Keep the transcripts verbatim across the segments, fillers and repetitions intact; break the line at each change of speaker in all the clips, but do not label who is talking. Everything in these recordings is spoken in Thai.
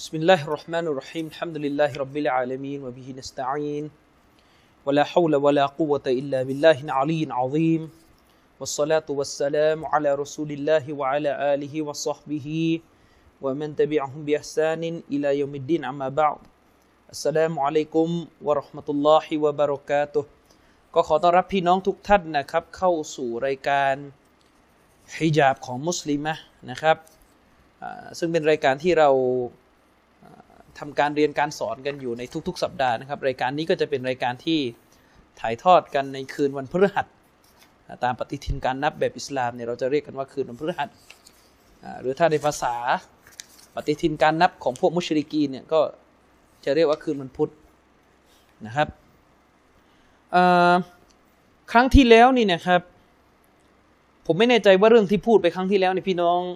بسم الله الرحمن الرحيم الحمد لله رب العالمين وبه نستعين ولا حول ولا قوة إلا بالله العلي العظيم والصلاة والسلام على رسول الله وعلى آله وصحبه ومن تبعهم بإحسان إلى يوم الدين أما بعد السلام عليكم ورحمة الله وبركاته ก็ขอต้อนรับพี่น้องทุกท่านนะครับเข้าสู่รายการฮิญาบของมุสลิมะนะครับซึ่งเป็นรายการที่เราทำการเรียนการสอนกันอยู่ในทุกๆสัปดาห์นะครับรายการนี้ก็จะเป็นรายการที่ถ่ายทอดกันในคืนวันพฤหัสตามปฏิทินการนับแบบอิสลามเนี่ยเราจะเรียกกันว่าคืนวันพฤหัสหรือถ้าในภาษาปฏิทินการนับของพวกมุชริกีนเนี่ยก็จะเรียกว่าคืนวันพุธนะครับครั้งที่แล้วนี่นะครับผมไม่แน่ใจว่าเรื่องที่พูดไปครั้งที่แล้วนี่พี่น้อง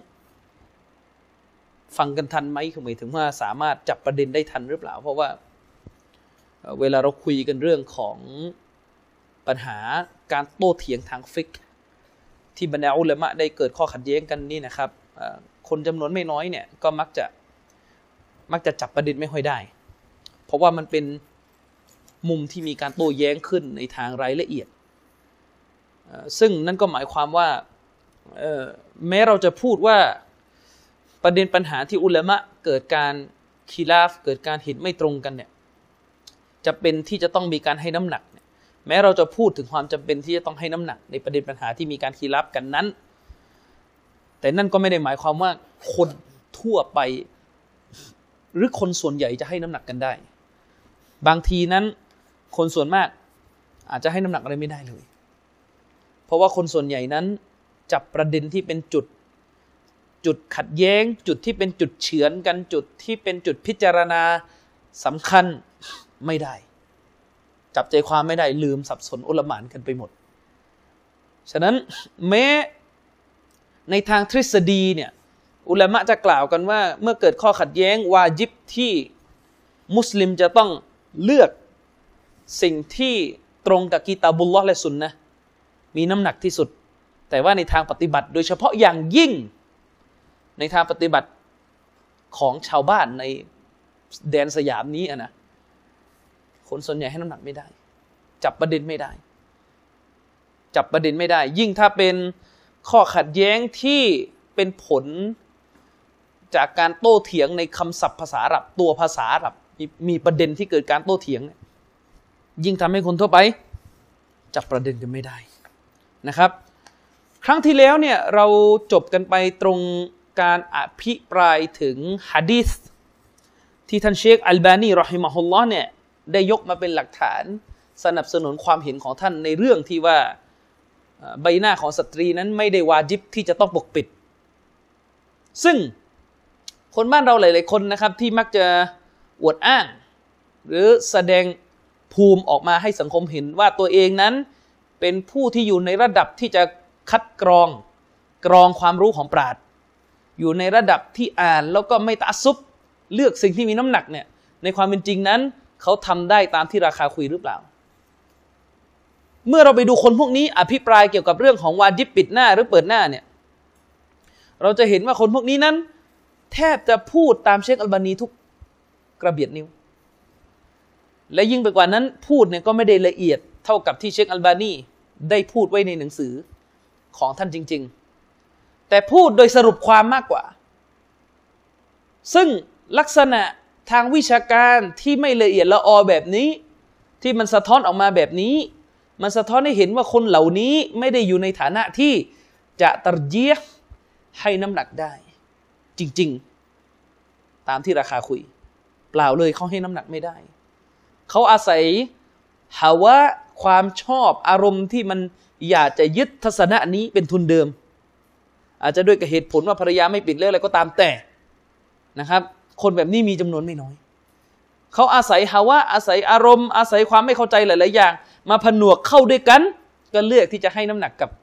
ฟังกันทันไหมคือหมายถึงว่าสามารถจับประเด็นได้ทันหรือเปล่าเพราะว่าเวลาเราคุยกันเรื่องของปัญหาการโต้เถียงทางฟิกห์ที่บรรดาอุลามะได้เกิดข้อขัดแย้งกันนี่นะครับคนจำนวนไม่น้อยเนี่ยก็มักจะมักจะจับประเด็นไม่ค่อยได้เพราะว่ามันเป็นมุมที่มีการโต้แย้งขึ้นในทางรายละเอียดซึ่งนั่นก็หมายความว่าแม้เราจะพูดว่าประเด็นปัญหาที่อุลามะเกิดการคีลาฟเกิดการเห็นไม่ตรงกันเนี่ยจะเป็นที่จะต้องมีการให้น้ำหนักเนี่ยแม้เราจะพูดถึงความจำเป็นที่จะต้องให้น้ำหนักในประเด็นปัญหาที่มีการคีลาฟกันนั้นแต่นั่นก็ไม่ได้หมายความว่าคนทั่วไปหรือคนส่วนใหญ่จะให้น้ำหนักกันได้บางทีนั้นคนส่วนมากอาจจะให้น้ำหนักอะไรไม่ได้เลยเพราะว่าคนส่วนใหญ่นั้นจับประเด็นที่เป็นจุดจุดขัดแย้งจุดที่เป็นจุดเฉือนกันจุดที่เป็นจุดพิจารณาสำคัญไม่ได้จับใจความไม่ได้ลืมสับสนโอลหม่านกันไปหมดฉะนั้นแม้ในทางทฤษฎีเนี่ยอุลามะจะกล่าวกันว่าเมื่อเกิดข้อขัดแย้งวาญิบที่มุสลิมจะต้องเลือกสิ่งที่ตรงกับกิตาบุลลอฮ์และสุนนะห์มีน้ำหนักที่สุดแต่ว่าในทางปฏิบัติโดยเฉพาะอย่างยิ่งในทางปฏิบัติของชาวบ้านในแดนสยามนี้อะนะคนส่วนใหญ่ให้น้ำหนักไม่ได้จับประเด็นไม่ได้จับประเด็นไม่ได้ยิ่งถ้าเป็นข้อขัดแย้งที่เป็นผลจากการโต้เถียงในคำศัพท์ภาษาอาหรับตัวภาษาอาหรับมีมีประเด็นที่เกิดการโต้เถียงยิ่งทำให้คนทั่วไปจับประเด็นกันไม่ได้นะครับครั้งที่แล้วเนี่ยเราจบกันไปตรงการอภิปรายถึงหะดีษที่ท่านเชคอัลบานีรอฮิมะฮุลลอฮ์เนี่ยได้ยกมาเป็นหลักฐานสนับสนุนความเห็นของท่านในเรื่องที่ว่าใบหน้าของสตรีนั้นไม่ได้วาญิบที่จะต้องปกปิดซึ่งคนบ้านเราหลายๆคนนะครับที่มักจะอวดอ้างหรือแสดงภูมิออกมาให้สังคมเห็นว่าตัวเองนั้นเป็นผู้ที่อยู่ในระดับที่จะคัดกรองกรองความรู้ของปราชญ์อยู่ในระดับที่อ่านแล้วก็ไม่ตะอัสซุบเลือกสิ่งที่มีน้ำหนักเนี่ยในความเป็นจริงนั้นเขาทำได้ตามที่ราคาคุยหรือเปล่าเมื่อเราไปดูคนพวกนี้อภิปรายเกี่ยวกับเรื่องของวาญิบปิดหน้าหรือเปิดหน้าเนี่ยเราจะเห็นว่าคนพวกนี้นั้นแทบจะพูดตามเชคอัลบานีทุกกระเบียดนิ้วและยิ่งไปกว่านั้นพูดเนี่ยก็ไม่ได้ละเอียดเท่ากับที่เชคอัลบานีได้พูดไว้ในหนังสือของท่านจริงๆแต่พูดโดยสรุปความมากกว่าซึ่งลักษณะทางวิชาการที่ไม่ละเอียดละออแบบนี้ที่มันสะท้อนออกมาแบบนี้มันสะท้อนให้เห็นว่าคนเหล่านี้ไม่ได้อยู่ในฐานะที่จะตัรจีฮ์ให้น้ำหนักได้จริงๆตามที่ราคาคุยเปล่าเลยเขาให้น้ำหนักไม่ได้เขาอาศัยฮาวะความชอบอารมณ์ที่มันอยากจะยึดทัศนะนี้เป็นทุนเดิมอาจจะด้วยกับเหตุผลว่าภรรยาไม่ปิดเรื่องอะไรก็ตามแต่นะครับคนแบบนี้มีจำนวนไม่น้อยเขาอาศัยฮาวะอาศัยอารมณ์อาศัยความไม่เข้าใจหลายๆอย่างมาผนวกเข้าด้วยกันก็เลือกที่จะให้น้ำหนักกับ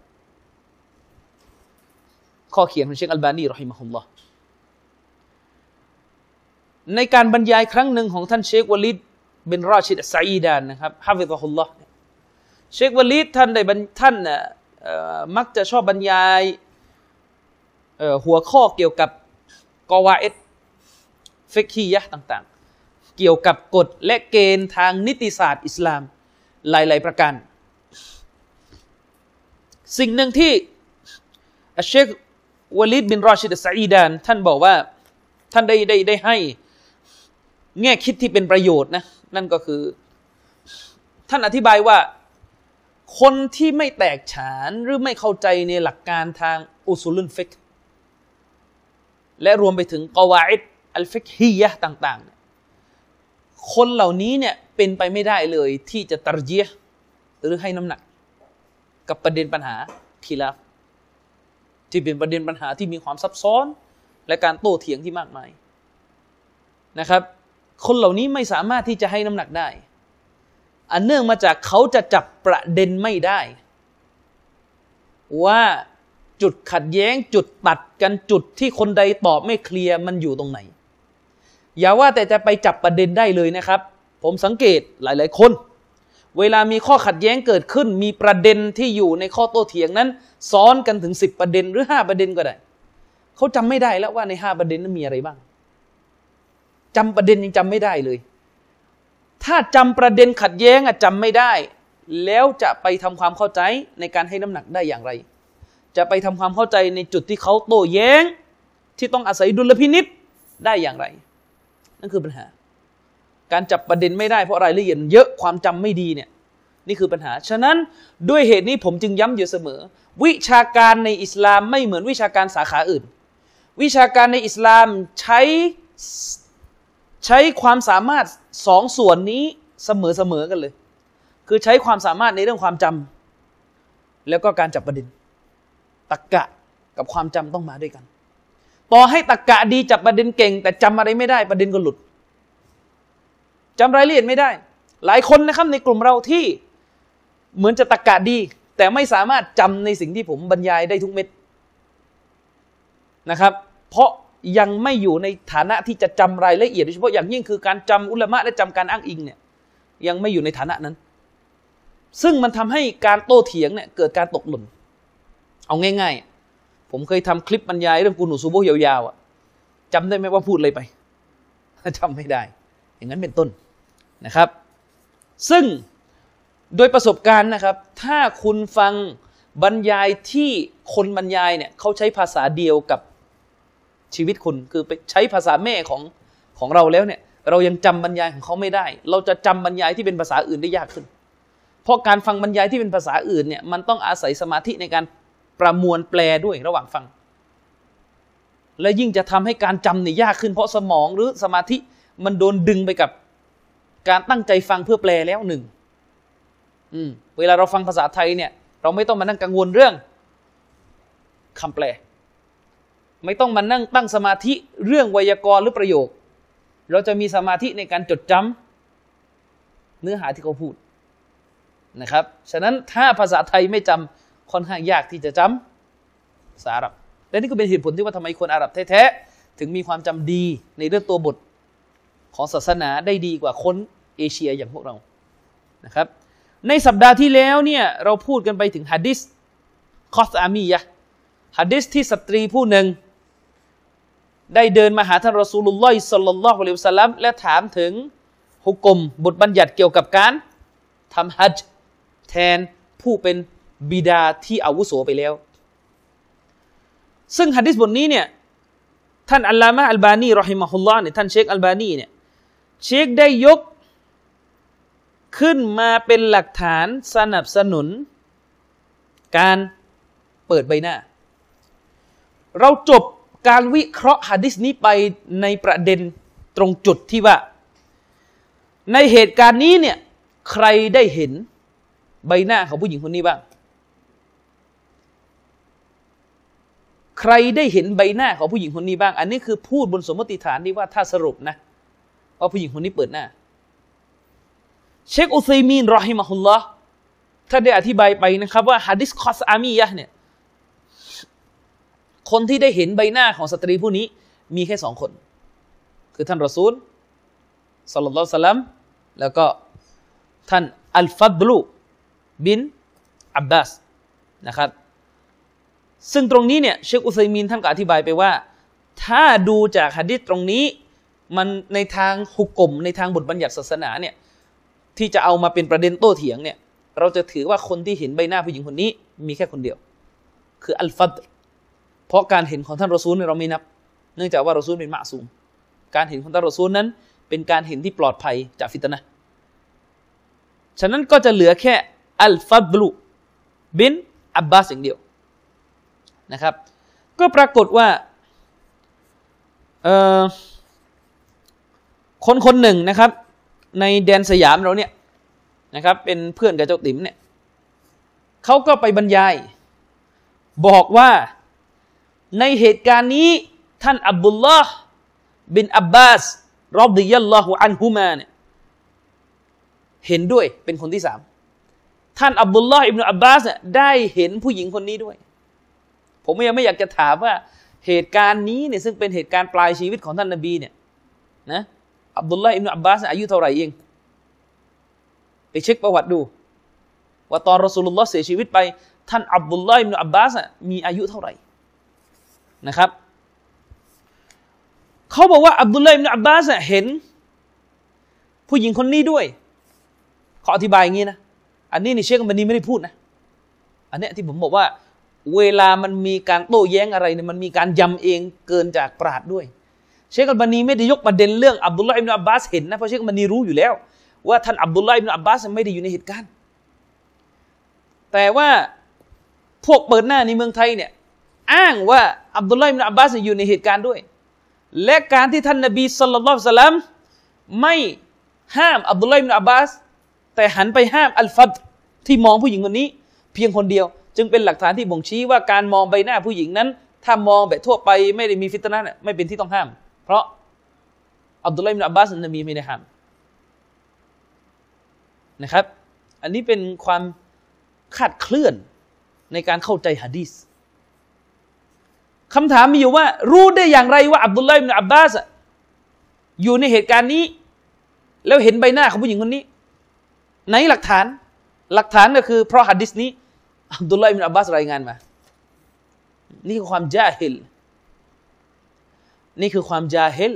ข้อเขียนของเชคอัลบานีรอฮิมะฮุลลอฮ์ในการบรรยายครั้งหนึ่งของท่านเชควะลิดบินราชิดอัสซะอีดานนะครับฮะฟิซะฮุลลอฮ์เชควะลิดท่านได้ท่านน่ะมักจะชอบบรรยายหัวข้อเกี่ยวกับกอวาอิดฟิกฮียะห์ต่างๆเกี่ยวกับกฎและเกณฑ์ทางนิติศาสตร์อิสลามหลายๆประการสิ่งหนึ่งที่อัชเชควะลีดบินรอชิดอัสซะอีดานท่านบอกว่าท่านได้ได้ได้ให้แง่คิดที่เป็นประโยชน์นะนั่นก็คือท่านอธิบายว่าคนที่ไม่แตกฉานหรือไม่เข้าใจในหลักการทางอุซูลุลฟิกห์และรวมไปถึงกอวาอิดอัลฟิกฮียะห์ต่างๆคนเหล่านี้เนี่ยเป็นไปไม่ได้เลยที่จะตัรจีห์หรือให้น้ำหนักกับประเด็นปัญหาคิลาฟที่เป็นประเด็นปัญหาที่มีความซับซ้อนและการโต้เถียงที่มากมายนะครับคนเหล่านี้ไม่สามารถที่จะให้น้ำหนักได้อันเนื่องมาจากเขาจะจับประเด็นไม่ได้ว่าจุดขัดแย้งจุดตัดกันจุดที่คนใดตอบไม่เคลียร์มันอยู่ตรงไหนอย่าว่าแต่จะไปจับประเด็นได้เลยนะครับผมสังเกตหลายๆคนเวลามีข้อขัดแย้งเกิดขึ้นมีประเด็นที่อยู่ในข้อโต้เถียงนั้นซ้อนกันถึงสิบประเด็นหรือห้าประเด็นก็ได้เขาจำไม่ได้แล้วว่าในห้าประเด็นนั้นมีอะไรบ้างจำประเด็นยังจำไม่ได้เลยถ้าจำประเด็นขัดแย้งอะจำไม่ได้แล้วจะไปทำความเข้าใจในการให้น้ำหนักได้อย่างไรจะไปทำความเข้าใจในจุดที่เขาโต้แย้งที่ต้องอาศัยดุลพินิจได้อย่างไรนั่นคือปัญหาการจับประเด็นไม่ได้เพราะรายละเอียดเยอะความจำไม่ดีเนี่ยนี่คือปัญหาฉะนั้นด้วยเหตุนี้ผมจึงย้ำอยู่เสมอวิชาการในอิสลามไม่เหมือนวิชาการสาขาอื่นวิชาการในอิสลามใช้ใช้ความสามารถสองส่วนนี้เสมอๆกันเลยคือใช้ความสามารถในเรื่องความจำแล้วก็การจับประเด็นตรรกะกับความจำต้องมาด้วยกันต่อให้ตรรกะดีจับประเด็นเก่งแต่จำอะไรไม่ได้ประเด็นก็หลุดจำรายละเอียดไม่ได้หลายคนนะครับในกลุ่มเราที่เหมือนจะตรรกะดีแต่ไม่สามารถจำในสิ่งที่ผมบรรยายได้ทุกเม็ดนะครับเพราะยังไม่อยู่ในฐานะที่จะจำรายละเอียดโดยเฉพาะอย่างยิ่งคือการจำอุลามะและจำการอ้างอิงเนี่ยยังไม่อยู่ในฐานะนั้นซึ่งมันทำให้การโต้เถียงเนี่ยเกิดการตกหล่นเอาง่ายๆผมเคยทำคลิปบรรยายเรื่องกุนูซูโบยาวๆอ่ะจำได้ไหมว่าพูดอะไรไปจำไม่ได้อย่างนั้นเป็นต้นนะครับซึ่งโดยประสบการณ์นะครับถ้าคุณฟังบรรยายที่คนบรรยายเนี่ยเขาใช้ภาษาเดียวกับชีวิตคุณคือไปใช้ภาษาแม่ของของเราแล้วเนี่ยเรายังจำบรรยายของเขาไม่ได้เราจะจำบรรยายที่เป็นภาษาอื่นได้ยากขึ้นเพราะการฟังบรรยายที่เป็นภาษาอื่นเนี่ยมันต้องอาศัยสมาธิในการประมวลแปลด้วยระหว่างฟังและยิ่งจะทำให้การจำเนี่ยยากขึ้นเพราะสมองหรือสมาธิมันโดนดึงไปกับการตั้งใจฟังเพื่อแปลแล้วหนึ่งอืมเวลาเราฟังภาษาไทยเนี่ยเราไม่ต้องมานั่งกังวลเรื่องคำแปลไม่ต้องมานั่งตั้งสมาธิเรื่องไวยากรณ์หรือประโยคเราจะมีสมาธิในการจดจำเนื้อหาที่เขาพูดนะครับฉะนั้นถ้าภาษาไทยไม่จำค่อนข้างยากที่จะจำภาษาอาหรับและนี่ก็เป็นเหตุผลที่ว่าทำไมคนอาหรับแท้ๆถึงมีความจำดีในเรื่องตัวบทของศาสนาได้ดีกว่าคนเอเชียอย่างพวกเรานะครับในสัปดาห์ที่แล้วเนี่ยเราพูดกันไปถึงหะดีษคอสอามียะห์หะดีษที่สตรีผู้หนึ่งได้เดินมาหาท่านรอซูลุลลอฮิศ็อลลัลลอฮุอะลัยฮิวะซัลลัมและถามถึงฮุกมบทบัญญัติเกี่ยวกับการทำฮัจญ์แทนผู้เป็นบิดาที่อาวุโสไปแล้วซึ่งหะดีษบทนี้เนี่ยท่านอัลลามะฮ์อัลบานีรอฮิมะฮุลลอฮ์เนี่ยท่านเชคอัลบานีเนี่ยเชคได้ยกขึ้นมาเป็นหลักฐานสนับสนุนการเปิดใบหน้าเราจบการวิเคราะห์หะดีษนี้ไปในประเด็นตรงจุดที่ว่าในเหตุการณ์นี้เนี่ยใครได้เห็นใบหน้าของผู้หญิงคนนี้บ้างใครได้เห็นใบหน้าของผู้หญิงคนนี้บ้างอันนี้คือพูดบนสมมติฐานที่ว่าถ้าสรุปนะว่าผู้หญิงคนนี้เปิดหน้าเชคอุซัยมีนรอฮิมะฮุลลอฮ์ท่านได้อธิบายไปนะครับว่าหะดีษคอสอามียะห์เนี่ยคนที่ได้เห็นใบหน้าของสตรีผู้นี้มีแค่สองคนคือท่านรอซูลศ็อลลัลลอฮุอะลัยฮิวะซัลลัมแล้วก็ท่านอัลฟัดลุบินอับบาสนะครับซึ่งตรงนี้เนี่ยเชคอุซัยมีนท่านก็อธิบายไปว่าถ้าดูจากหะดีษตรงนี้มันในทางฮุกกลมในทางบทบัญญัติศาสนาเนี่ยที่จะเอามาเป็นประเด็นโต้เถียงเนี่ยเราจะถือว่าคนที่เห็นใบหน้าผู้หญิงคนนี้มีแค่คนเดียวคืออัลฟัดเพราะการเห็นของท่านรอซูลเนี่ยเราไม่นับเนื่องจากว่ารอซูลเป็นมะซูมการเห็นของท่านรอซูลนั้นเป็นการเห็นที่ปลอดภัยจากฟิตนะห์ฉะนั้นก็จะเหลือแค่อัลฟัดลุบินอับบาสอย่างเดียวนะครับก็ปรากฏว่าเอ่อคนคนหนึ่งนะครับในแดนสยามเราเนี่ยนะครับเป็นเพื่อนกับเจ้าติ๋มเนี่ยเขาก็ไปบรรยายบอกว่าในเหตุการณ์นี้ท่านอับดุลลอฮ์บินอับบาสรอฎิยัลลอฮุอันฮุมาเนี่ยเห็นด้วยเป็นคนที่สามท่านอับดุลลอฮ์อิบนุอับบาสเนี่ยได้เห็นผู้หญิงคนนี้ด้วยผมยังไม่อยากจะถามว่าเหตุการณ์นี้เนี่ยซึ่งเป็นเหตุการณ์ปลายชีวิตของท่านนบีเนี่ยนะอับดุลลอฮ์อิบนุอับบาสอายุเท่าไหร่เองไปเช็คประวัติดูว่าตอนรอซูลุลลอฮ์เสียชีวิตไปท่านอับดุลลอฮ์อิบนุอับบาสมีอายุเท่าไหร่นะครับเขาบอกว่าอับดุลลอฮ์อิบนุอับบาสเห็นผู้หญิงคนนี้ด้วยเขาอธิบายอย่างนี้นะอันนี้นี่เชคอัลบานีไม่ได้พูดนะอันนี้ที่ผมบอกว่าเวลามันมีการโต้แย้งอะไรเนี่ยมันมีการย้ำเองเกินจากปราชญ์ด้วยเชคอัลบานีไม่ได้ยกประเด็นเรื่องอับดุลลอฮ์อิบนุอับบาสเห็นนะเพราะเชคอัลบานีรู้อยู่แล้วว่าท่านอับดุลลอฮ์อิบนุอับบาสไม่ได้อยู่ในเหตุการณ์แต่ว่าพวกเปิดหน้าในเมืองไทยเนี่ยอ้างว่าอับดุลลอฮ์อิบนุอับบาสอยู่ในเหตุการณ์ด้วยและการที่ท่านนบีศ็อลลัลลอฮุอะลัยฮิวะซัลลัมไม่ห้ามอับดุลลอฮ์อิบนุอับบาสแต่หันไปห้ามอัลฟัดที่มองผู้หญิงคนนี้เพียงคนเดียวจึงเป็นหลักฐานที่บ่งชี้ว่าการมองใบหน้าผู้หญิงนั้นถ้ามองแบบทั่วไปไม่ได้มีฟิตนะห์เนี่ยไม่เป็นที่ต้องห้ามเพราะอับดุลลอฮ์อิบนุอับบาสนบีไม่ได้ห้ามนะครับอันนี้เป็นความคาดเคลื่อนในการเข้าใจหะดีษคำถามมีอยู่ว่ารู้ได้อย่างไรว่าอับดุลลอฮ์อิบนุอับบาสอยู่ในเหตุการณ์นี้แล้วเห็นใบหน้าของผู้หญิงคนนี้ไหนหลักฐานหลักฐานก็คือเพราะหะดีษนี้อับดุลลอฮ์อิบนุอับบาสรายงานมานี่คือความญาฮิลนี่คือความญาฮิล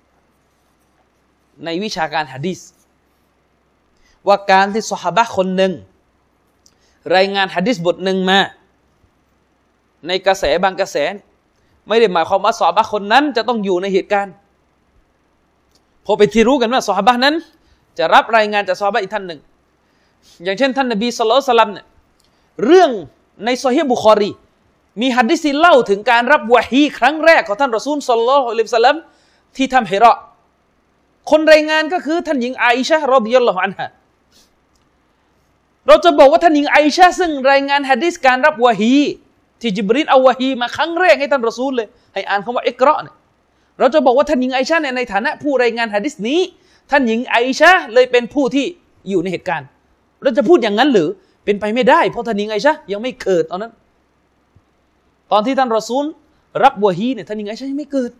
ในวิชาการหะดีษว่าการที่ซอฮาบะห์คนหนึ่งรายงานหะดีษบทหนึ่งมาในกระแสบางกระแสไม่ได้หมายความว่าซอฮาบะห์คนนั้นจะต้องอยู่ในเหตุการณ์พอไปที่รู้กันว่าซอฮาบะห์นั้นจะรับรายงานจากซอฮาบะห์อีกท่านหนึ่งอย่างเช่นท่านนบีศ็อลลัลลอฮุอะลัยฮิวะซัลลัมเนี่ยเรื่องในซอฮีฮ์บุคอรีมีหะดีษที่เล่าถึงการรับวะฮีครั้งแรกของท่านรอซูลศ็อลลัลลอฮุอะลัยฮิวะซัลลัมที่ถ้ำฮิเราะห์คนรายงานก็คือท่านหญิงอาอิชะห์รอฎิยัลลอฮุอันฮาเราจะบอกว่าท่านหญิงอาอิชะห์ซึ่งรายงานหะดีษการรับวะฮีที่ญิบรีลเอาวะฮีมาครั้งแรกให้ท่านรอซูลเลยให้อ่านคำว่าอิกเราะห์เนี่ยเราจะบอกว่าท่านหญิงอาอิชะห์เนี่ยในฐานะผู้รายงานหะดีษนี้ท่านหญิงอาอิชะห์เลยเป็นผู้ที่อยู่ในเหตุการณ์เราจะพูดอย่างนั้นหรือเป็นไปไม่ได้เพราะท่านหญิงอาอิชะห์ยังไม่เกิดตอนนั้นตอนที่ท่านรอซูลรับวะฮีเนี่ยท่านหญิงอาอิชะห์ยังไม่เกิด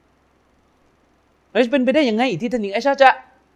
แล้วจะเป็นไปได้ยังไงที่ท่านหญิงอาอิชะห์จะ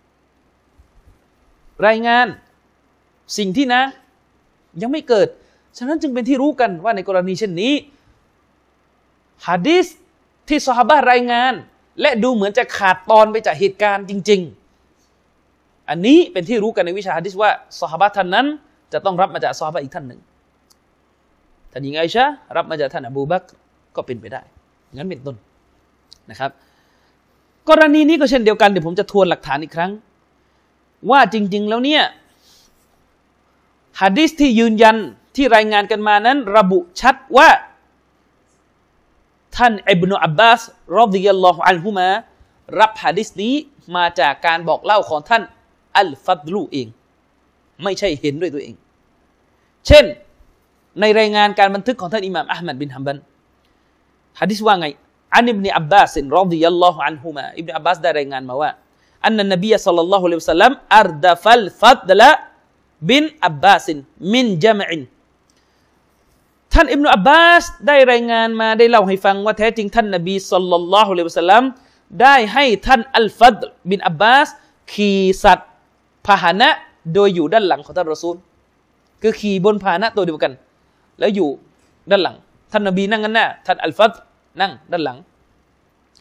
รายงานสิ่งที่นะยังไม่เกิดฉะนั้นจึงเป็นที่รู้กันว่าในกรณีเช่นนี้หะดีษที่ซอฮาบะห์รายงานและดูเหมือนจะขาดตอนไปจากเหตุการณ์จริงๆอันนี้เป็นที่รู้กันในวิชาหะดีษว่าซอฮาบะห์ท่านนั้นจะต้องรับมาจากซอฮาบะห์อีกท่านหนึ่งท่านหญิงอาอิชะห์รับมาจากท่านอบูบักรก็เป็นไปได้งั้นเป็นต้นนะครับกรณีนี้ก็เช่นเดียวกันเดี๋ยวผมจะทวนหลักฐานอีกครั้งว่าจริงๆแล้วเนี่ยหะดีษที่ยืนยันที่รายงานกันมานั้นระบุชัดว่าท่านอิบนุอับบาสรอฎิยัลลอฮุอันฮุมารับหะดีษนี้มาจากการบอกเล่าของท่านอัลฟัดลุเองไม่ใช่เห็นด้วยตัวเองเช่นในรายงานการบันทึกของท่านอิหม่ามอะห์มัดบินฮัมบัลหะดีษว่าไงอันอิบนุอับบาสรอฎิยัลลอฮุอันฮุมาอิบนุอับบาสได้รายงานมาว่าอันนันนบีศ็อลลัลลอฮุอะลัยฮิวะซัลลัมอัรดะฟัลฟัดละบินอับบาสมินญะมอินท่านอิบนุอับบาสได้รายงานมาได้เล่าให้ฟังว่าแท้จริงท่านนบีศ็อลลัลลอฮุอะลัยฮิวะซัลลัมได้ให้ท่านอัลฟัดบินอับบาสขี่สัตว์พาหนะโดยอยู่ด้านหลังของท่านรอซูลคือขี่บนพาหนะตัวเดียวกันแล้วอยู่ด้านหลังท่านนบีนั่งกันหน้าท่านอัลฟัดนั่งด้านหลัง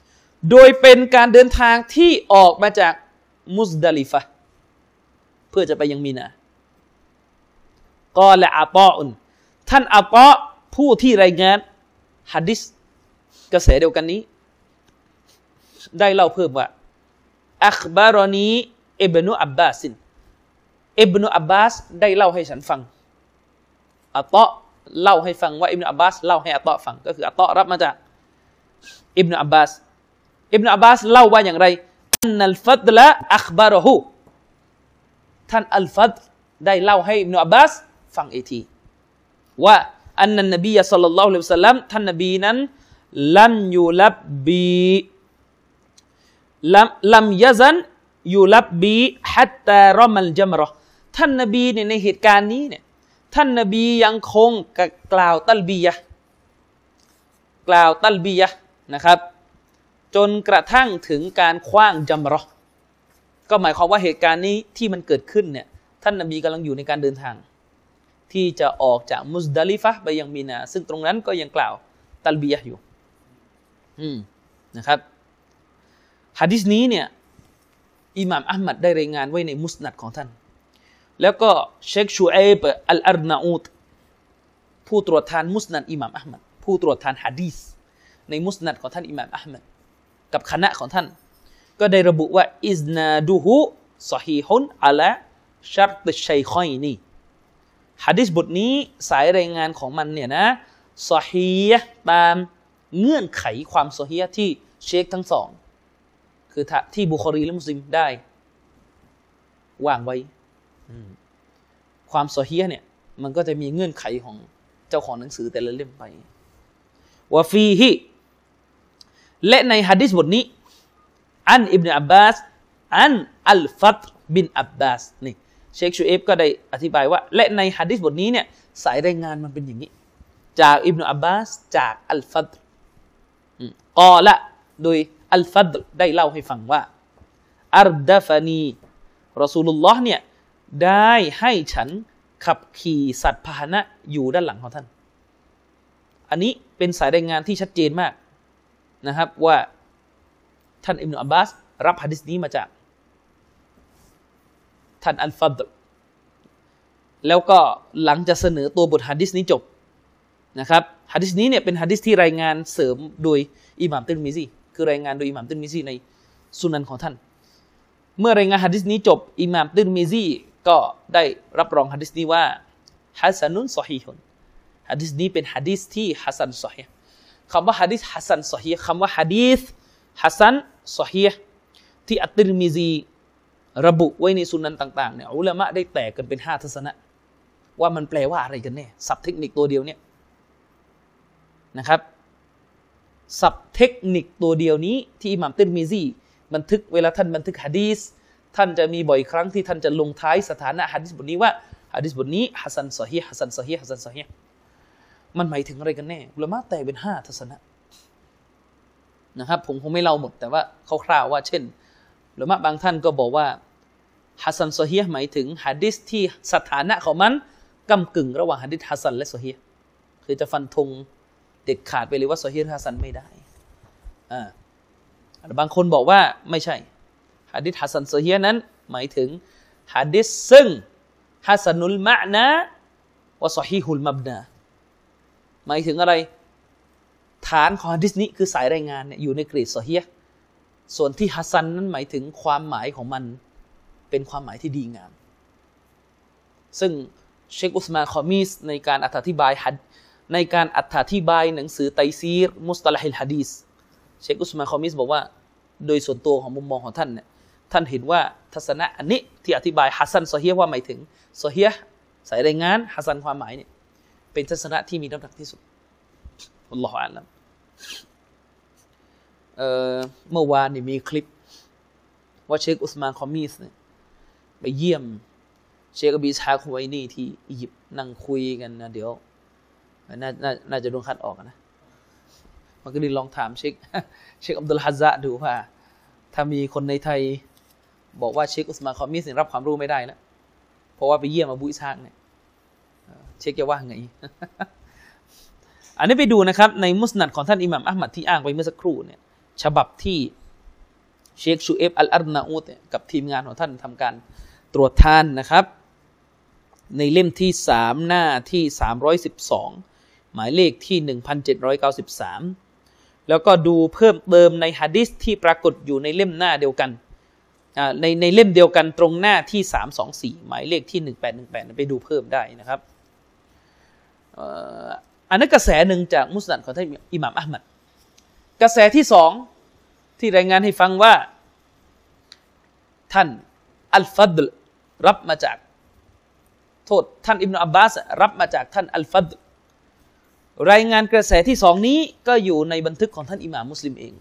โดยเป็นการเดินทางที่ออกมาจากมุซดาลิฟะห์เพื่อจะไปยังมีนากอละอาตออุนท่านอาตอผู้ที่รายงานหะดีษกระแสเดียวกันนี้ได้เล่าเพิ่มว่าอัคบารอนีอิบนุอับบาสอิบนุอับบาสได้เล่าให้ฉันฟังอาตอเล่าให้ฟังว่าอิบนุอับบาสเล่าให้อาตอฟังก็คืออาตอรับมาจากอิบนุอับบาสอิบนุอับบาสเล่าว่าอย่างไรอันนัลฟัดละอัคบารหูท่านอัลฟัดได้เล่าให้อิบนุอับบาสฟังอีกทีว่าอันนันนบีศ็อลลัลลอฮุอะลัยฮิวะซัลลัมท่านนบีนั้นลัมยูลับบีลัมลัมยะซันยูลับบีฮัตตารอมัลจัมเราะห์ท่านนบีเนี่ยในเหตุการณ์นี้เนี่ยท่านนบียังคงกล่าวตัลบียะห์กล่าวตัลบียะห์นะครับจนกระทั่งถึงการขว้างจัมเราะห์ก็หมายความว่าเหตุการณ์นี้ที่มันเกิดขึ้นเนี่ยท่านนบีกำลังอยู่ในการเดินทางที่จะออกจากมุซดาลิฟะห์ไปยังมีนาซึ่งตรงนั้นก็ยังกล่าวตัลบียะห์อยู่อืมนะครับหะดีษนี้เนี่ยอิหม่ามอะห์มัดได้รายงานไว้ในมุสนัดของท่านแล้วก็เชคชูอัยบอัลอาร์นาอูตผู้ตรวจทานมุสนัดอิหม่ามอะห์มัดผู้ตรวจทานหะดีษในมุสนัดของท่านอิหม่ามอะห์มัดกับคณะของท่านก็ได้ระบุว่าอิซนาดูฮุซอฮีฮุนอะลาชัรตุชชัยคอยนีหะดีษบทนี้สายรายงานของมันเนี่ยนะซอฮีฮ์ตามเงื่อนไขความซอฮีฮ์ที่เชคทั้งสองคือที่บุคอรีและมุสลิมได้วางไว้ความซอฮีฮ์เนี่ยมันก็จะมีเงื่อนไขของเจ้าของหนังสือแต่ละเล่มไปวะฟีฮิและในหะดีษบทนี้อันอิบนุอับบาสอันอัลฟัตบินอับบาสนี่เชคชูเอฟก็ได้อธิบายว่าและในหะดีษบทนี้เนี่ยสายรายงานมันเป็นอย่างนี้จากอิบนุอับบาสจากอัลฟัตกอละโดยอัลฟัตได้เล่าให้ฟังว่าอัรดะฟานีรอซูลุลลอฮ์เนี่ยได้ให้ฉันขับขี่สัตว์พาหนะอยู่ด้านหลังของท่านอันนี้เป็นสายรายงานที่ชัดเจนมากนะครับว่าท่านอิบนุอับบาสรับหะดีษนี้มาจากท่านอัลฟัดลแล้วก็หลังจะเสนอตัวบทหะดีษนี้จบนะครับหะดีษนี้เนี่ยเป็นหะดีษที่รายงานเสริมโดยอิหม่ามติรมิซีคือรายงานโดยอิหม่ามติรมิซีในสุนันของท่านเมื่อรายงานหะดีษนี้จบอิหม่ามติรมิซีก็ได้รับรองหะดีษนี้ว่าฮัสนุนซอฮีฮุนหะดีษนี้เป็นหะดีษที่ฮัสซันซอฮีฮ์คำว่าหะดีษฮัสซันซอฮีฮ์คำว่าหะดีษฮัสซันซอฮีฮ์ที่อัตติรมิซีระบุไว้ในสุนันต่างๆเนี่ยอุลามะได้แตกกันเป็นห้าทัศนะว่ามันแปลว่าอะไรกันแน่ศัพท์เทคนิคตัวเดียวเนี่ยนะครับศัพท์เทคนิคตัวเดียวนี้ที่อิหม่ามติรมิซีบันทึกเวลาท่านบันทึกหะดีษท่านจะมีบ่อยครั้งที่ท่านจะลงท้ายสถานะหะดีษบทนี้ว่าหะดีษบทนี้ฮัสซันซอฮีฮ์ฮัสซันซอฮีฮ์ฮัสซันซอฮีฮ์มันหมายถึงอะไรกันแน่อุลามะแตกเป็นห้าทัศนะนะครับผมคงไม่เล่าหมดแต่ว่าคร่าวๆว่าเช่นอุลามะบางท่านก็บอกว่าฮัสซันซอฮีฮ์หมายถึงหะดีษที่สถานะของมันก้ำกึ่งระหว่างหะดีษฮัสซันและซอฮีฮ์คือจะฟันธงเด็ดขาดไปเลยว่าซอฮีฮ์ฮัสซันไม่ได้อ่าบางคนบอกว่าไม่ใช่หะดีษฮัสซันซอฮีฮ์นั้นหมายถึงหะดีษซึ่งฮัสซันุลมะนะวะซอฮีฮุลมับนาหมายถึงอะไรฐานของหะดีษนี้คือสายรายงานเนี่ยอยู่ในเกรดซอฮีฮ์ส่วนที่ฮัสซันนั้นหมายถึงความหมายของมันเป็นความหมายที่ดีงามซึ่งเชคอุสมานคอมีสในการอธิบายหัดในการอธิบายหนังสือไตซีรมุสตะละฮิลหะดีษเชคอุสมานคอมีสบอกว่าโดยส่วนตัวของมุมมองของท่านเนี่ยท่านเห็นว่าทัศนะอันนี้ที่อธิบายฮัสซันซอฮีฮ์ว่าหมายถึงซอฮีฮ์สายรายงานฮัสซันความหมายเนี่ยเป็นทัศนะที่มีน้ำหนักที่สุดอัลลอฮฺอาลัมเอ่อเมื่อวานนี่มีคลิปว่าเชคอุสมานคอมีสเนี่ยไปเยี่ยมเชคอบีซฮาคุไวนีที่อียิปต์นั่งคุยกันนะเดี๋ยวน่าน่าน่าจะโดนคัดออกนะมันก็เลยลองถามเชคเชคอับดุลฮัซซะดูว่าถ้ามีคนในไทยบอกว่าเชคอุสมานคอมีสรับความรู้ไม่ได้แล้วเพราะว่าไปเยี่ยมอบูอิสฮากเนี่ยเชคจะว่าไง อันนี้ไปดูนะครับในมุสนัดของท่านอิหม่ามอะห์มัดที่อ้างไปเมื่อสักครู่เนี่ยฉบับที่เชคชูเอฟอัลอาร์นาอูดกับทีมงานของท่านทำการตรวจทานนะครับในเล่มที่สามหน้าที่สามร้อยสิบสองหมายเลขที่หนึ่งพันเจ็ดร้อยเก้าสิบสามแล้วก็ดูเพิ่มเติมในหะดีษที่ปรากฏอยู่ในเล่มหน้าเดียวกันในในเล่มเดียวกันตรงหน้าที่สามร้อยยี่สิบสี่หมายเลขที่หนึ่งพันแปดร้อยสิบแปดไปดูเพิ่มได้นะครับอันนั้นกระแสหนึ่งจากมุสนัดของท่านอิหม่ามอะห์มัดกระแสที่สองที่รายงานให้ฟังว่าท่านอัลฟัดลรับมาจากโทษท่านอิบนุอับบาสรับมาจากท่านอัลฟัดลรายงานกระแสที่สองนี้ก็อยู่ในบันทึกของท่านอิหม่ามมุสลิมเอง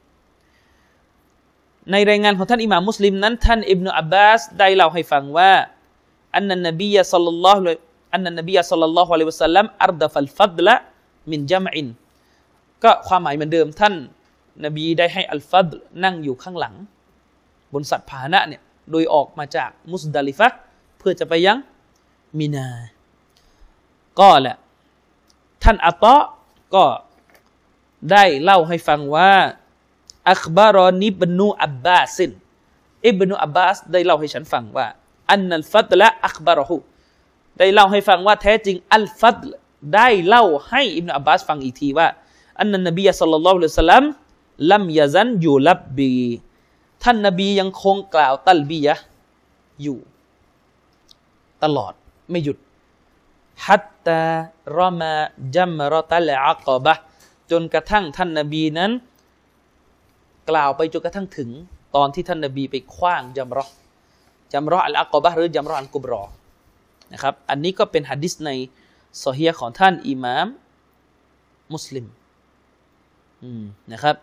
ในรายงานของท่านอิหม่ามมุสลิมนั้นท่านอิบนุอับบาสได้เล่าให้ฟังว่าอันนันนบีศ็อลลัลลอฮุอันนันนบีศ็อลลัลลอฮุอะลัยฮิวะซัลลัมอัรดะฟัลฟัดละมินญะมอินก็ความหมายเหมือนเดิมท่านนบีได้ให้อัลฟัดลนั่งอยู่ข้างหลังบนสัตว์พาหนะเนี่ยโดยออกมาจากมุสดาลิฟะห์เพื่อจะไปยังมินาก็แหละท่านอัตอก็ได้เล่าให้ฟังว่าอัคบารอนิบนุอับบาสินอิบนุอับบาสได้เล่าให้ฉันฟังว่าอันนัลฟัดละอัคบารอฮูได้เล่าให้ฟังว่าแท้จริงอัลฟัดได้เล่าให้อิบนุอับบาสฟังอีกทีว่าอันนันนบีศ็อลลัลลอฮุอะลัยฮิวะซัลลัมลัมยะซันยูลับบีท่านนบียังคงกล่าวตัลบียะห์อยู่ตลอดไม่หยุดฮัตตารอมาจัมรอตัลอะกอบะห์จนกระทั่งท่านนบีนั้นกล่าวไปจนกระทั่งถึงตอนที่ท่านนบีไปขว้างจัมเราะห์จัมเราะห์อัลอะกอบะห์หรือจัมเราะห์อัลกุบรอนะครับอันนี้ก็เป็นหะดีษในซอฮีฮ์ของท่านอิหม่ามมุสลิมอืมนะครับ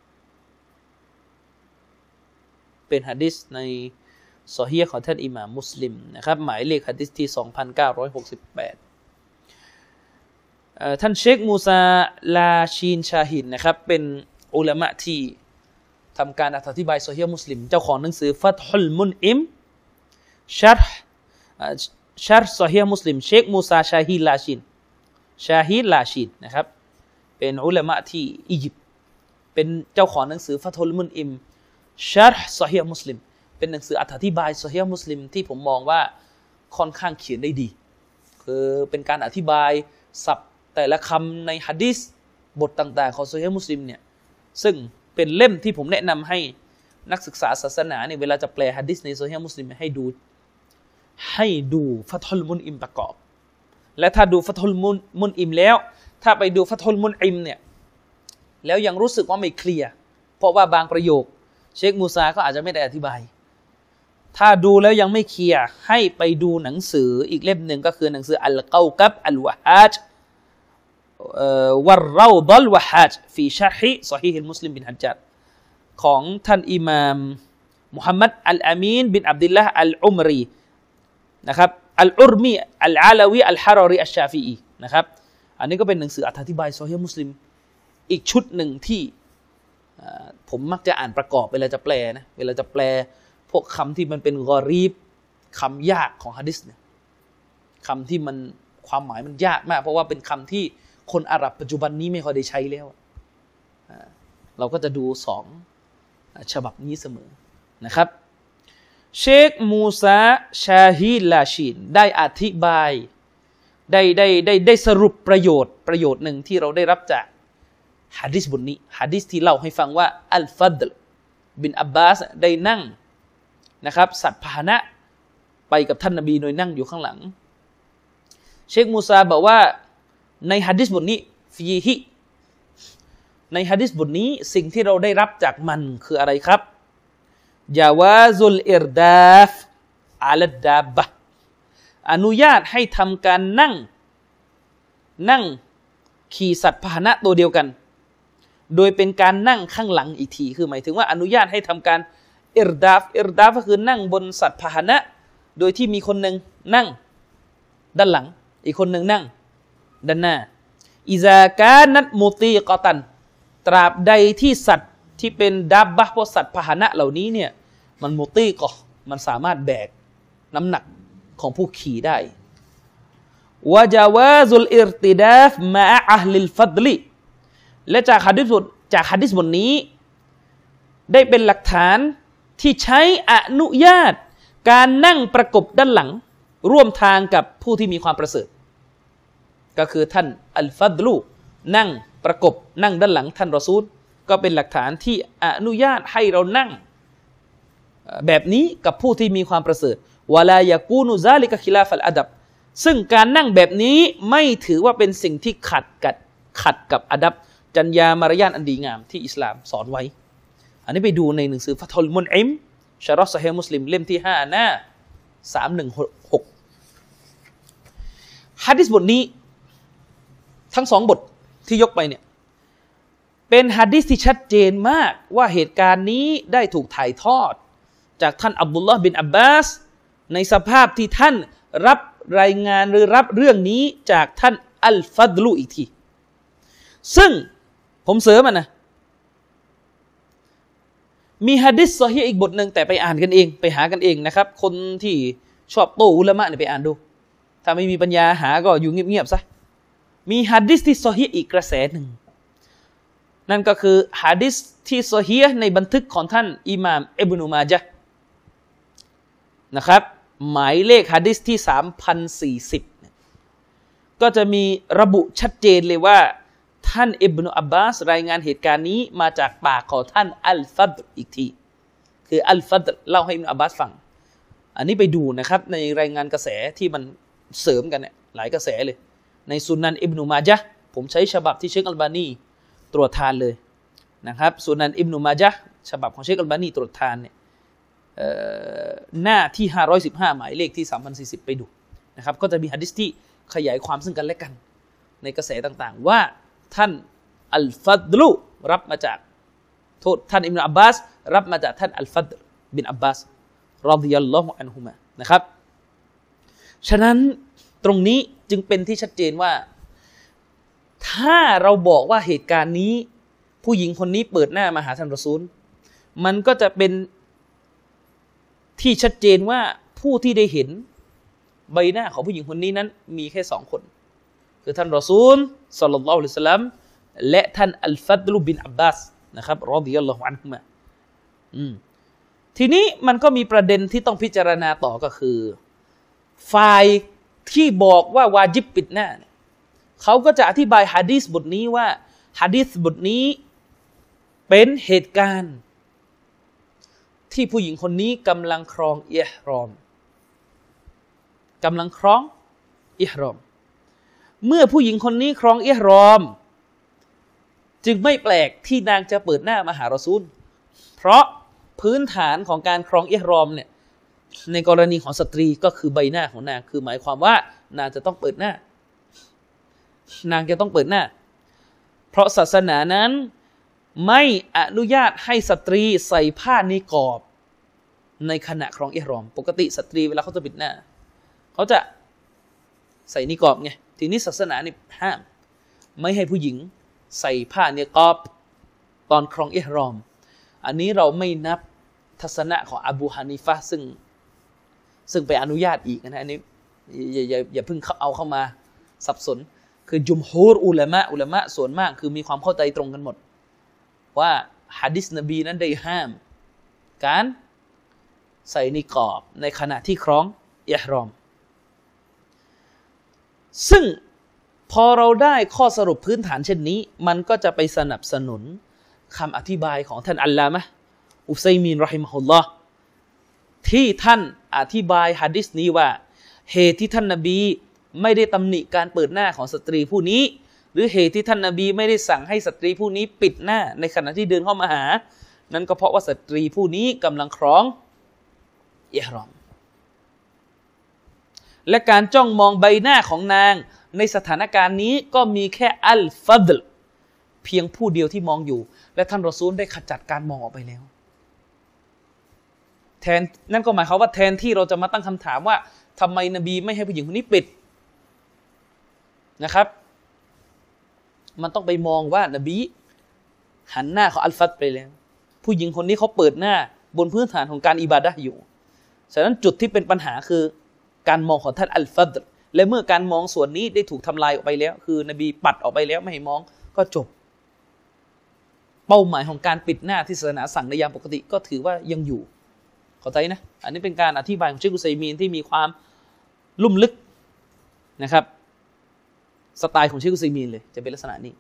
เป็นหะดีษในซอฮีฮ์ของท่านอิหม่ามมุสลิมนะครับหมายเลขหะดีษที่สองพันเก้าร้อยหกสิบแปดเอ่อท่านเชคมูซาลาชีนชาฮินนะครับเป็นอุลามะที่ทำการอธิบายซอฮีฮ์มุสลิมเจ้าของหนังสือฟัตฮุลมุนอิมชัรห์ชัรห์ซอฮีฮ์มุสลิมเชคมูซาชาฮินลาชินชาฮินลาชินนะครับเป็นอุลามะที่อียิปต์เป็นเจ้าของหนังสือฟัตฮุลมุนอิมชัรห์ซอฮีฮ์มุสลิมเป็นหนังสืออธิบายซอฮีฮ์มุสลิมที่ผมมองว่าค่อนข้างเขียนได้ดีคือเป็นการอธิบายศัพท์แต่ละคำในหะดีษบทต่างๆของซอฮีฮ์มุสลิมเนี่ยซึ่งเป็นเล่มที่ผมแนะนำให้นักศึกษาศาสนาเนี่ยเวลาจะแปลหะดีษในซอฮีฮ์มุสลิมให้ดูให้ดูฟัตฮุลมุนอิมประกอบและถ้าดูฟัตฮุลมุนมุนอิมแล้วถ้าไปดูฟัตฮุลมุนอิมเนี่ยแล้วยังรู้สึกว่าไม่เคลียร์เพราะว่าบางประโยคเชคมูซาก็อาจจะไม่ได้อธิบายถ้าดูแล้วยังไม่เคลียร์ให้ไปดูหนังสืออีกเล่มหนึ่งก็คือหนังสืออัลเกากับอัลวะฮัจวัรเราดัลวะฮัจฟีชะฮิซอฮีฮิลมุสลิมบินฮัจญัดของท่านอิหม่ามมุฮัมมัดอัลอามีนบินอับดุลลาห์อัลอุมรีนะครับอัลอุรมีอัลอาลาวีอัลฮารอรีอัชชาฟีอีนะครับอันนี้ก็เป็นหนังสืออธิบายซอฮีฮ์มุสลิมอีกชุดหนึ่งที่ผมมักจะอ่านประกอบเวลาจะแปลนะเวลาจะแปลพวกคำที่มันเป็นกอรีบคำยากของหะดีษเนี่ยคำที่มันความหมายมันยากมากเพราะว่าเป็นคำที่คนอาหรับปัจจุบันนี้ไม่ค่อยได้ใช้แล้วเราก็จะดูสองฉบับนี้เสมอนะครับเชคมูซาชาฮีลาชินได้อธิบายได้ได้ได้ได้สรุปประโยชน์ประโยชน์หนึ่งที่เราได้รับจากหะดีษบทนี้หะดีษที่เล่าให้ฟังว่าอัลฟัดลบินอับบาสได้นั่งนะครับสัตว์พาหนะไปกับท่านนบีโดยนั่งอยู่ข้างหลังเชคมูซาบอกว่าในหะดีษบทนี้ฟีฮิในหะดีษบทนี้สิ่งที่เราได้รับจากมันคืออะไรครับยาวาซุลอิรดาฟอะลัดดาบะอนุญาตให้ทำการนั่งนั่งขี่สัตว์พาหนะตัวเดียวกันโดยเป็นการนั่งข้างหลังอีกทีคือหมายถึงว่าอนุญาตให้ทำการอิรดาฟอิรดาฟก็คือนั่งบนสัตว์พาหนะโดยที่มีคนหนึ่งนั่งด้านหลังอีกคนหนึ่งนั่งด้านหน้าอิซากานัตมุตีกอตันตราบใดที่สัตว์ที่เป็นดับบะห์พวกสัตว์พาหนะเหล่านี้เนี่ยมันมุตีกอมันสามารถแบกน้ำหนักของผู้ขี่ได้วะจาวาซุลอิรติดาฟมะอะห์ลิลฟัดลิและจากหะดีษบทจากหะดีษบทนี้ได้เป็นหลักฐานที่ใช้อนุญาตการนั่งประกบด้านหลังร่วมทางกับผู้ที่มีความประเสริฐก็คือท่านอัลฟัดลูนั่งประกบนั่งด้านหลังท่านรอซูลก็เป็นหลักฐานที่อนุญาตให้เรานั่งแบบนี้กับผู้ที่มีความประเสริฐวะลายะกูนุซาลิกะคิลาฟัลอะดับซึ่งการนั่งแบบนี้ไม่ถือว่าเป็นสิ่งที่ขัดกับขัดกับอะดับจรรยามารยาทอันดีงามที่อิสลามสอนไว้อันนี้ไปดูในหนังสือฟัตุลมุนอิมชะรอฮ์ซอฮีฮ์มุสลิมเล่มที่ห้าหน้าสามร้อยสิบหกหะดีษบทนี้ทั้งสองบทที่ยกไปเนี่ยเป็นหะดีษที่ชัดเจนมากว่าเหตุการณ์นี้ได้ถูกถ่ายทอดจากท่านอับดุลลอฮ์บินอับบาสในสภาพที่ท่านรับรายงานหรือรับเรื่องนี้จากท่านอัลฟัดลูอีกทีซึ่งผมเสริมมันนะมีหะดีษซอฮีฮ์อีกบทหนึ่งแต่ไปอ่านกันเองไปหากันเองนะครับคนที่ชอบโต้อุลามะเนี่ยไปอ่านดูถ้าไม่มีปัญญาหาก็อยู่เงียบๆซะมีหะดีษที่ซอฮีฮ์อีกกระแสหนึ่งนั่นก็คือหะดีษที่ซอฮีฮ์ในบันทึกของท่านอิหม่ามอิบนุมาญะห์นะครับหมายเลขหะดีษที่ สามพันสี่สิบ ก็จะมีระบุชัดเจนเลยว่าท่านอิบนุอับบาสรายงานเหตุการณ์นี้มาจากปากของท่านอัลฟัดรอีกทีคืออัลฟัดรเล่าให้อิบนุอับบาสฟังอันนี้ไปดูนะครับในรายงานกระแสที่มันเสริมกันเนี่ยหลายกระแสเลยในซุนันอิบนุมาญะห์ผมใช้ฉบับที่เชคอัลบานีตรวจทานเลยนะครับซุนันอิบนุมาญะห์ฉบับของเชคอัลบานีตรวจทานเนี่ยหน้าที่ห้าร้อยสิบห้าหมายเลขที่สามพันสี่สิบไปดูนะครับก็จะมีหะดีษที่ขยายความซึ่งกันและกันในกระแสต่างๆว่าท่านอัลฟัดลุรับมาจากโทษท่านอิบนุอับบาสรับมาจากท่านอัลฟัดรบินอับบาสรอฎิยัลลอฮุอันฮุมานะครับฉะนั้นตรงนี้จึงเป็นที่ชัดเจนว่าถ้าเราบอกว่าเหตุการณ์นี้ผู้หญิงคนนี้เปิดหน้ามาหาท่านรอซูลมันก็จะเป็นที่ชัดเจนว่าผู้ที่ได้เห็นใบหน้าของผู้หญิงคนนี้นั้นมีแค่สองคนคือท่านรอซูลศ็อลลัลลอฮุอะลัยฮิวะซัลลัมและท่านอัลฟัดลุบินอับบาสนะครับรอฎิยัลลอฮุอันฮุมาอืมทีนี้มันก็มีประเด็นที่ต้องพิจารณาต่อก็คือฝ่ายที่บอกว่าวาญิบปิดหน้าเนี่ยเขาก็จะอธิบายหะดีษบทนี้ว่าหะดีษบทนี้เป็นเหตุการณ์ที่ผู้หญิงคนนี้กำลังครองอิหรอมกำลังครองอิหรอมเมื่อผู้หญิงคนนี้ครองอิหรอมจึงไม่แปลกที่นางจะเปิดหน้ามาหารอซูลเพราะพื้นฐานของการครองอิหรอมเนี่ยในกรณีของสตรีก็คือใบหน้าของนางคือหมายความว่านางจะต้องเปิดหน้านางจะต้องเปิดหน้าเพราะศาสนานั้นไม่อนุญาตให้สตรีใส่ผ้านิกอบในขณะครองอิหรอมปกติสตรีเวลาเขาจะปิดหน้าเขาจะใส่นิกอบไงทีนี้ศาสนานี่ห้ามไม่ให้ผู้หญิงใส่ผ้านิกอบตอนครองอิหรอมอันนี้เราไม่นับทัศนะของอบูฮานิฟะห์ซึ่งซึ่งไปอนุญาตอีกนะอันนี้อย่าอย่าอย่าเพิ่งเอาเข้ามาสับสนคือจุมฮูรอุลามะอุลามะส่วนมากคือมีความเข้าใจตรงกันหมดว่าหะดีษนบีนั้นได้ห้ามการใส่นิกอบในขณะที่ครองอิหรอมซึ่งพอเราได้ข้อสรุปพื้นฐานเช่นนี้มันก็จะไปสนับสนุนคำอธิบายของท่านอัลลามะห์อุซัยมีนเราะฮิมะฮุลลอฮ์ที่ท่านอธิบายหะดีษนี้ว่าเหตุที่ท่านนบีไม่ได้ตำหนิการเปิดหน้าของสตรีผู้นี้หรือเหตุที่ท่านนบีไม่ได้สั่งให้สตรีผู้นี้ปิดหน้าในขณะที่เดินเข้ามาหานั้นก็เพราะว่าสตรีผู้นี้กำลังครองอิหรอมและการจ้องมองใบหน้าของนางในสถานการณ์นี้ก็มีแค่อัลฟัดลเพียงผู้เดียวที่มองอยู่และท่านรอซูลได้ขจัดการมองออกไปแล้วแทนนั่นก็หมายความว่าแทนที่เราจะมาตั้งคำถามว่าทำไมนบีไม่ให้ผู้หญิงคนนี้ปิดนะครับมันต้องไปมองว่านบีหันหน้าของอัลฟัดไปแล้วผู้หญิงคนนี้เขาเปิดหน้าบนพื้นฐานของการอิบาดะห์อยู่ฉะนั้นจุดที่เป็นปัญหาคือการมองของท่านอัลฟัดรและเมื่อการมองส่วนนี้ได้ถูกทำลายออกไปแล้วคือนบีปัดออกไปแล้วไม่ให้มองก็จบเป้าหมายของการปิดหน้าที่ศาสนาสั่งในยามปกติก็ถือว่ายังอยู่เข้าใจนะอันนี้เป็นการอธิบายของเชคอุซัยมีนที่มีความลุ่มลึกนะครับสไตล์ของเชคอุซัยมีนเลยจะเป็นลักษณะนี้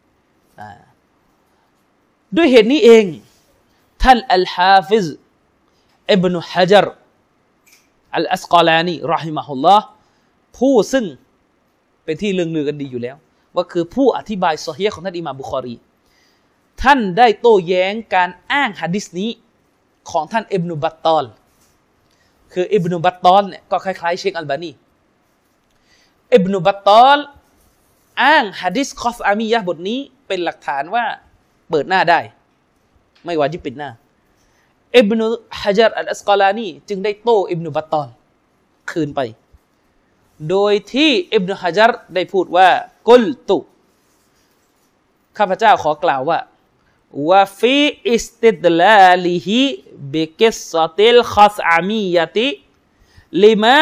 ด้วยเหตุนี้เองท่านอัลฮาฟิซอิบนุฮะญัรอัลอัสกอลานีเราะฮิมะฮุลลอฮ์ผู้ซึ่งเป็นที่เรื่องลือกันดีอยู่แล้วว่าคือผู้อธิบายซอฮีฮ์ของท่านอิหม่ามบุคอรีท่านได้โต้แย้งการอ้างหะดีษนี้ของท่านอิบนุบัตตอลคืออิบนุบัตตอลเนี่ยก็คล้ายๆเชคอัลบานีอิบนุบัตตอลอ้างหะดีษคอสอามียะห์บทนี้เป็นหลักฐานว่าเปิดหน้าได้ไม่วาญิบปิดหน้าอิบนุฮะญัรอัลอัสกอลานีจึงได้โต้อิบนุบัตตอลคืนไปโดยที่อิบนุฮะญัรได้พูดว่ากุลตุข้าพเจ้าขอกล่าวว่าวะฟีอิสติดลาลิฮิบิกิสซะติลคอสอามียะติลิมา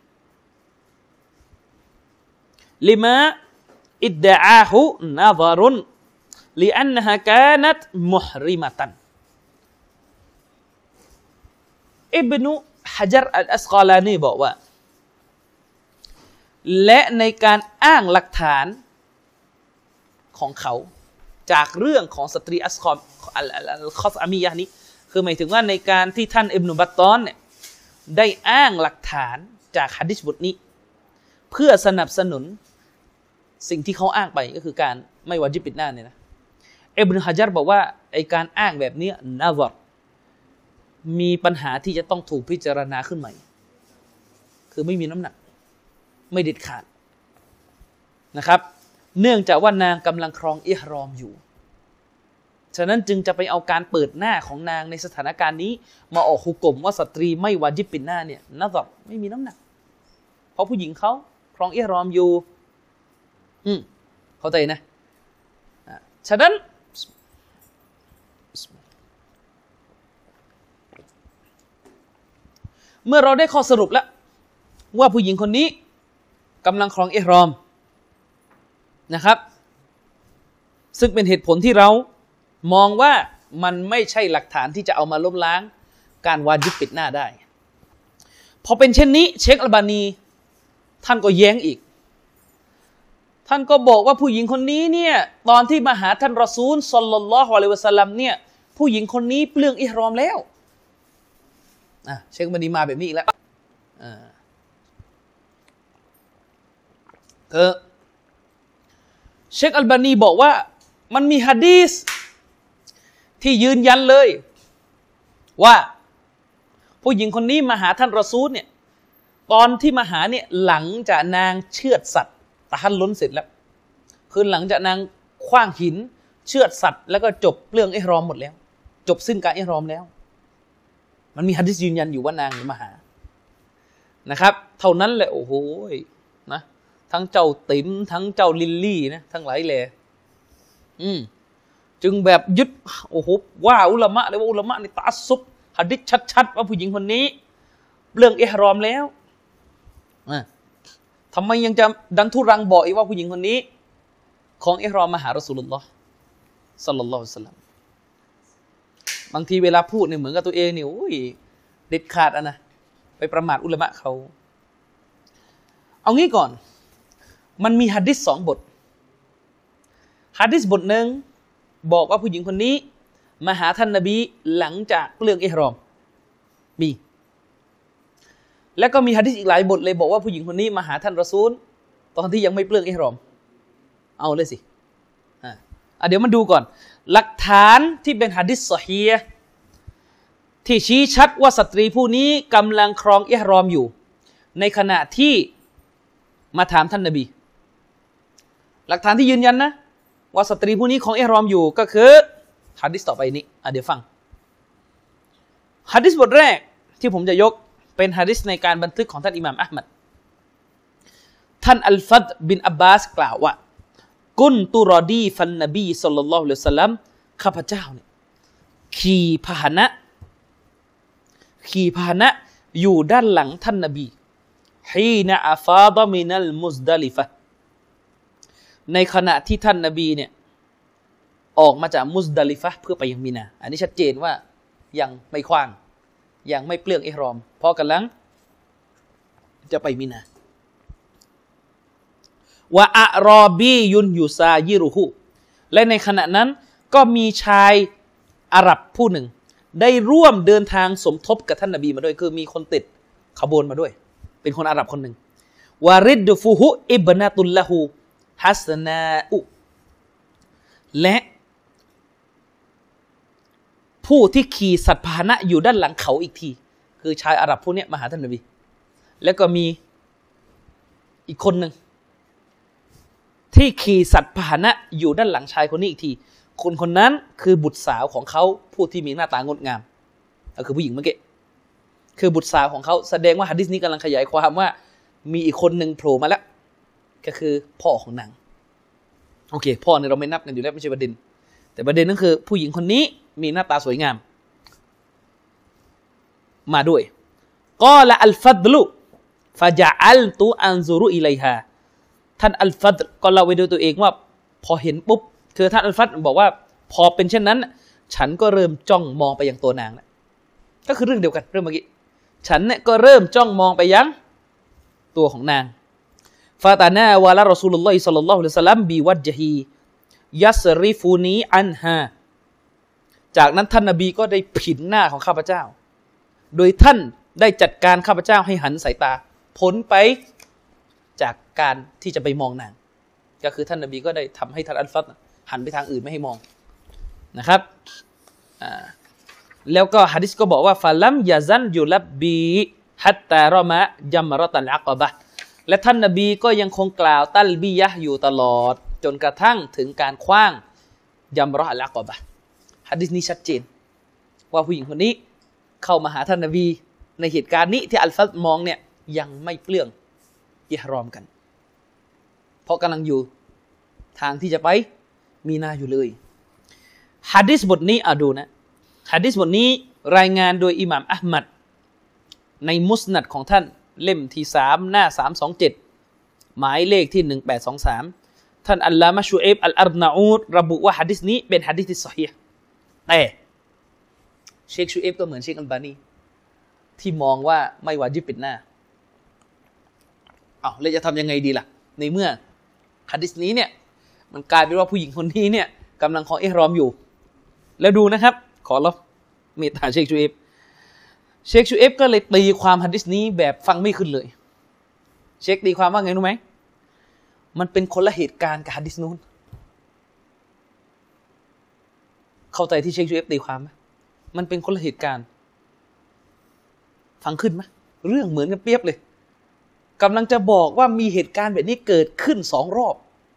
ลิมาอิดดะอาฮุนะซะรุนลิอันนะฮะกานัตมุฮริมะตันอิบนุฮะญัรอัลอัสกอลานีบอกว่าและในการอ้างหลักฐานของเขาจากเรื่องของสตรีอัสคอมอัลคอสอามียะห์นี้คือหมายถึงว่าในการที่ท่านอิบนุบัตตอลเนี่ยได้อ้างหลักฐานจากหะดีษบทนี้เพื่อสนับสนุนสิ่งที่เขาอ้างไปก็คือการไม่วาญิบปิดหน้าเนี่ยนะอิบนุฮะญัรบอกว่าไอ้การอ้างแบบนี้นะซรมีปัญหาที่จะต้องถูกพิจารณาขึ้นใหม่คือไม่มีน้ำหนักไม่เด็ดขาดนะครับเนื่องจากว่านางกำลังครองอิหรอมอยู่ฉะนั้นจึงจะไปเอาการเปิดหน้าของนางในสถานการณ์นี้มาออกหุกมว่าสตรีไม่วาญิบปิดหน้าเนี่ยนะซรไม่มีน้ำหนักเพราะผู้หญิงเขาครองอิหรอมอยู่อืมเข้าใจนะฉะนั้นเมื่อเราได้ข้อสรุปแล้วว่าผู้หญิงคนนี้กำลังครองอิหรอมนะครับซึ่งเป็นเหตุผลที่เรามองว่ามันไม่ใช่หลักฐานที่จะเอามาล้มล้างการวาญิบปิดหน้าได้พอเป็นเช่นนี้เชคอัลบานีท่านก็แย้งอีกท่านก็บอกว่าผู้หญิงคนนี้เนี่ยตอนที่มาหาท่านรอซูลศ็อลลัลลอฮุอะลัยฮิวะซัลลัมเนี่ยผู้หญิงคนนี้เปลืองอิหรอมแล้วอ่ะเชคอัลบานีมาแบบนี้อีกแล้วอ่าคือเชคอัลบานีบอกว่ามันมีหะดีษที่ยืนยันเลยว่าผู้หญิงคนนี้มาหาท่านรอซูลเนี่ยตอนที่มาหาเนี่ยหลังจากนางเชือดสัตว์ตะฮัลลุนเสร็จแล้วคือหลังจากนางขว้างหินเชือดสัตว์แล้วก็จบเรื่องอิหรอมหมดแล้วจบสิ้นการอิหรอมแล้วมันมีหะดีษยืนยันอยู่ว่านางมาหานะครับเท่านั้นแหละโอ้โหนะทั้งเจ้าติ๋มทั้งเจ้าลิลลี่นะทั้งหลายแหล่อืมจึงแบบยึดโอ้โหว่าอุลามะเลยว่าอุลามะนี่ตะอัสซุบหะดีษชัดๆว่าผู้หญิงคนนี้เรื่องอิหรอมแล้วอ่ะทำไมยังจะดันทุรังบอกอีกว่าผู้หญิงคนนี้ของอิหรอมมาหารอซูลุลลอฮ์ศ็อลลัลลอฮุอะลัยฮิวะซัลลัมบางทีเวลาพูดเนี่ยเหมือนกับตัวเองนี่โอ้ยเด็ดขาดอ่ะนะไปประมาทอุลามะเขาเอางี้ก่อนมันมีหะดีษสองบทหะดีษบทหนึ่งบอกว่าผู้หญิงคนนี้มาหาท่านนบีหลังจากเปลืองอิหรอมมีแล้วก็มีหะดีษอีกหลายบทเลยบอกว่าผู้หญิงคนนี้มาหาท่านรอซูลตอนที่ยังไม่เปลืองอิหรอมเอาเลยสิอ่าเดี๋ยวมาดูก่อนหลักฐานที่เป็นหะดีษซอฮีฮ์ที่ชี้ชัดว่าสตรีผู้นี้กำลังครองอิหรอมอยู่ในขณะที่มาถามท่านนบีหลักฐานที่ยืนยันนะว่าสตรีผู้นี้ของอิหรอมอยู่ก็คือหะดีษต่อไปนี้อ่ะเดี๋ยวฟังหะดีษบทแรกที่ผมจะยกเป็นหะดีษในการบันทึกของท่านอิหม่ามอะห์มัดท่านอัลฟัดบินอับบาสกล่าวว่ากุนตุรอดีฟันนบีศ็อลลัลลอฮุอะลัยฮิวะซัลลัมข้าพเจ้าเนี่ยขี่พาหนะขี่พาหนะอยู่ด้านหลังท่านนบีฮีนะอะฟาดะมินัลมุซดะลิฟะห์ในขณะที่ท่านนบีเนี่ยออกมาจากมุซดาลิฟะห์เพื่อไปยังมีนาอันนี้ชัดเจนว่ายังไม่ขว้างยังไม่เปลื้องอิหรอมเพราะกำลังจะไปมีนาวะอะรอบียุนยูซายิรุฮุและในขณะนั้นก็มีชายอาหรับผู้หนึ่งได้ร่วมเดินทางสมทบกับท่านนบีมาด้วยคือมีคนติดขบวนมาด้วยเป็นคนอาหรับคนหนึ่งวาริดฟุฮุอิบนาตุลละฮูฮัสนาอุและผู้ที่ขี่สัตว์พาหนะอยู่ด้านหลังเขาอีกทีคือชายอาหรับพวกนี้มาหาท่านนบีแล้วก็มีอีกคนหนึ่งที่ขี่สัตว์พาหนะอยู่ด้านหลังชายคนนี้อีกทีคนคนนั้นคือบุตรสาวของเขาผู้ที่มีหน้าตางดงามก็คือผู้หญิงเมื่อกี้คือบุตรสาวของเขาแสดงว่าหะดีษนี้กำลังขยายความว่ามีอีกคนหนึ่งโผล่มาแล้วก็คือพ่อของนางโอเคพ่อเนี่ยเราไม่นับกันอยู่แล้วไม่ใช่ประเด็นแต่ประเด็นนั่นคือผู้หญิงคนนี้มีหน้าตาสวยงามมาด้วยกอละอัลฟัดลุฟะจะอัลตุอันซุรุอิลัยฮาท่านอัลฟัดก็เล่าไว้ด้วยตัวเองว่าพอเห็นปุ๊บคือท่านอัลฟัดบอกว่าพอเป็นเช่นนั้นฉันก็เริ่มจ้องมองไปยังตัวนางแล้วก็คือเรื่องเดียวกันเรื่องเมื่อกี้ฉันเนี่ยก็เริ่มจ้องมองไปยังตัวของนางฟาตานาวะละรอซูลุลลอฮิศ็อลลัลลอฮุอะลัยฮิวะซัลลัมบิวัจฮิยัสริฟูนีอันฮาจากนั้นท่านนบีก็ได้ผินหน้าของข้าพเจ้าโดยท่านได้จัดการข้าพเจ้าให้หันสายตาพ้นไปจากการที่จะไปมองนางก็คือท่านนบีก็ได้ทำให้ท่านอัลฟัดหันไปทางอื่นไม่ให้มองนะครับอ่าแล้วก็หะดีษก็บอกว่าฟะลัมยะซันยุลับบีฮัตตารอมะญัมเราะตัลอะกอเราะห์และท่านนบีก็ยังคงกล่าวตัลบียะห์อยู่ตลอดจนกระทั่งถึงการขว้างญัมเราะห์อัลอะกอเราะห์หะดีษนี้ชัดเจนว่าผู้หญิงคนนี้เข้ามาหาท่านนบีในเหตุการณ์นี้ที่อัลฟัดมองเนี่ยยังไม่เปลื้องอิหรอมกันเพราะกำลังอยู่ทางที่จะไปมีนาอยู่เลยหะดีษบทนี้อ่ะดูนะหะดีษบทนี้รายงานโดยอิหม่ามอะห์มัดในมุสนัดของท่านเล่มที่สามหน้าสามร้อยยี่สิบเจ็ดหมายเลขที่หนึ่งพันแปดร้อยยี่สิบสามท่านอัลลามะฮ์ชูเอฟอัลอัรนาอูดระบุว่าหะดีษนี้เป็นหะดีษที่ซอฮีฮ์แต่เชคชูเอฟก็เหมือนเชคอัลบานีที่มองว่าไม่วาญิบปิดหน้าอ้าวแล้วจะทำยังไงดีล่ะในเมื่อหะดีษนี้เนี่ยมันกลายเป็นว่าผู้หญิงคนนี้เนี่ยกำลังขออิหรอมอยู่แล้วดูนะครับขอรับเมตตาเชคชูเอฟเชคชูเอฟก็เลยตีความหะดีษนี้แบบฟังไม่ขึ้นเลยเชคตีความว่าไงรู้ไหมมันเป็นคนละเหตุการณ์กับหะดีษนู้นเข้าใจที่เชคชูเอฟตีความไหมมันเป็นคนละเหตุการณ์ฟังขึ้นไหมเรื่องเหมือนกันเปรียบเลยกำลังจะบอกว่ามีเหตุการณ์แบบนี้เกิดขึ้นสองรอบ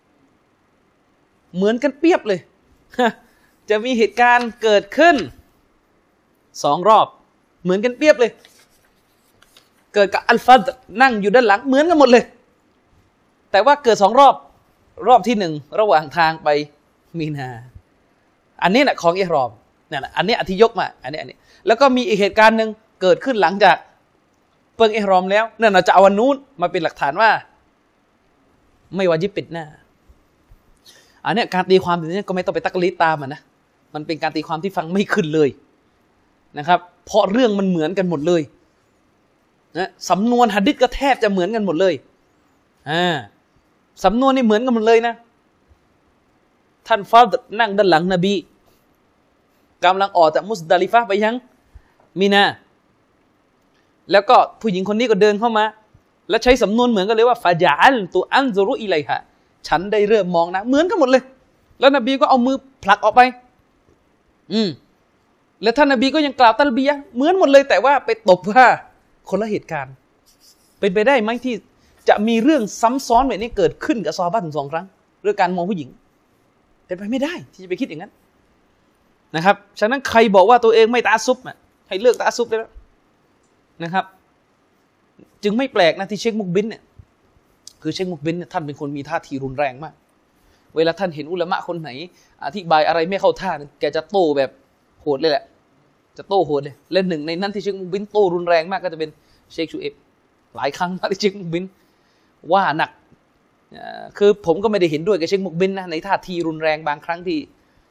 เหมือนกันเปรียบเลยจะมีเหตุการณ์เกิดขึ้นสองรอบเหมือนกันเปรียบเลยเกิดกับอัลฟัดนั่งอยู่ด้านหลังเหมือนกันหมดเลยแต่ว่าเกิดสองรอบรอบที่หนึ่งระหว่างทางไปมีนาอันนี้แหละของอิหรอมเนี่ยนะอันนี้อธิยกมาอันนี้อันนี้แล้วก็มีอีกเหตุการณ์หนึ่งเกิดขึ้นหลังจากเปิงอิหรอมแล้วนั่นเราจะเอาวันนู้นมาเป็นหลักฐานว่าไม่วาญิบปิดหน้าอันนี้การตีความแบบนี้ก็ไม่ต้องไปตักลีตามมันนะมันเป็นการตีความที่ฟังไม่ขึ้นเลยนะครับเพราะเรื่องมันเหมือนกันหมดเลยนะสำนวนหะดีษก็แทบจะเหมือนกันหมดเลยอ่าสำนวนนี่เหมือนกันหมดเลยนะท่านฟาดนั่งด้านหลังนบีกำลังออกจากมุซดาลิฟะห์ไปยังมีนาแล้วก็ผู้หญิงคนนี้ก็เดินเข้ามาและใช้สำนวนเหมือนกันเลยว่าฟาจาอัลตุอันซุรุอิลัยฮะฉันได้เริ่มมองนะเหมือนกันหมดเลยแล้วนบีก็เอามือผลักออกไปอืมแล้วท่านนบีก็ยังกล่าวตัลบียะห์เหมือนหมดเลยแต่ว่าไปตบว่าคนละเหตุการณ์เป็นไปได้ไหมที่จะมีเรื่องซ้ำซ้อนแบบนี้เกิดขึ้นกับซอฮาบะห์ถึงสองครั้งเรื่องการมองผู้หญิงเป็นไปไม่ได้ที่จะไปคิดอย่างนั้นนะครับฉะนั้นใครบอกว่าตัวเองไม่ตะอัสซุบอ่ะให้เลิกตะอัสซุบได้แล้วนะครับจึงไม่แปลกนะที่เชคมุกบินเนี่ยคือเชคมุกบินเนี่ยท่านเป็นคนมีท่าทีรุนแรงมากเวลาท่านเห็นอุลามะคนไหนอธิบายอะไรไม่เข้าท่าแกจะโต้แบบโหดเลยแหละจะโต้โหดเลยและหนึ่งในนั้นที่เชคมุกบินโต้รุนแรงมากก็จะเป็นเชคชูเอฟหลายครั้งมากที่เชคมุกบินว่าหนักคือผมก็ไม่ได้เห็นด้วยกับเชคมุกบินนะในท่าทีรุนแรงบางครั้งที่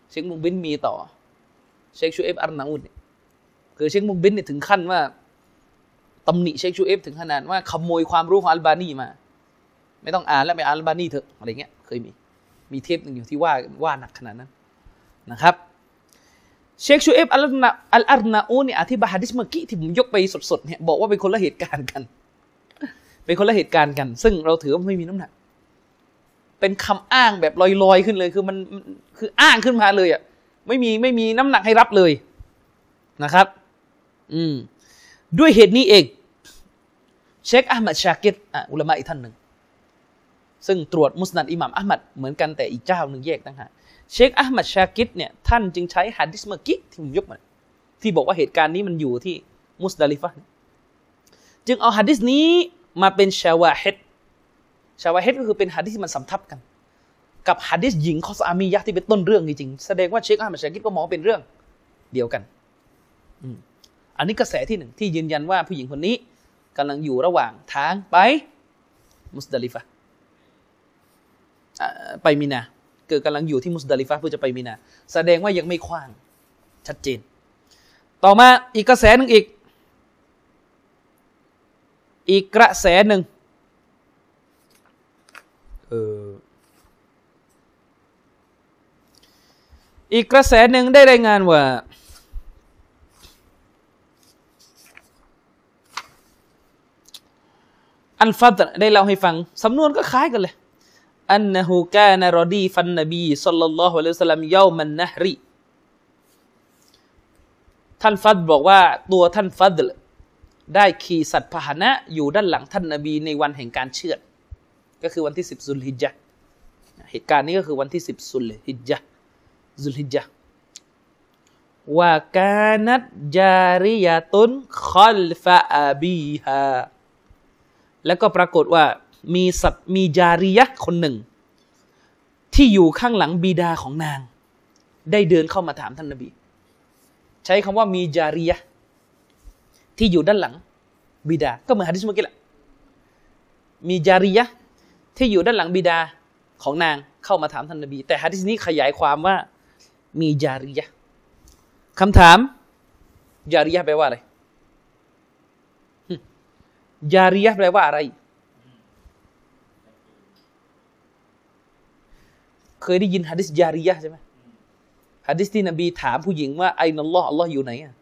เชคมุกบินมีต่อเชคชูเอฟอัรนาอุดคือเชคมุกบินเนี่ยถึงขั้นว่าตำหนิเชคชูเอฟถึงขนาดว่าขโมยความรู้ของอัลบานีมาไม่ต้องอ่านแล้วไปอ่านอัลบานีเถอะอะไรเงี้ยเคยมีมีเทปหนึ่งอยู่ที่ว่าว่าหนักขนาดนั้นนะครับเชคชูเอฟอัลนาอัลอาร์นาอูเนี่ยอธิบายหะดีษเมื่อกี้ที่ผมยกไปสดๆเนี่ยบอกว่าเป็นคนละเหตุการณ์กันเป็นคนละเหตุการณ์กันซึ่งเราถือว่าไม่มีน้ำหนักเป็นคำอ้างแบบลอยๆขึ้นเลยคือมันคืออ้างขึ้นมาเลยอ่ะไม่มีไม่มีน้ำหนักให้รับเลยนะครับอืมด้วยเหตุนี้เองเชคอะห์มัดชากิรอ่ะอุลามะอีกท่านหนึ่งซึ่งตรวจมุสนัดอิหม่ามอะห์มัดเหมือนกันแต่อีกเจ้าหนึ่งแยกต่างหากเชคอะห์มัดชากิรเนี่ยท่านจึงใช้หะดีษเมื่อกี้ที่ผมยกมาที่บอกว่าเหตุการณ์นี้มันอยู่ที่มุสดาลิฟะห์จึงเอาหะดีษนี้มาเป็นชาวาฮิดชาวาฮิดก็คือเป็นหะดีษที่มันสำทับกันกับหะดีษหญิงคอสอามียะห์ที่เป็นต้นเรื่องจริงๆแสดงว่าเชคอะห์มัดชากิรก็มองเป็นเรื่องเดียวกันอืมอันนี้กระแสที่หนึ่งที่ยืนยันว่าผู้หญิงคนนี้กำลังอยู่ระหว่างทางไปมุสดาลิฟะห์ไปมินาเกิดกำลังอยู่ที่มุสดาลิฟะห์เพื่อจะไปมินาแสดงว่ายังไม่ขว้างชัดเจนต่อมาอีกกระแสหนึ่งอีกอีกกระแสหนึ่งเอออีกกระแสหนึ่งได้รายงานว่าอัลฟัดได้เล่าให้ฟังสำนวนก็คล้ายกันเลยอันนะฮูกานะรอดีฟันนบีศ็อลลัลลอฮุอะลัยฮิวะซัลลัมยอมันนะฮรีท่านฟัดบอกว่าตัวท่านฟัดได้ขี่สัตว์พาหนะอยู่ด้านหลังท่านนบีในวันแห่งการเชือดก็คือวันที่สิบซุลฮิจญะห์เหตุการณ์นี้ก็คือวันที่สิบซุลฮิจญะห์ซุลฮิจญะห์วากานัตจาริยะตุนคัลฟะอบีฮาแล้วก็ปรากฏว่ามีสัตว์มีจาริยะห์คนหนึ่งที่อยู่ข้างหลังบิดาของนางได้เดินเข้ามาถามท่านนบีใช้คำว่ามีจาริยะห์ที่อยู่ด้านหลังบิดาก็เหมือนหะดีษเมื่อกี้แหละมีจาริยะห์ที่อยู่ด้านหลังบิดาของนางเข้ามาถามท่านนบีแต่หะดีษนี้ขยายความว่ามีจาริยะห์คำถามจาริยะห์แปลว่าอะไรจาริยะห์แปลว่าอะไรเคยได้ยินหะดีษจาริยะห์ใช่ไหมหะดีษที่นบีถามผู้หญิงว่าไอนัลลอฮ์อัลลอฮ์อยู่ไหนอ่ะ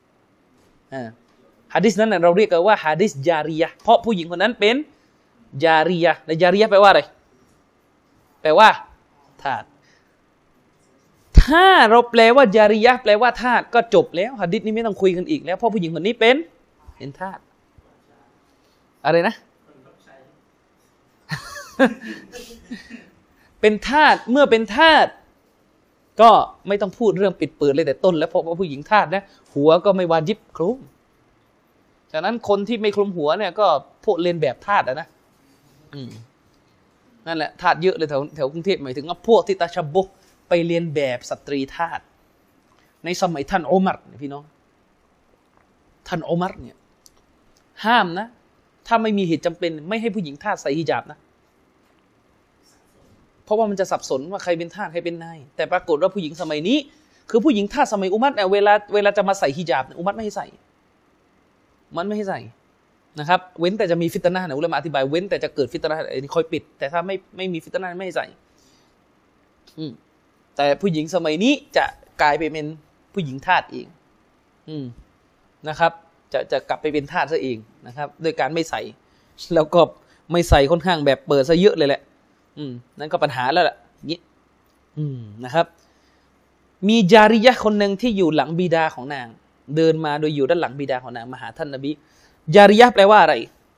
หะดีษนั้นเราเรียกกันว่าหะดีษจาริยะห์เพราะผู้หญิงคนนั้นเป็นจาริยะห์และจาริยะห์แปลว่าอะไรแปลว่าทาสถ้าเราแปลว่าจาริยะห์แปลว่าทาสก็จบแล้วหะดีษนี้ไม่ต้องคุยกันอีกแล้วเพราะผู้หญิงคนนี้เป็นเป็นทาสอะไรนะ เป็นทาสเมื่อเป็นทาสก็ไม่ต้องพูดเรื่องปิดเปิดเลยแต่ต้นแล้วเพราะว่าผู้หญิงทาสนะหัวก็ไม่วาญิบคลุมฉะนั้นคนที่ไม่คลุมหัวเนี่ยก็พวกเลียนแบบทาสนะอืมนั่นแหละทาสเยอะเลยแถวแถวกรุงเทพหมายถึงว่าพวกที่ตาชะบุไปเลียนแบบสตรีทาสในสมัยท่านอุมัรพี่น้องท่านอุมัรเนี่ยห้ามนะถ้าไม่มีเหตุจำเป็นไม่ให้ผู้หญิงทาสใส่ฮิญาบนะเพราะว่ามันจะสับสนว่าใครเป็นทาสใครเป็นนายแต่ปรากฏว่าผู้หญิงสมัยนี้คือผู้หญิงทาสสมัยอุมัรเนี่ยเวลาเวลาจะมาใส่ฮิญาบอุมัรไม่ให้ใส่มันไม่ให้ใส่นะครับเว้นแต่จะมีฟิตนะห์นะอุลามะอธิบายเว้นแต่จะเกิดฟิตนะห์อันนี้ค่อยปิดแต่ถ้าไม่ไม่มีฟิตนะห์ไม่ให้ใส่อืมแต่ผู้หญิงสมัยนี้จะกลายไปเป็นผู้หญิงทาสเองอืมนะครับจะจะกลับไปเป็นทาสซะเองนะครับโดยการไม่ใส่แล้วก็ไม่ใส่ค่อนข้างแบบเปิดซะเยอะเลยแหละอืมนั่นก็ปัญหาแล้วล่ะนี้อืมนะครับมีจาริยะห์คนหนึ่งที่อยู่หลังบิดาของนางเดินมาโดยอยู่ด้านหลังบิดาของนางมาหาท่านนบีจาริยะห์แปลว่าอะไร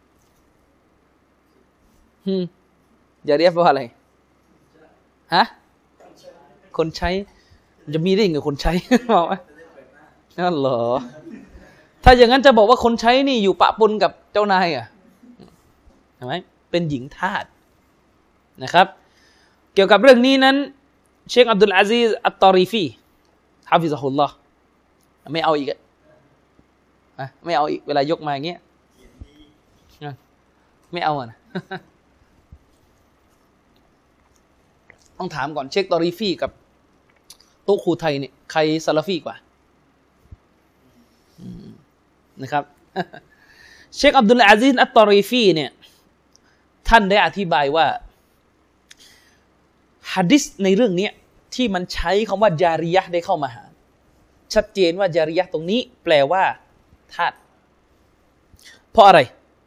อืมจาริยะห์แปลว่าอะไรฮะคนใช้จะมีได้ยังไงคนใช้บอกว่านั่นเหรอถ้าอย่างนั้นจะบอกว่าคนใช้นี่อยู่ปะปนกับเจ้านายอ่ะใช่ไหมเป็นหญิงทาสนะครับเกี่ยวกับเรื่องนี้นั้นเชคอับดุลอาซีซอัตตอรีฟีฮะฟิซะฮุลลอฮ์ไม่เอาอีกอ่ะไม่เอาอีกเวลายกมาอย่างเงี้ยไม่เอาอ่ะต้องถามก่อนเชคตอรีฟีกับโต๊ะครูไทยเนี่ยใครซาลาฟีกว่านะครับเชคอับดุลอาซิซอัตตอรีฟีเนี่ยท่านได้อธิบายว่าหะดีษในเรื่องนี้ที่มันใช้คำว่าจาริยะห์ได้เข้ามาหาชัดเจนว่าจาริยะห์ตรงนี้แปลว่าทาสเพราะอะไร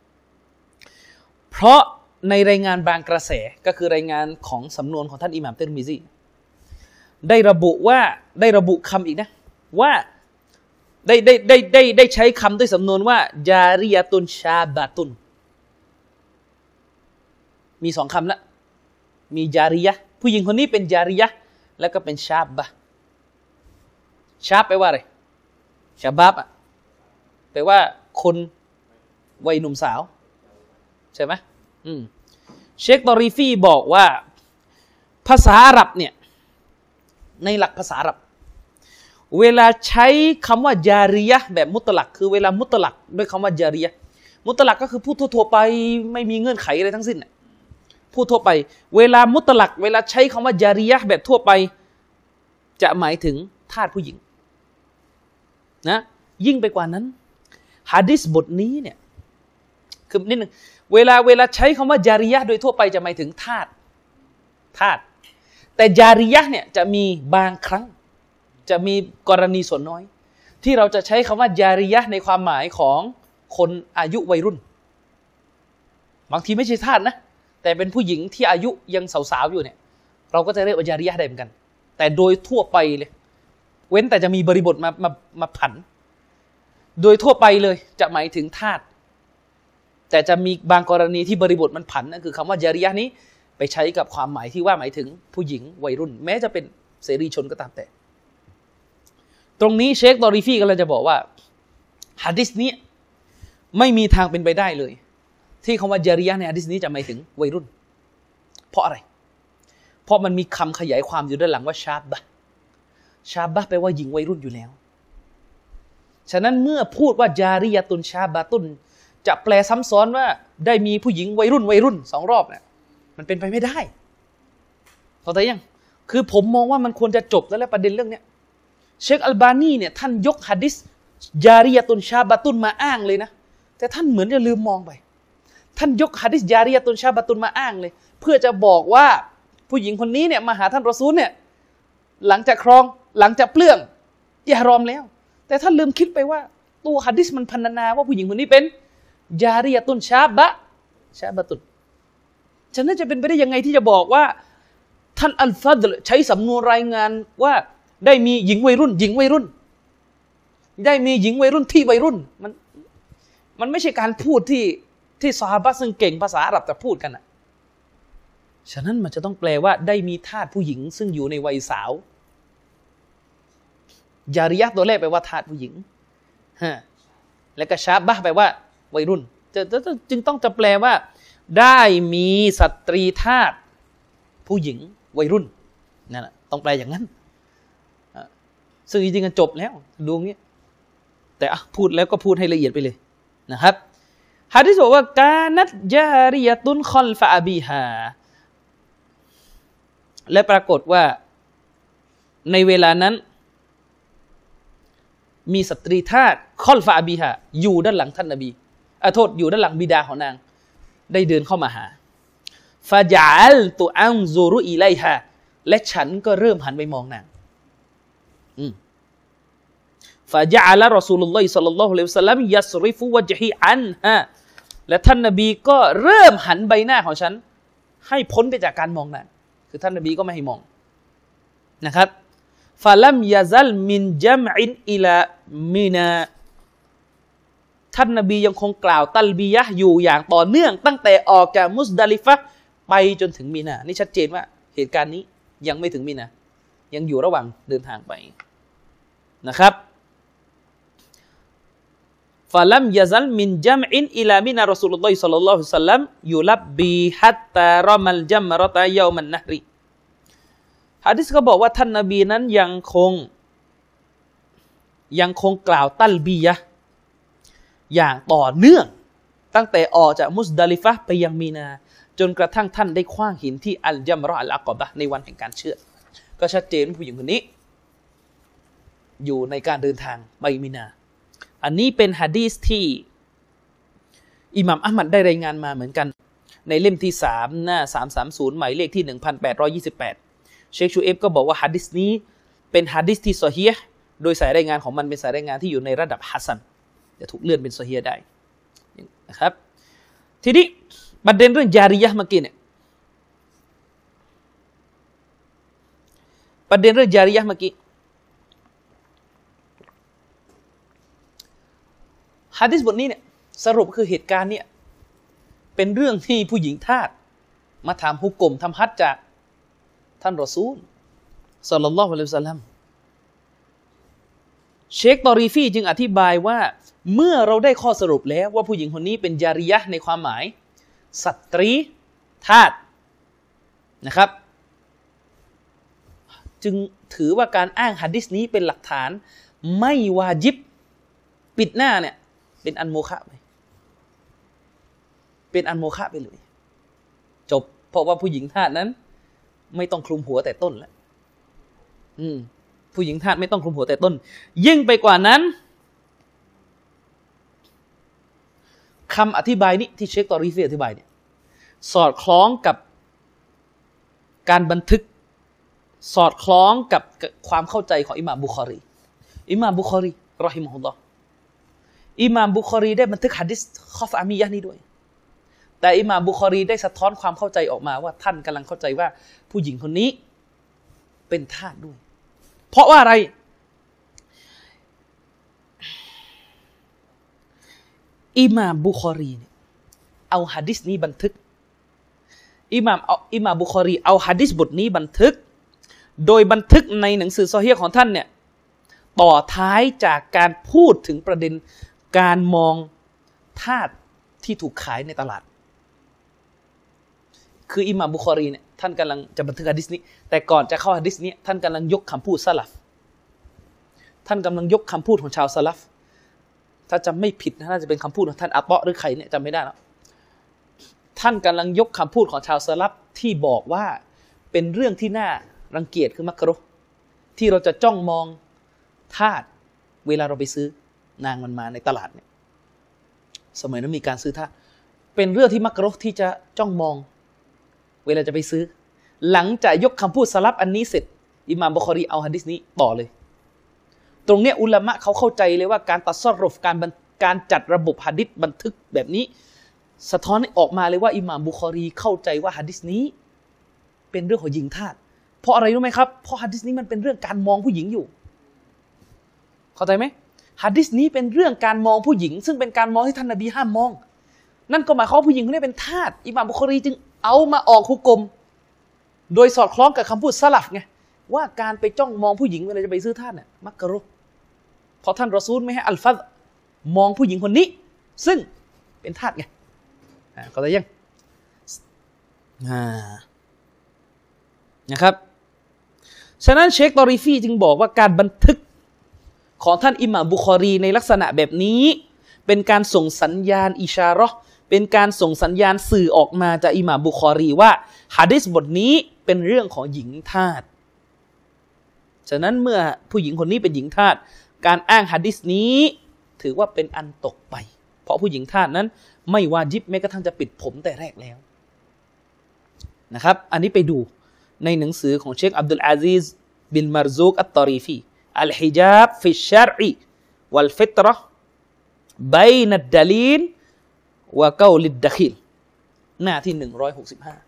เพราะในรายงานบางกระแสก็คือรายงานของสำนวนของท่านอิหม่ามติรมิซีได้ระบุว่าได้ระบุคำอีกนะว่าได้ได้ได้ได้ได้ใช้คำด้วยสำนวนว่าจาริยะตุนชาบะตุนมีสองคำละมีจาริยะห์ผู้หญิงคนนี้เป็นจาริยะห์แล้วก็เป็นชาบะชาบแปลว่าอะไรชาบับอ่ะแปลว่าคนวัยหนุ่มสาวใช่ไหมอืมเชคตอรีฟีบอกว่าภาษาอาหรับเนี่ยในหลักภาษาอาหรับเวลาใช้คำว่าจาริยะห์แบบมุตลักคือเวลามุตลักด้วยคำว่าจาริยะห์มุตลักก็คือพูดทั่วๆไปไม่มีเงื่อนไขอะไรทั้งสิ้นพูดทั่วไปเวลามุตลักเวลาใช้คำว่าจาริยะห์แบบทั่วไปจะหมายถึงทาสผู้หญิงนะยิ่งไปกว่านั้นหะดีษบทนี้เนี่ยคือนิดนึงเวลาเวลาใช้คำว่าจาริยะห์โดยทั่วไปจะหมายถึงทาสทาสแต่จาริยะห์เนี่ยจะมีบางครั้งจะมีกรณีส่วนน้อยที่เราจะใช้คำว่าจาริยะห์ในความหมายของคนอายุวัยรุ่นบางทีไม่ใช่ทาสนะแต่เป็นผู้หญิงที่อายุยังสาวๆอยู่เนี่ยเราก็จะเรียกว่าจาริยะห์ได้เหมือนกันแต่โดยทั่วไปเลยเว้นแต่จะมีบริบทมามามาผันโดยทั่วไปเลยจะหมายถึงทาสแต่จะมีบางกรณีที่บริบทมันผันนั่นคือคำว่าจาริยะห์นี้ไปใช้กับความหมายที่ว่าหมายถึงผู้หญิงวัยรุ่นแม้จะเป็นเสรีชนก็ตามแต่ตรงนี้เชคตอรีฟีกำลังจะบอกว่าหะดีษนี้ไม่มีทางเป็นไปได้เลยที่คำว่าจาริยะห์ในหะดีษนี้จะหมายถึงวัยรุ่นเพราะอะไรเพราะมันมีคำขยายความอยู่ด้านหลังว่าชาบะชาบะแปลว่าหญิงวัยรุ่นอยู่แล้วฉะนั้นเมื่อพูดว่าจาริยะตุนชาบะตุนจะแปลซ้ำซ้อนว่าได้มีผู้หญิงวัยรุ่นวัยรุ่นสองรอบเนี่ยมันเป็นไปไม่ได้เข้าใจยังคือผมมองว่ามันควรจะจบแล้วแหละประเด็นเรื่องนี้เชคอัลบานีเนี่ยท่านยกหะดีษจาริยะตุนชาบะตุนมาอ้างเลยนะแต่ท่านเหมือนจะลืมมองไปท่านยกหะดีษจาริยะตุนชาบะตุนมาอ้างเลยเพื่อจะบอกว่าผู้หญิงคนนี้เนี่ยมาหาท่านรอซูลเนี่ยหลังจากครองหลังจากเปลื้องอิหรอมแล้วแต่ท่านลืมคิดไปว่าตัวหะดีษมันพรรณนาว่าผู้หญิงคนนี้เป็นจาริยะตุนชาบะชาบะตุนฉะนั้นจะเป็นไปได้ยังไงที่จะบอกว่าท่านอัลฟัดลใช้สำนวนรายงานว่าได้มีหญิงวัยรุ่นหญิงวัยรุ่นได้มีหญิงวัยรุ่นที่วัยรุ่นมันมันไม่ใช่การพูดที่ที่ซอฮาบะห์ซึ่งเก่งภาษาอาหรับแต่พูดกันอ่ะฉะนั้นมันจะต้องแปลว่าได้มีทาสผู้หญิงซึ่งอยู่ในวัยสาวจาริยะห์ตัวแรกแปลว่าทาสผู้หญิงฮะแล้วก็ชาบะห์แปลว่าวัยรุ่นจะจึงต้องจะแปลว่าได้มีสตรีทาสผู้หญิงวัยรุ่นนั่นแหละต้องแปลอย่างนั้นซึ่งจริงๆจบแล้วดูอย่างนี้แต่พูดแล้วก็พูดให้ละเอียดไปเลยนะครับหะดีษบอกว่ากานัตจาริยะตุนคอลฟะอบีฮาและปรากฏว่าในเวลานั้นมีสตรีทาสคอลฟะอบีฮาอยู่ด้านหลังท่านนบีอ่ะโทษอยู่ด้านหลังบิดาของนางได้เดินเข้ามาหาฟะจัลตุอันซุรุอิไลฮาและฉันก็เริ่มหันไปมองนางอืมฟะจะอะละรอซูลุลลอฮิศ็อลลัลลอฮุอะลัยฮิวะซัลลัมยัสริฟุวะจฮิอันฮาและท่านนบีก็เริ่มหันใบหน้าของฉันให้พ้นไปจากการมองนางคือท่านนบีก็ไม่ให้มองนะครับฟะลัมยะซัลมินญัมอินอิลามินาท่านนบียังคงกล่าวตัลบียะห์อยู่อย่างต่อเนื่องตั้งแต่ออกจากมุซดาลิฟะห์ไปจนถึงมีนานี่ชัดเจนว่าเหตุการณ์นี้ยังไม่ถึงมีนายังอยู่ระหว่างเดินทางไปนะครับฟะลัมยะซัลมินญัมอินอิลามินารอซูลุลลอฮิศ็อลลัลลอฮุอะลัยฮิวะซัลลัมยุลับบีฮัตตารอมัลญัมเราะตะยอมันนะฮริหะดีษก็บอกว่าท่านนบีนั้นยังคงยังคงกล่าวตัลบียะห์อย่างต่อเนื่องตั้งแต่ออกจากมุซดาลิฟะห์ไปยังมีนาจนกระทั่งท่านได้ขว้างหินที่อัลญัมเราะอัลอะกอบะห์ในวันแห่งการเชือดก็ชัดเจนผู้หญิงคนนี้อยู่ในการเดินทางไปมินาอันนี้เป็นหะดีษที่อิหม่ามอะห์มัดได้รายงานมาเหมือนกันในเล่มที่สามหน้าสามร้อยสามสิบหมายเลขที่หนึ่งพันแปดร้อยยี่สิบแปดเชคชูเอฟก็บอกว่าหะดีษนี้เป็นหะดีษที่ซอฮีฮ์โดยสายรายงานของมันเป็นสายรายงานที่อยู่ในระดับฮัสซันจะถูกเลื่อนเป็นซอฮีฮ์ได้นะครับทีนี้ประเด็นเรื่องญาริยะห์เมื่อกี้เนี่ยประเด็นเรื่องญาริยะห์เมื่อกี้หะดีษบทนี้เนี่ยสรุปคือเหตุการณ์เนี่ยเป็นเรื่องที่ผู้หญิงทาสมาถามฮุกกลมทำฮัจญ์จากท่านรอซูลศ็อลลัลลอฮุอะลัยฮิวะซัลลัมเชคตอรีฟีจึงอธิบายว่าเมื่อเราได้ข้อสรุปแล้วว่าผู้หญิงคนนี้เป็นญาริยะห์ในความหมายสตรีทาสนะครับจึงถือว่าการอ้างหะดีษนี้เป็นหลักฐานไม่วาญิบปิดหน้าเนี่ยเป็นอันโมฆะไปเป็นอันโมฆะไปเลยจบเพราะว่าผู้หญิงทาสนั้นไม่ต้องคลุมหัวแต่ต้นแล้วอืมผู้หญิงทาสไม่ต้องคลุมหัวแต่ต้นยิ่งไปกว่านั้นคำอธิบายนี้ที่เชคตอรีฟีอธิบายเนี่ยสอดคล้องกับการบันทึกสอดคล้องกับความเข้าใจของอิหม่ามบุคอรีอิหม่ามบุคอรีรอฮิมะฮุลลอฮ์อิหม่ามบุคอรีได้บันทึกหะดีษคอฟอามียะห์นี้ด้วยแต่อิหม่ามบุคอรีได้สะท้อนความเข้าใจออกมาว่าท่านกำลังเข้าใจว่าผู้หญิงคนนี้เป็นทาสด้วยเพราะว่าอะไรอิหม่ามบุคอรีเนี่ยเอาหะดีษนี้บันทึกอิหม่ามเอาอิหม่ามบุคอรีเอาหะดีษบทนี้บันทึกโดยบันทึกในหนังสือซอฮีฮ์ของท่านเนี่ยต่อท้ายจากการพูดถึงประเด็นการมองทาสที่ถูกขายในตลาดคืออิหม่ามบุคอรีเนี่ยท่านกำลังจะบันทึกหะดีษนี้แต่ก่อนจะเข้าหะดีษนี้ท่านกำลังยกคำพูดซะลัฟท่านกำลังยกคำพูดของชาวซะลัฟถ้าจำไม่ผิดน่าจะเป็นคำพูดของท่านอัตตอหรือใครเนี่ยจำไม่ได้แล้วท่านกำลังยกคำพูดของชาวซะลัฟที่บอกว่าเป็นเรื่องที่น่ารังเกียจคือมักรุฮ์ที่เราจะจ้องมองทาสเวลาเราไปซื้อนางมันมาในตลาดเนี่ยสมัยนั้นมีการซื้อทาสเป็นเรื่องที่มักรุฮ์ที่จะจ้องมองเวลาจะไปซื้อหลังจากยกคำพูดซะลัฟอันนี้เสร็จอิหม่ามบุคอรีเอาหะดีษนี้ต่อเลยตรงเนี้ยอุลามะเขาเข้าใจเลยว่าการตัดซอรฟการการจัดระบบหะดีษบันทึกแบบนี้สะท้อนออกมาเลยว่าอิหม่ามบุคอรีเข้าใจว่าหะดีษนี้เป็นเรื่องของหญิงทาสเพราะอะไรรู้ไหมครับเพราะหะดีษนี้มันเป็นเรื่องการมองผู้หญิงอยู่เข้าใจไหมหะดีษนี้เป็นเรื่องการมองผู้หญิงซึ่งเป็นการมองที่ท่านนบีห้ามมองนั่นก็หมายความว่าผู้หญิงคนนี้เป็นทาสอิหม่ามบุคอรีจึงเอามาออกฮุกมโดยสอดคล้องกับคำพูดซะลัฟไงว่าการไปจ้องมองผู้หญิงเวลาจะไปซื้อทาสเนี่ยมักรุฮ์เพราะท่านรอซูลไม่ให้อัลฟัฎมองผู้หญิงคนนี้ซึ่งเป็นทาสไงเข้าใจยังนะครับฉะนั้นเชคตอรีฟีจึงบอกว่าการบันทึกของท่านอิหม่ามบุคอรีในลักษณะแบบนี้เป็นการส่งสัญญาณอิชาเราะห์เป็นการส่งสัญญาณสื่อออกมาจากอิหม่ามบุคอรีว่าหะดีษบทนี้เป็นเรื่องของหญิงทาสฉะนั้นเมื่อผู้หญิงคนนี้เป็นหญิงทาสการอ้างหะดีษนี้ถือว่าเป็นอันตกไปเพราะผู้หญิงทาสนั้นไม่วาญิบแม้กระทั่งจะปิดผมแต่แรกแล้วนะครับอันนี้ไปดูในหนังสือของเชคอับดุลอาซีซบินมารซูกอัตตอรีฟีอัลฮิญาบฟิชชัรอิวัลฟิตเราะห์บัยนัดดะลีลวะกอลิดดะคีลหน้าที่หนึ่งร้อยหกสิบห้า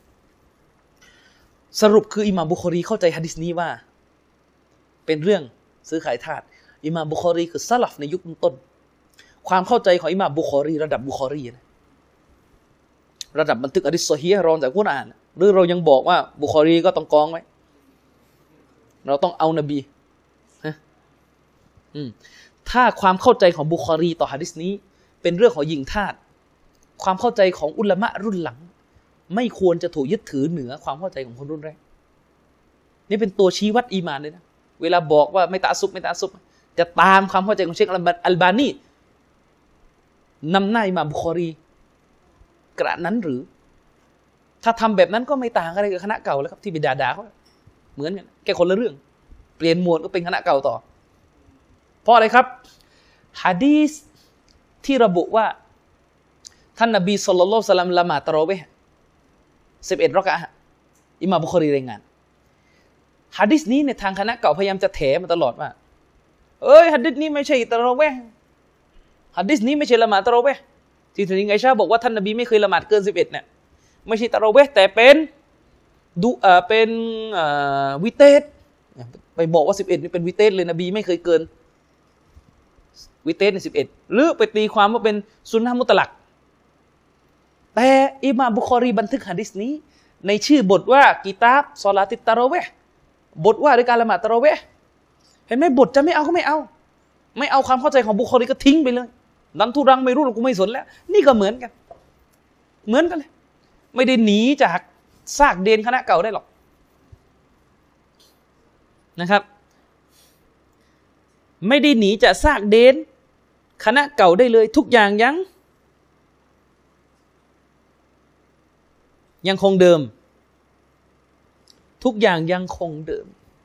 สรุปคืออิหม่ามบุคอรีเข้าใจหะดีษนี้ว่าเป็นเรื่องซื้อขายทาสอิหม่ามบุคอรีคือซะลัฟในยุคต้นความเข้าใจของอิหม่ามบุคอรีระดับบุคอรีนะระดับบันทึกหะดีษซอฮีฮ์รองจากกุรอานหรือเรายังบอกว่าบุคอรีก็ต้องกองไว้เราต้องเอานบีฮะอืมถ้าความเข้าใจของบุคอรีต่อหะดีษนี้เป็นเรื่องของหญิงทาสความเข้าใจของอุลามะรุ่นหลังไม่ควรจะถูกยึดถือเหนือความเข้าใจของคนรุ่นแรกนี่เป็นตัวชี้วัดอีหม่านเลยนะเวลาบอกว่าไม่ตะอัสซุบไม่ตะอัสซุบจะตามความเข้าใจของเชคอัลบานีนำหน้าอิหม่ามบุคอรีกระนั้นหรือถ้าทำแบบนั้นก็ไม่ต่างอะไรกับคณะเก่าแล้วครับที่ไปด่าๆเขาเหมือนกันแค่คนละเรื่องเปลี่ยนหมวดก็เป็นคณะเก่าต่อเพราะอะไรครับหะดีษที่ระบุว่าท่านนบีศ็อลลัลลอฮุอะลัยฮิวะซัลลัมละหมาดตะเราะวีฮ์สิบเอ็ดเราะกะอะห์อิหม่ามบุคอรีรายงานหะดีษนี้ในทางคณะเก่าพยายามจะแถมาตลอดว่าเอ้ยหะดีษนี้ไม่ใช่ตะเราะวีฮ์หะดีษนี้ไม่ใช่ละหมาดตะเราะวีฮ์ที่ท่านอิชาบอกว่าท่านนบีไม่เคยละหมาดเกินสิบเอ็ดเนี่ยไม่ใช่ตะเราะวีฮ์แต่เป็นดูเอ่อเป็นเอ่อวิเตรไปบอกว่าสิบเอ็ดนี่เป็นวิเตรเลยนบีไม่เคยเกินวิเตรในสิบเอ็ดหรือไปตีความว่าเป็นซุนนะห์มุตลักแต่อิหม่ามบุคอรีบันทึกหะดีษนี้ในชื่อบทว่ากิตาบศอลาติตตะเราะวีฮ์บทว่าด้วยการละหมาดตะเราะวีฮ์เห็นไหมบทจะไม่เอาก็ไม่เอาไม่เอาความเข้าใจของบุคอรีก็ทิ้งไปเลยดันทุรังไม่รู้หรอกกูไม่สนแล้วนี่ก็เหมือนกันเหมือนกันเลยไม่ได้หนีจากซากเดนคณะเก่าได้หรอกนะครับไม่ได้หนีจากซากเดนคณะเก่าได้เลยทุกอย่างยังยังคงเดิมทุกอย่างยังคงเดิม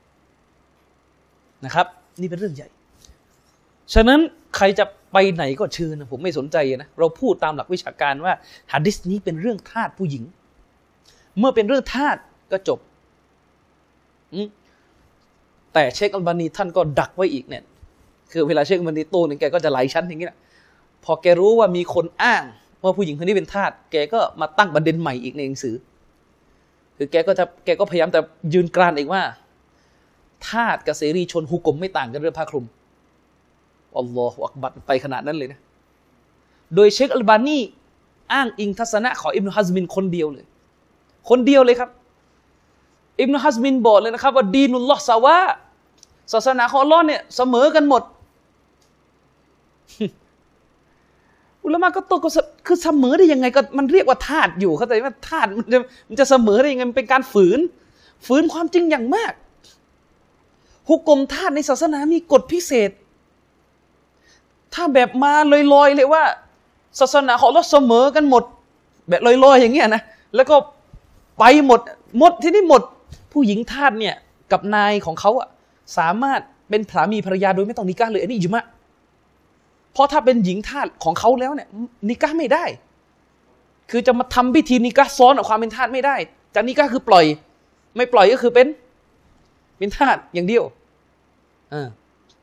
นะครับนี่เป็นเรื่องใหญ่ฉะนั้นใครจะไปไหนก็เชิญนะผมไม่สนใจนะเราพูดตามหลักวิชาการว่าหะดีษนี้เป็นเรื่องทาสผู้หญิงเมื่อเป็นเรื่องทาสก็จบแต่เชคอัลบานีท่านก็ดักไว้อีกเนี่ยคือเวลาเชคอัลบานีโตเนี่ยแกก็จะหลายชั้นอย่างนี้แหละพอแกรู้ว่ามีคนอ้างว่าผู้หญิงคนนี้เป็นทาสแกก็มาตั้งประเด็นใหม่อีกในหนังสือคือแกก็จะแกก็พยายามจะยืนกรานอีกว่าทาสกับเสรีชนฮุกมไม่ต่างกันเรื่องผ้าคลุมอัลลอฮฺอักบัรไปขนาดนั้นเลยนะโดยเชคอัลบานีอ้างอิงทัศนะของอิบนุฮัซมินคนเดียวเลยคนเดียวเลยครับอิบนุฮัซมินบอกเลยนะครับว่าดีนุลลอฮ์ซาวะศาสนาของอัลลอฮ์เนี่ยเสมอกันหมดอุลามะก็โตก็คือเสมอได้ยังไงก็มันเรียกว่าทาสอยู่เข้าใจว่าทาสมันจะมันจะเสมอได้ยังไงมันเป็นการฝืนฝืนความจริงอย่างมากฮุกมทาสในศาสนามีกฎพิเศษถ้าแบบมาลอยๆเลยว่าศาสนาของอัลเลาะห์เสมอกันหมดแบบลอยๆอย่างเงี้ยนะแล้วก็ไปหมดหมดที่นี่หมดผู้หญิงทาสเนี่ยกับนายของเขาอะสามารถเป็นสามีภรรยาโดยไม่ต้องนิกะห์เลยอันนี้อิจมะเพราะถ้าเป็นหญิงทาสของเขาแล้วเนี่ยนิกะห์ไม่ได้คือจะมาทำพิธีนิกะห์ซ้อนกับความเป็นทาสไม่ได้จะนิกะห์คือปล่อยไม่ปล่อยก็คือเป็นเป็นทาสอย่างเดียวอ่า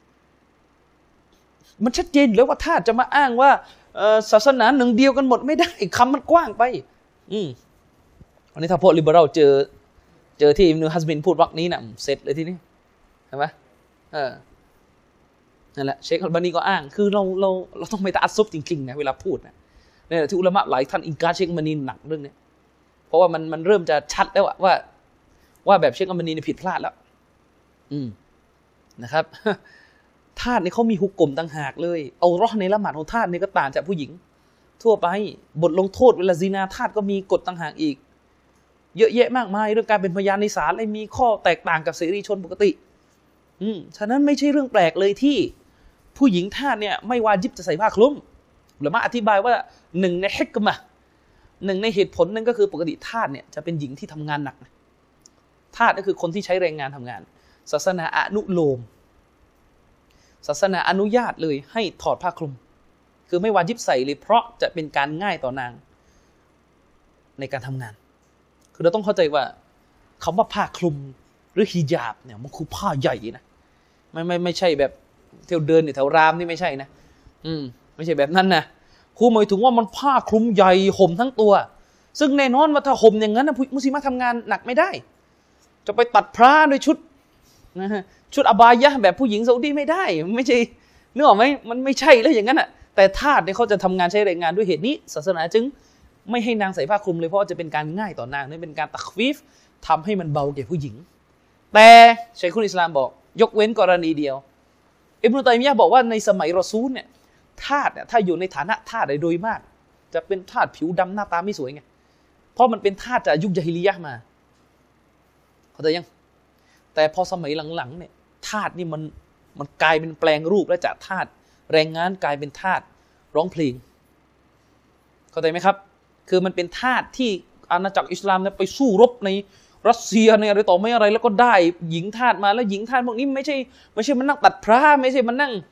มันชัดเจนแล้วว่าทาสจะมาอ้างว่าศาสนาหนึ่งเดียวกันหมดไม่ได้คำมันกว้างไปอืมอันนี้ถ้าพวกลิเบอรัลเจอเจอที่อิบนุฮัซมินพูดวรรคนี้นะเสร็จเลยทีนี้เห็นไหมเออนั่นแหละเชคอัลบานีก็อ้างคือเราเราเราต้องไม่ตะอัสซุบจริงๆนะเวลาพูดนะนี่แหละที่อุลามะหลายท่านอิงการเชคอัลบานีหนักเรื่องนี้เพราะว่ามันมันเริ่มจะชัดแล้วว่าว่าแบบเชคอัลบานีนี่ผิดพลาดแล้วอืมนะครับทาสนี่เขามีฮุกกลมต่างหากเลยเอาเราะห์ในละหมาดของทาสนี่ก็ต่างจากผู้หญิงทั่วไปบทลงโทษเวลาซินาทาสก็มีกฎต่างหากอีกเยอะแยะมากมายเรื่องการเป็นพยานในศาลเลยมีข้อแตกต่างกับเสรีชนปกติอืมฉะนั้นไม่ใช่เรื่องแปลกเลยที่ผู้หญิงทาสเนี่ยไม่วาญิบจะใส่ผ้าคลุมอุลามะอธิบายว่าหนึ่งในฮิกมะห์หนึ่งในเหตุผลนั่นก็คือปกติทาสเนี่ยจะเป็นหญิงที่ทำงานหนักทาสก็คือคนที่ใช้แรงงานทำงานศาสนาอนุโลมศาสนาอนุญาตเลยให้ถอดผ้าคลุมคือไม่วาญิบใส่เลยเพราะจะเป็นการง่ายต่อนางในการทำงานคือเราต้องเข้าใจว่าคำว่าผ้าคลุมหรือฮิญาบเนี่ยมันคือผ้าใหญ่นะไม่ไม่ไม่ใช่แบบเที่ยวเดินอยู่แถวรามนี่ไม่ใช่นะอืมไม่ใช่แบบนั้นนะครูหมายถึงว่ามันผ้าคลุมใหญ่ห่มทั้งตัวซึ่งแน่นอนว่าถ้าห่มอย่างนั้นนะมุสลิมะทำงานหนักไม่ได้จะไปตัดพระด้วยชุดนะฮะชุดอบายะห์แบบผู้หญิงซาอุดีไม่ได้ไม่ใช่นึกออกไหมมันไม่ใช่แล้วอย่างนั้นอ่ะแต่ทาสเนี่ยเขาจะทำงานใช้แรงงานด้วยเหตุนี้ศาสนาจึงไม่ให้นางใส่ผ้าคลุมเลยเพราะจะเป็นการง่ายต่อนางนี่เป็นการตักฟีฟทำให้มันเบาแก่ผู้หญิงแต่ชัยคุลอิสลามบอกยกเว้นกรณีเดียวอิบนุตัยมียะห์บอกว่าในสมัยรอซูลเนี่ยทาสเนี่ยถ้าอยู่ในฐานะทาสโดยมากจะเป็นทาสผิวดำหน้าตาไม่สวยไงเพราะมันเป็นทาสจากยุคญะฮิลิยะห์มาเข้าใจยังแต่พอสมัยหลังๆเนี่ยทาสนี่มันมันกลายเป็นแปลงรูปแล้วจากทาสแรงงานกลายเป็นทาสร้องเพลงเข้าใจไหมครับคือมันเป็นทาสที่อาณาจักรอิสลามเนี่ยไปสู้รบในรัสเซียในอะไรต่อไม่อะไรแล้วก็ได้หญิงทาสมาแล้วหญิงทาสพวกนี้ไม่ใช่ไม่ใช่มันนั่งตัดพระไม่ใช่มันนั่ง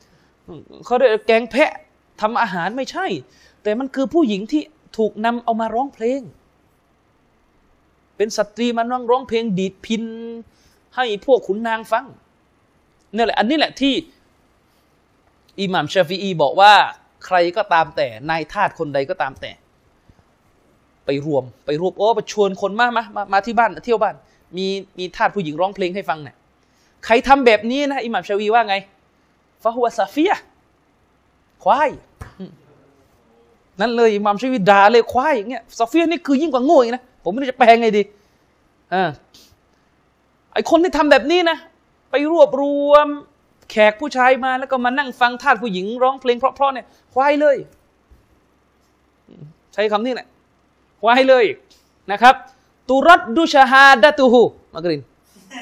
เขาเรียกแกงแพะทำอาหารไม่ใช่แต่มันคือผู้หญิงที่ถูกนำเอามาร้องเพลงเป็นสตรีมานั่งร้องเพลงดีดพิณให้พวกขุนนางฟังนี่แหละอันนี้แหละที่อิหม่ามชาฟิอีบอกว่าใครก็ตามแต่นายทาสคนใดก็ตามแต่ไปรวมไปรวบโอ้ไปชวนคนมามามามาที่บ้านเที่ยวบ้านมีมีทาสผู้หญิงร้องเพลงให้ฟังเนี่ยใครทำแบบนี้นะอิหม่ามชาฟิอีว่าไงฟะฮุวะซาฟียะควายนั่นเลยอิหม่ามชาฟิอีด่าเลยควายอย่างเงี้ยซาฟียะนี่คือยิ่งกว่าโง่อีกนะผมไม่รู้จะแปลไงดีอ่าไอคนที่ทำแบบนี้นะไปรวบรวมแขกผู้ชายมาแล้วก็มานั่งฟังทาสผู้หญิงร้องเพลงเพราะๆเนี่ยควายเลยใช้คำนี้แหละควายเลยนะครับตุรัดดุชฮาดะตุฮูมากริน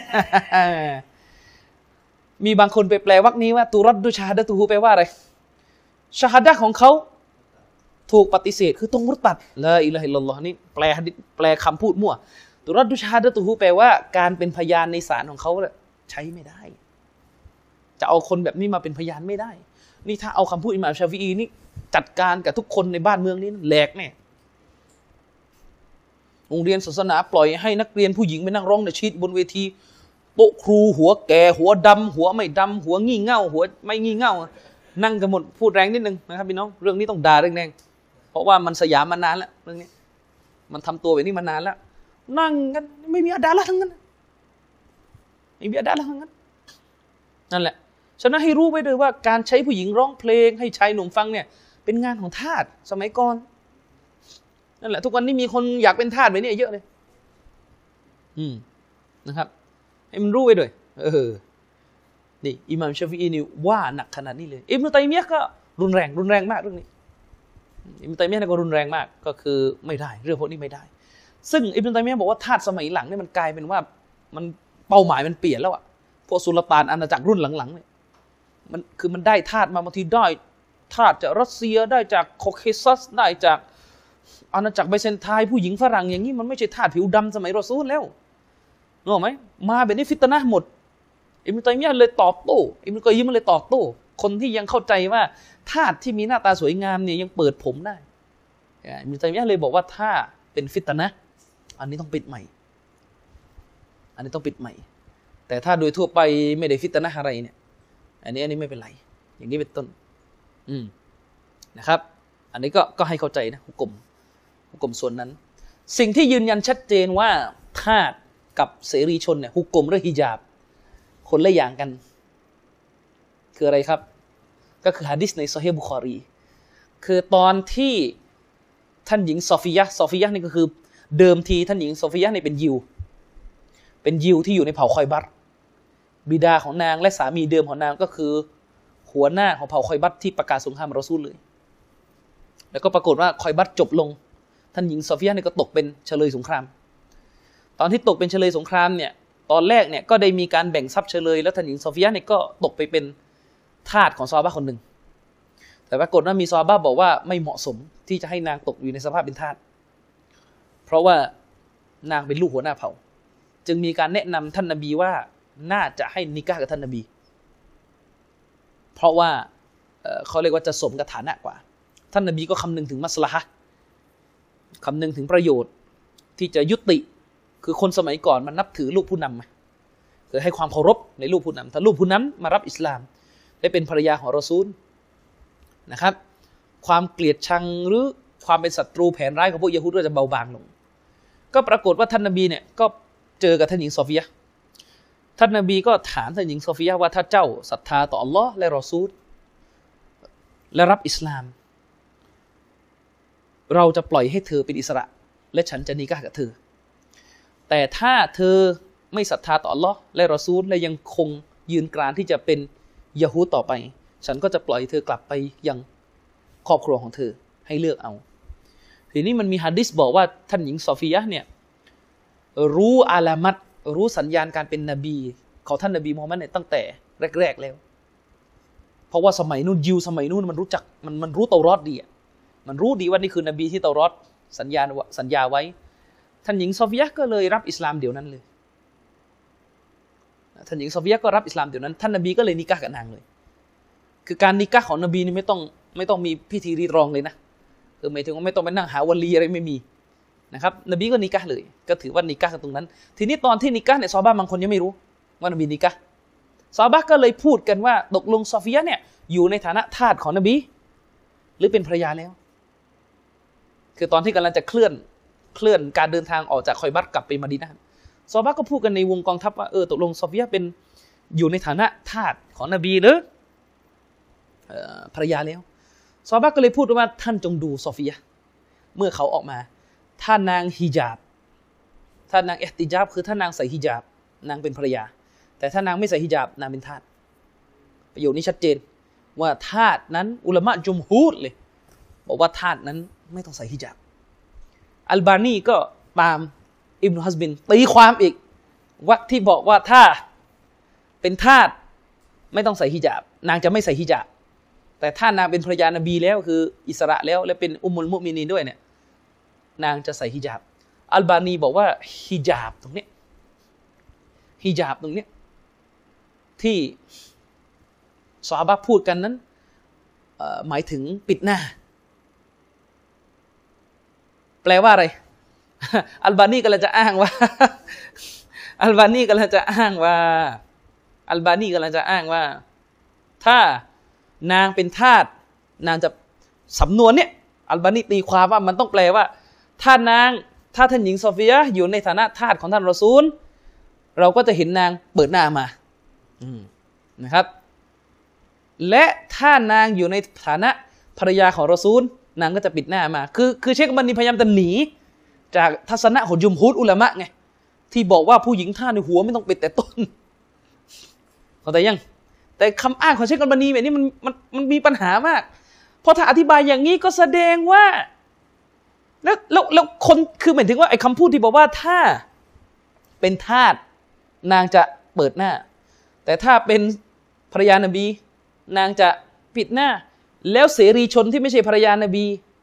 มีบางคนไปแปลวรรคนี้ว่าตุรัดดุชฮาดะตุฮูแปลว่าอะไรชฮาดะของเขาถูกปฏิเสธคือต้องมุรตัดลาอิลาฮะอิลลัลลอฮ์นี่แปลแปลคำพูดมั่วตุรัดดุชฮาดะตุฮูแปลว่าการเป็นพยานในศาลของเขาใช้ไม่ได้จะเอาคนแบบนี้มาเป็นพยานไม่ได้นี่ถ้าเอาคำพูดอิหม่ามชาฟิอีนี่จัดการกับทุกคนในบ้านเมืองนี้แหลกแน่โรงเรียนศาสนาปล่อยให้นักเรียนผู้หญิงไปนั่งร้องในชีตบนเวทีโต๊ะครูหัวแก่หัวดำหัวไม่ดำหัวงี่เง่าหัวไม่งี่เง่านั่งกันหมดพูดแรงนิดนึงนะครับพี่น้องเรื่องนี้ต้องด่าแรงๆเพราะว่ามันสยามมานานแล้วเรื่องนี้มันทำตัวแบบนี้มานานแล้วนั่งกันไม่มีอะดาละห์ทั้งนั้นไม่มีอะดาละห์ทั้งนั้นนั่นแหละฉะนั้นให้รู้ไว้ด้วยว่าการใช้ผู้หญิงร้องเพลงให้ชายหนุ่มฟังเนี่ยเป็นงานของทาสสมัยก่อนนั่นแหละทุกวันนี้มีคนอยากเป็นทาสแบบนี้เยอะเลยอืมนะครับให้มันรู้ไว้ด้วยเออนี่อิหม่ามชาฟิอีนี่ว่าหนักขนาดนี้เลยอิบนุตัยมียะห์ก็รุนแรงรุนแรงมากเรื่องนี้อิบนุตัยมียะห์ก็รุนแรงมากก็คือไม่ได้เรื่องพวกนี้ไม่ได้ซึ่งอิบนุตัยมียะห์บอกว่าทาสสมัยหลังเนี่ยมันกลายเป็นว่ามันเป้าหมายมันเปลี่ยนแล้วอะพวกสุลต่านอาณาจักรรุ่นหลังๆเนี่ยมันคือมันได้ทาสมาบางทีได้ทาสจากรัสเซียได้จากโคเคซัสได้จากอาณาจักรไบแซนไทน์ผู้หญิงฝรั่งอย่างนี้มันไม่ใช่ทาสผิวดำสมัยรอซูลแล้วรู้ไหมมาแบบนี้ฟิตนะห์หมดอิบนุตัยมียะห์เลยตอบโต้อิบนุกอยยิมเลยตอบโต้คนที่ยังเข้าใจว่าทาสที่มีหน้าตาสวยงามเนี่ยยังเปิดผมได้อิบนุตัยมียะห์เลยบอกว่าถ้าเป็นฟิตนะห์อันนี้ต้องปิดใหม่อันนี้ต้องปิดใหม่แต่ถ้าโดยทั่วไปไม่ได้ฟิตนะห์อะไรเนี่ยอันนี้อันนี้ไม่เป็นไรอย่างนี้เป็นต้นอืมนะครับอันนี้ก็ก็ให้เข้าใจนะหุกมหุกมส่วนนั้นสิ่งที่ยืนยันชัดเจนว่าทาสกับเสรีชนเนี่ยหุกมเรื่องฮิญาบคนละอย่างกันคืออะไรครับก็คือหะดีษในซอฮีฮ์บุคอรีคือตอนที่ท่านหญิงซอฟียะห์ซอฟียะห์นี่ก็คือเดิมทีท่านหญิงซอฟียะห์นี่เป็นยิวเป็นยิวที่อยู่ในเผ่าคอยบัตบิดาของนางและสามีเดิมของนางก็คือหัวหน้าของเผ่าคอยบัตที่ประกาศสงครามรอซูลเลยแล้วก็ปรากฏว่าคอยบัตจบลงท่านหญิงซอฟียะห์นี่ก็ตกเป็นเฉลยสงครามตอนที่ตกเป็นเฉลยสงครามเนี่ยตอนแรกเนี่ยก็ได้มีการแบ่งทรัพย์เฉลยแล้วท่านหญิงซอฟียะห์เนี่ยก็ตกไปเป็นทาสของซอฮาบะห์คนหนึ่งแต่ปรากฏว่ามีซอฮาบะห์บอกว่าไม่เหมาะสมที่จะให้นางตกอยู่ในสภาพเป็นทาสเพราะว่านางเป็นลูกหัวหน้าเผ่าจึงมีการแนะนำท่านนบีว่าน่าจะให้นิกะห์กับท่านนบีเพราะว่า เอ่อ เขาเรียกว่าจะสมกับฐานะกว่าท่านนบีก็คำนึงถึงมัสละฮะห์คำนึงถึงประโยชน์ที่จะยุติคือคนสมัยก่อนมันนับถือลูกผู้นำคือให้ความเคารพในลูกผู้นำถ้าลูกผู้นำมารับอิสลามได้เป็นภรรยาของรอซูลนะครับความเกลียดชังหรือความเป็นศัตรูแผนร้ายของพวกยิวก็จะเบาบางลงก็ปรากฏว่าท่านนบีเนี่ยก็เจอกับท่านหญิงซอฟียะห์ท่านนบีก็ถามท่านหญิงซอฟียะห์ว่าถ้าเจ้าศรัทธาต่ออัลลอฮ์และรอซูลและรับอิสลามเราจะปล่อยให้เธอเป็นอิสระและฉันจะนิกะห์กับเธอแต่ถ้าเธอไม่ศรัทธาต่ออัลลอฮ์และรอซูลและยังคงยืนกรานที่จะเป็นยะฮูดต่อไปฉันก็จะปล่อยเธอกลับไปยังครอบครัวของเธอให้เลือกเอาทีนี้มันมีหะดีษบอกว่าท่านหญิงซอฟียะห์เนี่ยรู้อาลามัตรู้สัญญาณการเป็นนบีของท่านนบีมุฮัมมัดเนี่ยตั้งแต่แรกๆแล้วเพราะว่าสมัยนู้นยิวสมัยนู้นมันรู้จักมันมันรู้เตารอดดีอ่ะมันรู้ดีว่านี่คือนบีที่เตารอดสัญญาสัญญาไว้ท่านหญิงซอฟียะห์ก็เลยรับอิสลามเดี๋ยวนั้นเลยท่านหญิงซอฟียะห์ก็รับอิสลามเดี๋ยวนั้นท่านนบีก็เลยนิกะห์กับนางเลยคือการนิกะห์ของนบีนี่ไม่ต้องไม่ต้องมีพิธีรีตรองเลยนะคือหมายถึงว่าไม่ต้องไปนั่งหาวลีอะไรไม่มีนะครับนบีก็นิกะห์เลยก็ถือว่านิกะห์กันตรงนั้นทีนี้ตอนที่นิกะห์เนี่ยซอฮาบะห์บางคนยังไม่รู้ว่านบีนิกะห์ซอฮาบะห์ก็เลยพูดกันว่าตกลงซอฟิยะห์เนี่ยอยู่ในฐานะทาสของนบีหรือเป็นภรรยาแล้วคือตอนที่กำลังจะเคลื่อนเคลื่อนการเดินทางออกจากคอยบัตกลับไปมะดีนะห์ซอฮาบะห์ก็พูดกันในวงกองทัพว่าเออตกลงซอฟิยะห์เป็นอยู่ในฐานะทาสของนบีหรือภรรยาแล้วซอฮาบะห์ก็เลยพูดว่าท่านจงดูซอฟิยะห์เมื่อเขาออกมาถ้านางฮิญาบถ้านางอิห์ติญาบคือถ้านางใส่ฮิญาบนางเป็นภรรยาแต่ถ้านางไม่ใส่ฮิญาบนางเป็นทาสประโยคนี้ชัดเจนว่าทาสนั้นอุลามะจุมฮูรเลยบอกว่าทาสนั้นไม่ต้องใส่ฮิญาบอัลบานีก็ตามอิบนุฮัซบินตีความอีกว่าที่บอกว่าถ้าเป็นทาสไม่ต้องใส่ฮิญาบนางจะไม่ใส่ฮิญาบแต่ถ้านางเป็นภรรยานบีแล้วคืออิสระแล้วและเป็นอุมมุลมุมินีนด้วยเนี่ยนางจะใส่ฮิญาบอัลบานีบอกว่าฮิญาบตรงนี้ฮิญาบตรงนี้ที่ซอฮาบะห์พูดกันนั้นหมายถึงปิดหน้าแปลว่าอะไรอัลบานีกำลังจะอ้างว่าอัลบานีกำลังจะอ้างว่าอัลบานีกำลังจะอ้างว่าถ้านางเป็นทาสนางจะสำนวนเนี่ยอัลบานีตีความว่ามันต้องแปลว่าถ้านางถ้าท่านหญิงซอฟียะห์อยู่ในฐานะทาสของท่านรอซูลเราก็จะเห็นนางเปิดหน้ามานะครับและถ้านางอยู่ในฐานะภรรยาของรอซูลนางก็จะปิดหน้ามาคือคือเชคบันนีพยายามจะหนีจากทัศนะของจุมฮูรอุลามะไงที่บอกว่าผู้หญิงทาสในหัวไม่ต้องปิดแต่ต้นเข้าใจยังแต่คำอ้างของเชคบันนีแบบนี้มันมันมันมีปัญหามากเพราะถ้าอธิบายอย่างนี้ก็แสดงว่าแล้วแล้วแล้วคนคือหมายถึงว่าไอ้คำพูดที่บอกว่าถ้าเป็นทาสนางจะเปิดหน้าแต่ถ้าเป็นภรรยานบีนางจะปิดหน้าแล้วเสรีชนที่ไม่ใช่ภรรยานบี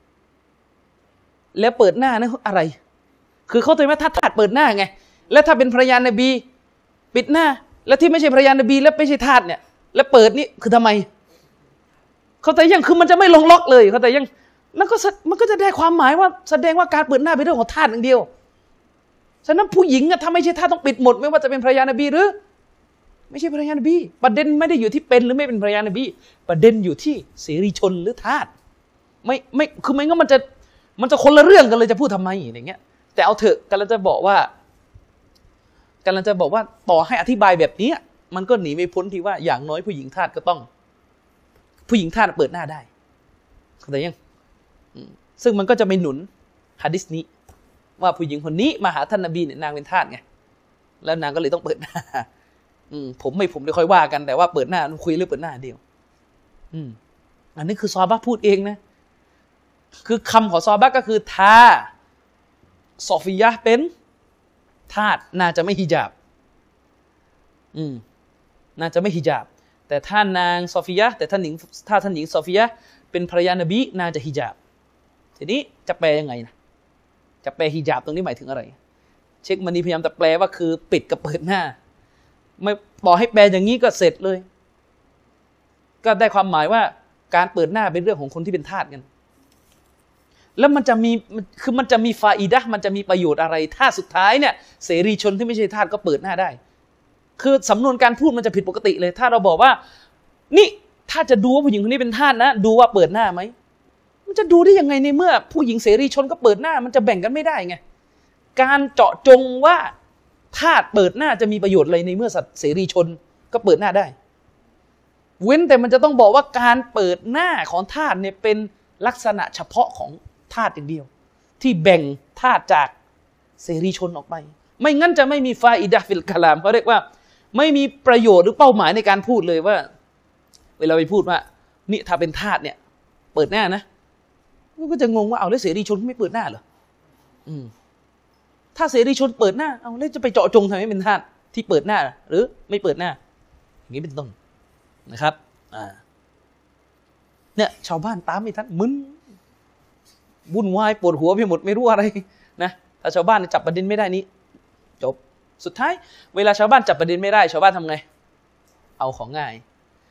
แล้วเปิดหน้านั่นอะไรคือเขาใจว่าถ้าทาสเปิดหน้าไงแล้วถ้าเป็นภรรยานบีปิดหน้าแล้วที่ไม่ใช่ภรรยานบีแล้วไม่ใช่ทาสเนี่ยแล้วเปิดนี่คือทำไมเขาใจยังคือมันจะไม่ลงล็อกเลยเขาใจยังนั่นก็มันก็จะได้ความหมายว่าแสดงว่าการเปิดหน้าเป็นเรื่องของทาสอย่างเดียวฉะนั้นผู้หญิงอะถ้าไม่ใช่ทาสต้องปิดหมดไม่ว่าจะเป็นภรรยานบีหรือไม่ใช่ภรรยานบีประเด็นไม่ได้อยู่ที่เป็นหรือไม่เป็นภรรยานบีประเด็นอยู่ที่เสรีชนหรือทาสไม่ไม่คือไม่งั้นมันจะมันจะคนละเรื่องกันเลยจะพูดทำไมอย่างเงี้ยแต่เอาเถอะกำลังจะบอกว่ากำลังจะบอกว่าต่อให้อธิบายแบบนี้มันก็หนีไม่พ้นที่ว่าอย่างน้อยผู้หญิงทาสก็ต้องผู้หญิงทาสเปิดหน้าได้เข้าใจยังซึ่งมันก็จะไม่หนุนหะดีษนี้ว่าผู้หญิงคนนี้มาหาท่านนบีเนี่ยนางเป็นทาสไงแล้วนางก็เลยต้องเปิดหน้าอืมผมไม่ผมไม่ค่อยว่ากันแต่ว่าเปิดหน้าคุยเรื่องเปิดหน้าเดียวอืมอันนี้คือซอฮาบะห์พูดเองนะคือคำของซอฮาบะห์ก็คือถ้าซอฟียะห์เป็นทาสน่าจะไม่ฮิญาบอืมน่าจะไม่ฮิญาบแต่ถ้านางซอฟียะห์แต่ท่านหญิงถ้าท่านหญิงซอฟียะห์เป็นภรรยานบีน่าจะฮิญาบทีนี้จะแปลยังไงนะจะแปลฮิญาบตรงนี้หมายถึงอะไรเชคมันนีพยายามจะแปลว่าคือปิดกับเปิดหน้าไม่บอกให้แปลอย่างนี้ก็เสร็จเลยก็ได้ความหมายว่าการเปิดหน้าเป็นเรื่องของคนที่เป็นทาสกันแล้วมันจะมีคือมันจะมีฟาอิดะห์มันจะมีประโยชน์อะไรถ้าสุดท้ายเนี่ยเสรีชนที่ไม่ใช่ทาสก็เปิดหน้าได้คือสำนวนการพูดมันจะผิดปกติเลยถ้าเราบอกว่านี่ถ้าจะดูว่าผู้หญิงคนนี้เป็นทาสนะดูว่าเปิดหน้าไหมมันจะดูได้ยังไงในเมื่อผู้หญิงเสรีชนก็เปิดหน้ามันจะแบ่งกันไม่ได้ไงการเจาะจงว่าทาสเปิดหน้าจะมีประโยชน์อะไรในเมื่อสัตว์เสรีชนก็เปิดหน้าได้เว้นแต่มันจะต้องบอกว่าการเปิดหน้าของทาสเนี่ยเป็นลักษณะเฉพาะของทาสอย่างเดียวที่แบ่งทาสจากเสรีชนออกไปไม่งั้นจะไม่มีฟาอิดะห์ฟิลกะลามเขาเรียกว่าไม่มีประโยชน์หรือเป้าหมายในการพูดเลยว่าเวลาไปพูดว่านี่ถ้าเป็นทาสเนี่ยเปิดหน้านะมันก็จะงงว่าเอาแล้วเสรีชนไม่เปิดหน้าเหรออืมถ้าเสรีชนเปิดหน้าเอาแล้วจะไปเจาะจงทำไมเป็นทาสที่เปิดหน้าหรือไม่เปิดหน้าอย่างนี้เป็นต้นนะครับอ่าเนี่ยชาวบ้านตามไม่ทันมึนวุ่นวายปวดหัวไปหมดไม่รู้อะไรนะถ้าชาวบ้านจับประเด็นไม่ได้นี้จบสุดท้ายเวลาชาวบ้านจับประเด็นไม่ได้ชาวบ้านทำไงเอาของง่าย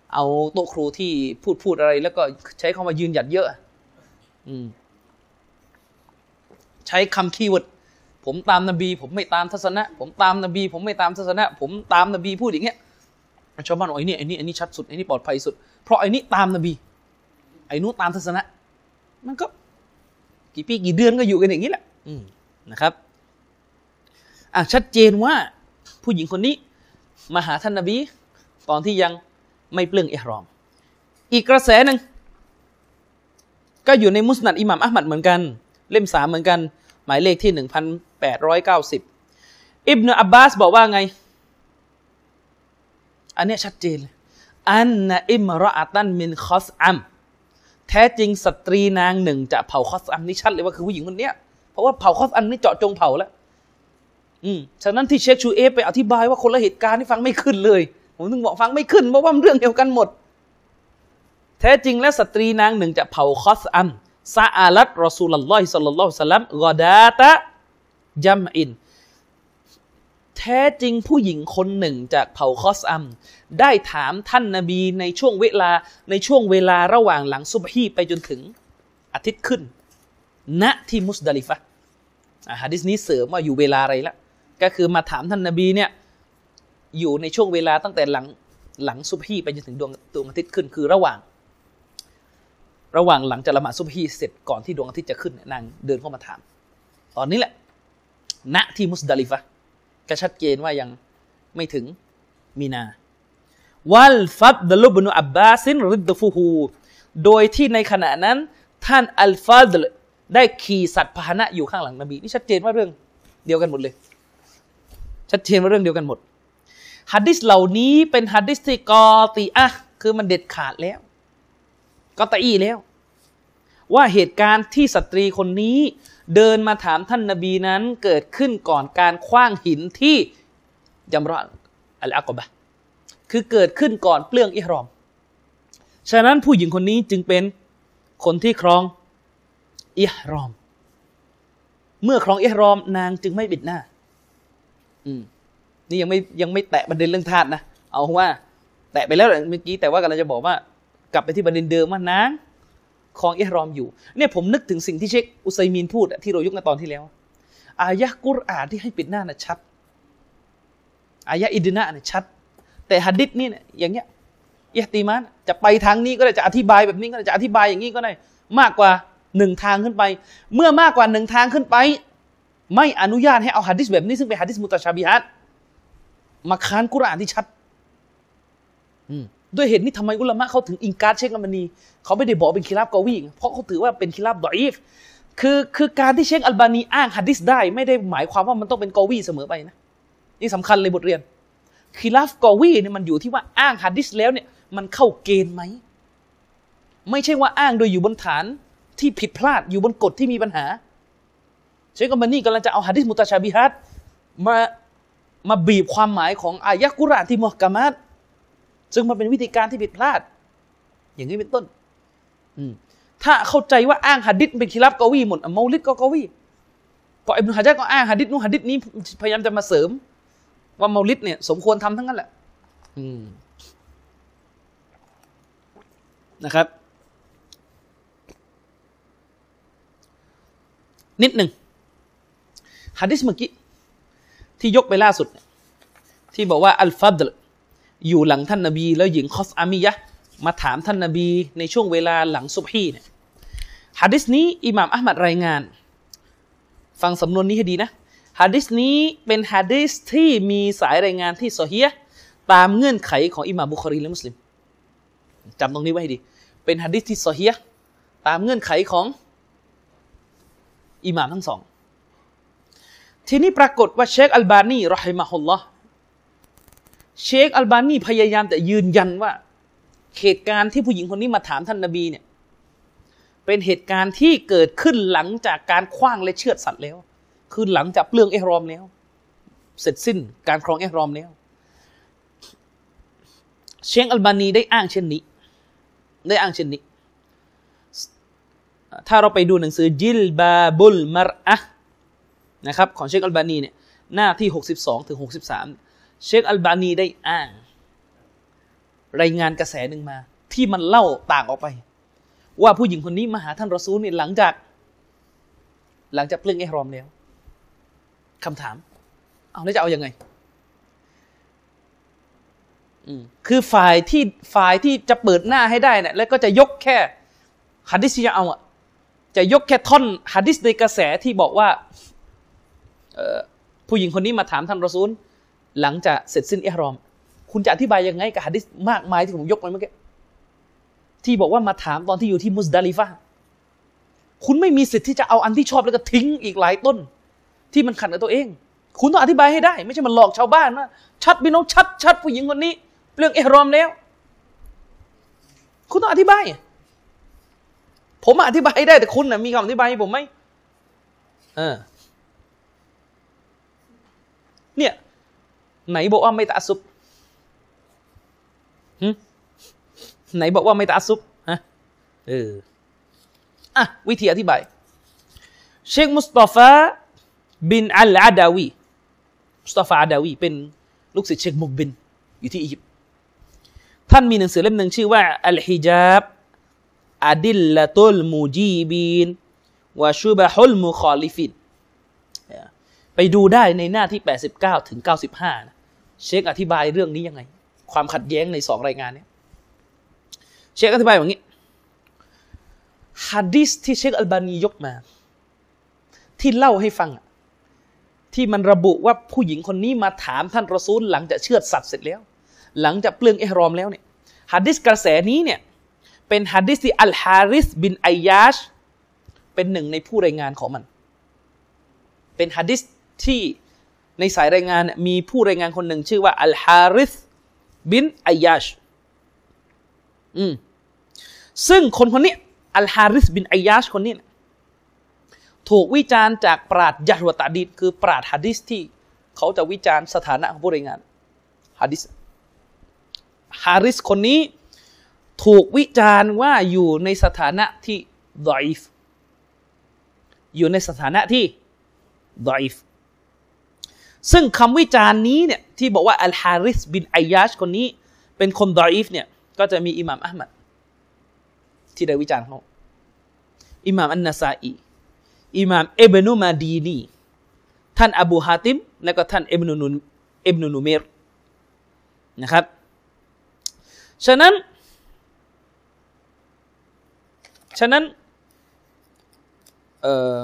เอาโต๊ะครูที่พูดพูดอะไรแล้วก็ใช้คำว่ายืนหยัดเยอะอืมใช้คำคีย์เวิร์ดผมตามนบีผมไม่ตามทัศนะผมตามนบีผมไม่ตามทัศนะผมตามนบีพูดอย่างเงี้ยชาวบ้านบอกไอ้นี่ไอ้นี่ไอ้นี่ชัดสุดไอ้นี่ปลอดภัยสุดเพราะไอ้นี่ตามนบีไอ้นู้นตามทัศนะมันก็กี่ปีกี่เดือนก็อยู่กันอย่างนี้แหละนะครับอ่ะชัดเจนว่าผู้หญิงคนนี้มาหาท่านนบีตอนที่ยังไม่เปลืองอิหรอมอีกกระแสหนึ่งก็อยู่ในมุสนัดอิหม่ามอะห์มัดเหมือนกันเล่มสามเหมือนกันหมายเลขที่หนึ่งพันแปดร้อยเก้าสิบอิบนุอับบาสบอกว่าไงอันนี้ชัดเจนเลยอันนะอิมรออะตันมินคอสอัมแท้จริงสตรีนางหนึ่งจากเผ่าคอสอัมนี่ชัดเลยว่าคือผู้หญิงคนนี้เพราะว่าเผ่าคอสอัมนี่เจาะจงเผ่าแล้วอืมฉะนั้นที่เชคชูเอฟไปอธิบายว่าคนละเหตุการณ์ที่ฟังไม่ขึ้นเลยผมถึงบอกฟังไม่ขึ้นเพราะว่ามันเรื่องเดียวกันหมดแท้จริงแล้วสตรีนางหนึ่งจากเผ่าคอสอัมซาอาลัตรอซูลุลลอฮิศ็อลลัลลอฮุอะลัยฮิวะซัลลัมกอดาตะญัมอินแท้จริงผู้หญิงคนหนึ่งจากเผ่าคอสอัมได้ถามท่านนบีในช่วงเวลาในช่วงเวลาระหว่างหลังซุบฮีไปจนถึงอาทิตย์ขึ้นณที่มุสดาลิฟะห์หะดีษนี้เสริมว่าอยู่เวลาอะไรละก็คือมาถามท่านนบีเนี่ยอยู่ในช่วงเวลาตั้งแต่หลังหลังซุบฮีไปจนถึงดวงดวงอาทิตย์ขึ้นคือระหว่างระหว่างหลังจากละหมาดซุบฮีเสร็จก่อนที่ดวงอาทิตย์จะขึ้นนางเดินเข้ามาถามตอนนี้แหละณที่มุสดาลิฟะห์ก็ชัดเจนว่ายังไม่ถึงมีนาวัลฟัดลุบนุอับบาซินริดฟุฮูโดยที่ในขณะนั้นท่านอัลฟัดลได้ขี่สัตว์พาหนะอยู่ข้างหลังนบีนี่ชัดเจนว่าเรื่องเดียวกันหมดเลยชัดเจนว่าเรื่องเดียวกันหมดหะดีษเหล่านี้เป็นหะดีษที่กอติอะห์คือมันเด็ดขาดแล้วกอตอีแล้วว่าเหตุการณ์ที่สตรีคนนี้เดินมาถามท่านนบีนั้นเกิดขึ้นก่อนการขว้างหินที่ญัมเราะห์อัลอะกอบะห์คือเกิดขึ้นก่อนเปลื้องอิหรอมฉะนั้นผู้หญิงคนนี้จึงเป็นคนที่ครองอิหรอมเมื่อครองอิหรอมนางจึงไม่ปิดหน้าอืมนี่ยังไม่ยังไม่แตะประเด็นเรื่องทาสนะเอาว่าแตะไปแล้วเมื่อกี้แต่ว่ากำลังจะบอกว่ากลับไปที่ประเด็นเดิมว่านางครองอิหรอมอยู่เนี่ยผมนึกถึงสิ่งที่เชคอุซัยมีนพูดที่เรายกในตอนที่แล้วอายะห์กุรอานที่ให้ปิดหน้าน่ะชัดอายะห์อิดนะน่ะชัดแต่หะดีษนี่เนี่ยอย่างเงี้ยอิหติมาลจะไปทางนี้ก็ได้จะอธิบายแบบนี้ก็ได้จะอธิบายอย่างนี้ก็ได้มากกว่าหนึ่งทางขึ้นไปเมื่อมากกว่าหนึ่งทางขึ้นไปไม่อนุญาตให้เอาหะดีษแบบนี้ซึ่งเป็นหะดีษมุตะชาบิฮัตมาค้านกุรอานที่ชัดด้วยเหตุนี้ทำไมอุลามะเขาถึงอิงการเชคอัลบานีเขาไม่ได้บอกเป็นคิลาฟกอวีเพราะเขาถือว่าเป็นคิลาฟดออีฟคือคือการที่เชคอัลบานีอ้างหะดีษได้ไม่ได้หมายความว่ามันต้องเป็นกอวีเสมอไปนะนี่สำคัญเลยบทเรียนคิลาฟกอวีเนี่ยมันอยู่ที่ว่าอ้างหะดีษแล้วเนี่ยมันเข้าเกณฑ์ไหมไม่ใช่ว่าอ้างโดยอยู่บนฐานที่ผิดพลาดอยู่บนกฎที่มีปัญหาเชคอัลบานีกำลังจะเอาหะดีษมุตะชาบิฮัตมามาบีบความหมายของอายะห์กุรอานที่มุฮกะมัตซึ่งมันเป็นวิธีการที่ผิดพลาดอย่างนี้เป็นต้นถ้าเข้าใจว่าอ้างหะดีษเป็นคิลาฟกอวีหมดเมาลิดก็กอวีพออิบนุฮะญัรก็อ้างหะดีษนู้นหะดีษนี้พยายามจะมาเสริมว่าเมาลิดเนี่ยสมควรทำทั้งนั้นแหละนะครับนิดหนึ่งหะดีษเมื่อกี้ที่ยกไปล่าสุดที่บอกว่าอัลฟัดลอยู่หลังท่านนบีแล้วหญิงคอสอามียะมาถามท่านนบีในช่วงเวลาหลังซุบฮีเนี่ยหะดีษนี้อิหม่ามอะห์มัดรายงานฟังสำนวนนี้ให้ดีนะหะดีษนี้เป็นหะดีษที่มีสายรายงานที่ซอฮีฮ์ตามเงื่อนไขของอิหม่ามบุคอรีและมุสลิมจำตรงนี้ไว้ให้ดีเป็นหะดีษที่ซอฮีฮ์ตามเงื่อนไขของอิหม่ามทั้งสองทีนี้ปรากฏว่าเชคอัลบานีเราะฮิมะฮุลลอฮ์เชคอัลบานีพยายามแต่ยืนยันว่าเหตุการณ์ที่ผู้หญิงคนนี้มาถามท่านนบีเนี่ยเป็นเหตุการณ์ที่เกิดขึ้นหลังจากการขว้างและเชือดสัตว์แล้วคือหลังจากเปลืองอิหรอมแล้วเสร็จสิ้นการครองอิหรอมแล้วเชคอัลบานีได้อ้างเช่นนี้ได้อ้างเช่นนี้ถ้าเราไปดูหนังสือจิลบาบุลมัรอะห์นะครับของเชคอัลบานีเนี่ยหน้าที่หกสิบสองถึงหกสิบสามเชคอัลบานีได้อ้างรายงานกระแสหนึ่งมาที่มันเล่าต่างออกไปว่าผู้หญิงคนนี้มาหาท่านรอซูลนี่หลังจากหลังจากเปลืองอิหรอมแล้วคำถามเอาแล้วจะเอายังไงคือฝ่ายที่ฝ่ายที่จะเปิดหน้าให้ได้เนี่ยแล้วก็จะยกแค่หะดีษที่จะเอาอ่ะจะยกแค่ท่อนหะดีษในกระแสที่บอกว่าผู้หญิงคนนี้มาถามท่านรอซูลหลังจากเสร็จสิ้นอิหรอมคุณจะอธิบายยังไงกับหะดีษมากมายที่ผมยกไปเมื่อกี้ที่บอกว่ามาถามตอนที่อยู่ที่มุซดาลิฟะห์คุณไม่มีสิทธิ์ที่จะเอาอันที่ชอบแล้วก็ทิ้งอีกหลายต้นที่มันขัดกับตัวเองคุณต้องอธิบายให้ได้ไม่ใช่มันหลอกชาวบ้านว่าชัดพี่น้องชัดชัดผู้หญิงคนนี้เรื่องอิหรอมแล้วคุณต้องอธิบายผมอธิบายได้แต่คุณนะมีคำอธิบายให้ผมไหมเออเนี่ยไหนบอกว่าไม่ตะอัสซุบหึไหนบอกว่าไม่ตะอัสซุบฮะเอออ่ะวิธีอธิบายเชคมุสตอฟาบินอัลอาดาวีมุสตอฟาอาดาวีเป็นลูกศิษย์เชคมุกบินอยู่ที่อียิปต์ท่านมีหนังสือเล่มหนึ่งชื่อว่าอัลฮิญาบอะดิลละตุลมุจีบีนวะชุบะฮุลมุคอลิฟินไปดูได้ในหน้าที่แปดสิบเก้าถึงเก้าสิบห้านะเชคอธิบายเรื่องนี้ยังไงความขัดแย้งในสองรายงานนี้เชคอธิบายอย่างนี้หะดีษที่เชคอัลบานียกมาที่เล่าให้ฟังที่มันระบุว่าผู้หญิงคนนี้มาถามท่านรอซูลหลังจากเชือดสัตว์เสร็จแล้วหลังจากเปลืองอิหรอมแล้วเนี่ยหะดีษกระแสนี้เนี่ยเป็นหะดีษที่อัลฮาริสบินอัยยาชเป็นหนึ่งในผู้รายงานของมันเป็นหะดีษที่ในสายรายงานมีผู้รายงานคนหนึ่งชื่อว่าอัลฮาริสบินอัยยาชอืมซึ่งคนคนนี้อัลฮาริสบินอัยยาชคนนี้ถูกวิจารณ์จากปราชญ์ยะฮ์วะตะดีดคือปราชญ์หะดีษที่เขาจะวิจารณ์สถานะของผู้รายงานหะดีษฮาริสคนนี้ถูกวิจารณ์ว่าอยู่ในสถานะที่ฎออีฟอยู่ในสถานะที่ฎออีฟซึ่งคำวิจารณ์นี้เนี่ยที่บอกว่าอัลฮาริสบินอัยยาชคนนี้เป็นคนฎออีฟเนี่ยก็จะมีอิหม่ามอะห์มัดที่ได้วิจารณ์เขาอิหม่ามอันนะซาอีอิหม่ามอิบนุมาดีนีท่านอบูฮาติมและก็ท่านอิบนุนุนอิบนุนุเมรนะครับฉะนั้นฉะนั้นเอ่อ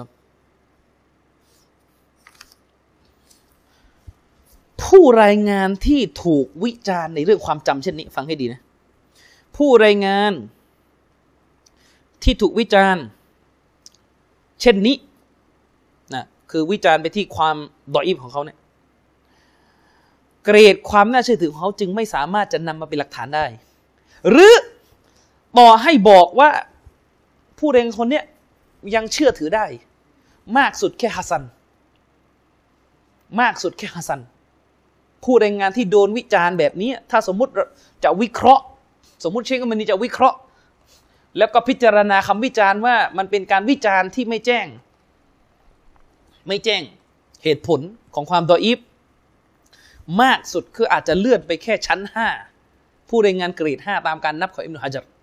ผู้รายงานที่ถูกวิจารณ์ในเรื่องความจำเช่นนี้ฟังให้ดีนะผู้รายงานที่ถูกวิจารณ์เช่นนี้นะคือวิจารณ์ไปที่ความฎออีฟของเขาเนี่ยเกรดความน่าเชื่อถือของเขาจึงไม่สามารถจะนำมาเป็นหลักฐานได้หรือต่อให้บอกว่าผู้รายงานคนเนี้ยยังเชื่อถือได้มากสุดแค่ฮัสซันมากสุดแค่ฮัสซันผู้รายงานที่โดนวิจารณ์แบบนี้ถ้าสมมุติจะวิเคราะห์สมมุติเชคมันนี่จะวิเคราะห์แล้วก็พิจารณาคำวิจารณ์ว่ามันเป็นการวิจารณ์ที่ไม่แจ้งไม่แจ้งเหตุผลของความฎออีฟมากสุดคืออาจจะเลื่อนไปแค่ชั้นห้าผู้รายงานเกรดห้าตามการนับของอิบนุฮะญัร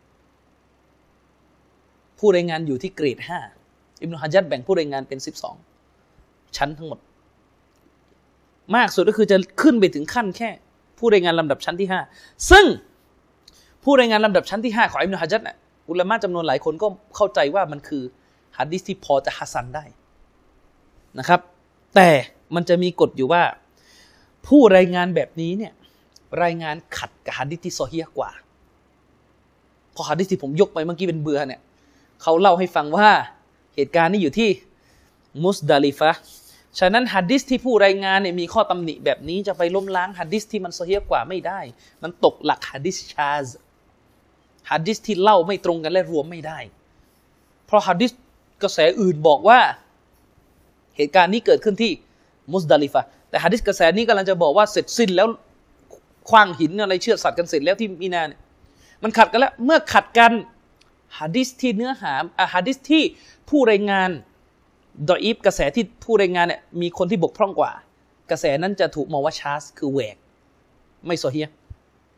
ผู้รายงานอยู่ที่เกรดห้าอิบนุฮะญัรแบ่งผู้รายงานเป็นสิบสองชั้นทั้งหมดมากสุดก็คือจะขึ้นไปถึงขั้นแค่ผู้รายงานลำดับชั้นที่ห้าซึ่งผู้รายงานลำดับชั้นที่ห้าของอิบนุฮะญัรน่ะอุลามะจำนวนหลายคนก็เข้าใจว่ามันคือหะดีษที่พอจะฮัสซันได้นะครับแต่มันจะมีกฎอยู่ว่าผู้รายงานแบบนี้เนี่ยรายงานขัดกับหะดีษที่ซอฮีฮ์กว่าเพราะหะดีษที่ผมยกไปเมื่อกี้เป็นเบื่อเนี่ยเขาเล่าให้ฟังว่าเหตุการณ์นี้อยู่ที่มุซดาลิฟะห์ฉะนั้นหะดีษที่ผู้รายงานเนี่ยมีข้อตำหนิแบบนี้จะไปล้มล้างหะดีษที่มันซอฮีฮ์กว่าไม่ได้มันตกหลักหะดีษชาซหะดีษที่เล่าไม่ตรงกันและรวมไม่ได้เพราะหะดีษกระแสอื่นบอกว่าเหตุการณ์นี้เกิดขึ้นที่มุซดาลิฟะห์แต่หะดีษกระแสนี้กำลังจะบอกว่าเสร็จสิ้นแล้วขว้างหินอะไรเชือดสัตว์กันเสร็จแล้วที่มีนาเนี่ยมันขัดกันแล้วเมื่อขัดกันหะดีษที่เนื้อหาอ่ะหะดีษที่ผู้รายงานฎออีฟกระแสที่ผู้รายงานเนี่ยมีคนที่บกพร่องกว่ากระแสนั้นจะถูกมองว่าชาซคือแหวกไม่ซอฮีฮ์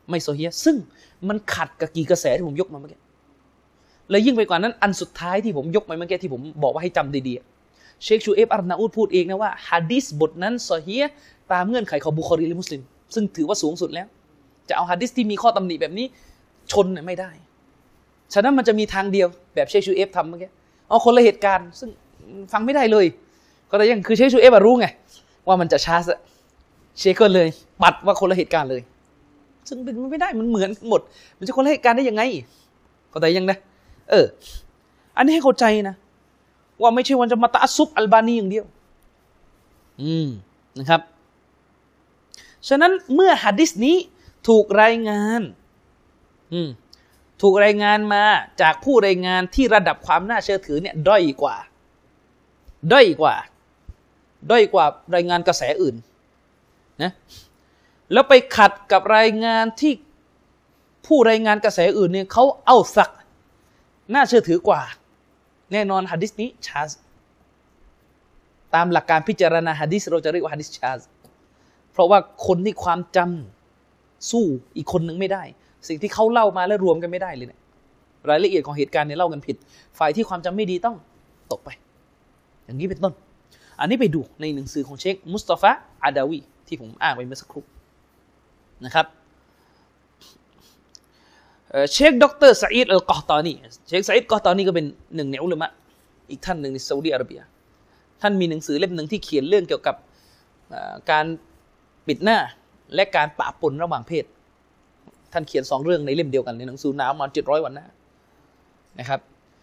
ไม่โซเฮียซึ่งมันขัดกับกี่กระแสที่ผมยกมาเมื่อกี้และยิ่งไปกว่านั้นอันสุดท้ายที่ผมยกมาเมื่อกี้ที่ผมบอกว่าให้จำดีๆเชคชูเอฟอัลนาอูดพูดเองนะว่าหะดีษบทนั้นโซเฮียตามเงื่อนไขของบุคอรีและมุสลิมซึ่งถือว่าสูงสุดแล้วจะเอาหะดีษที่มีข้อตำหนิแบบนี้ชนไม่ได้ฉะนั้นมันจะมีทางเดียวแบบเชคชูเอฟทำเมื่อกี้เอาคนละเหตุการณ์ซึ่งฟังไม่ได้เลยก็แต่ยังคือเชคชูเอฟรู้ไงว่ามันจะช้าเชคก็เลยปัดว่าคนละเหตุการณ์เลยซึ่งเป็นไม่ได้มันเหมือนหมดมันจะคนละเหตุการณ์ได้ยังไงก็แต่ยังนะเอออันนี้ให้เข้าใจนะว่าไม่ใช่วันจะมาตะอัสซุบอัลบานีอย่างเดียวอืมนะครับฉะนั้นเมื่อหะดีษนี้ถูกรายงานอืมถูกรายงานมาจากผู้รายงานที่ระดับความน่าเชื่อถือเนี่ยด้อยกว่าด้อยกว่าด้อยกว่ารายงานกระแสอื่นนะแล้วไปขัดกับรายงานที่ผู้รายงานกระแสอื่นเนี่ยเขาเอาสักน่าเชื่อถือกว่าแน่นอนหะดีษนี้ชาซตามหลักการพิจารณาหะดีษเราจะเรียกว่าหะดีษชาซเพราะว่าคนที่ความจำสู้อีกคนนึงไม่ได้สิ่งที่เขาเล่ามาแล้วรวมกันไม่ได้เลยเนี่ยรายละเอียดของเหตุการณ์เนี่ยเล่ากันผิดฝ่ายที่ความจำไม่ดีต้องตกไปอย่างนี้เป็นต้นอันนี้ไปดูในหนังสือของเชคมุสตอฟาอาดาวีที่ผมอ่านไปเมื่อสักครู่นะครับเชคด็อกเตอร์ซาอิดอัลกอฮตานีเชคซาอิดกอฮตานีก็เป็นหนึ่งในอุลามะอีกท่านหนึ่งในซาอุดิอาระเบียท่านมีหนังสือเล่มหนึ่งที่เขียนเรื่องเกี่ยวกับการปิดหน้าและการปะปนระหว่างเพศท่านเขียนสองเรื่องในเล่มเดียวกันในหนังสือหนาประมาณเจ็ดร้อยวันหน้านะครับ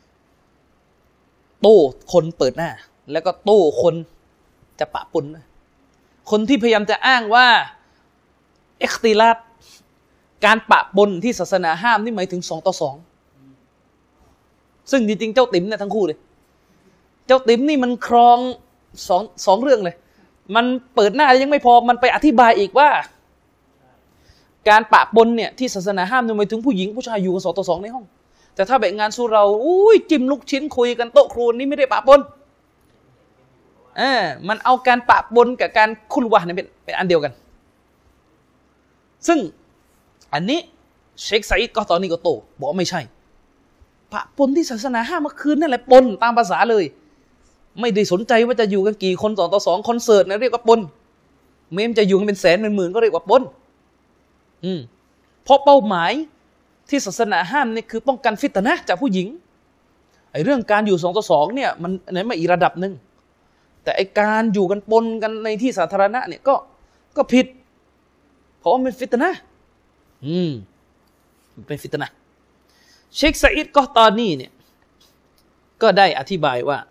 โต้คนเปิดหน้าแล้วก็โต้คนจะปะปนคนที่พยายามจะอ้างว่าอิคติลาตการปะปนที่ศาสนาห้ามนี่หมายถึงสองต่อสองซึ่งจริงๆเจ้าติ๋มเนี่ยทั้งคู่เลยเจ้าติ๋มนี่มันครองสองสองเรื่องเลยมันเปิดหน้ายังไม่พอมันไปอธิบายอีกว่าการปะปนเนี่ยที่ศาสนาห้ามเนี่ยหมายถึงผู้หญิงผู้ชายอยู่กันสองต่อสองในห้องแต่ถ้าแบบงานสู้เราอุ้ยจิ้มลูกชิ้นคุยกันโต๊ะครูนี่ไม่ได้ปะปนเออมันเอาการปะปนกับการคุลวะเนี่ยเป็นเป็นอันเดียวกันซึ่งอันนี้เชคไซด์ก็ตอนนี้ก็โตบอกว่าไม่ใช่ปะปนที่ศาสนาห้ามเมื่อคืนนั่นแหละปนตามภาษาเลยไม่ได้สนใจว่าจะอยู่กันกี่คนสองต่อสองคอนเสิร์ตนะเรียกว่าปนเมมจะอยู่กันเป็นแสนเป็นหมื่นก็เรียกว่าปนอืมเพราะเป้าหมายที่ศาสนาห้ามเนี่ยคือป้องกันฟิตนะห์จากผู้หญิงไอ้เรื่องการอยู่สองต่อสองเนี่ยมันไหนมาอีกระดับนึงแต่ไอ้การอยู่กันปนกันในที่สาธารณะเนี่ยก็ก็ผิดเพราะว่ามันฟิตนะห์อืมมันเป็นฟิตนะห์เชคซาอิดก็ตอนนี้เนี่ยก็ได้อธิบายว่า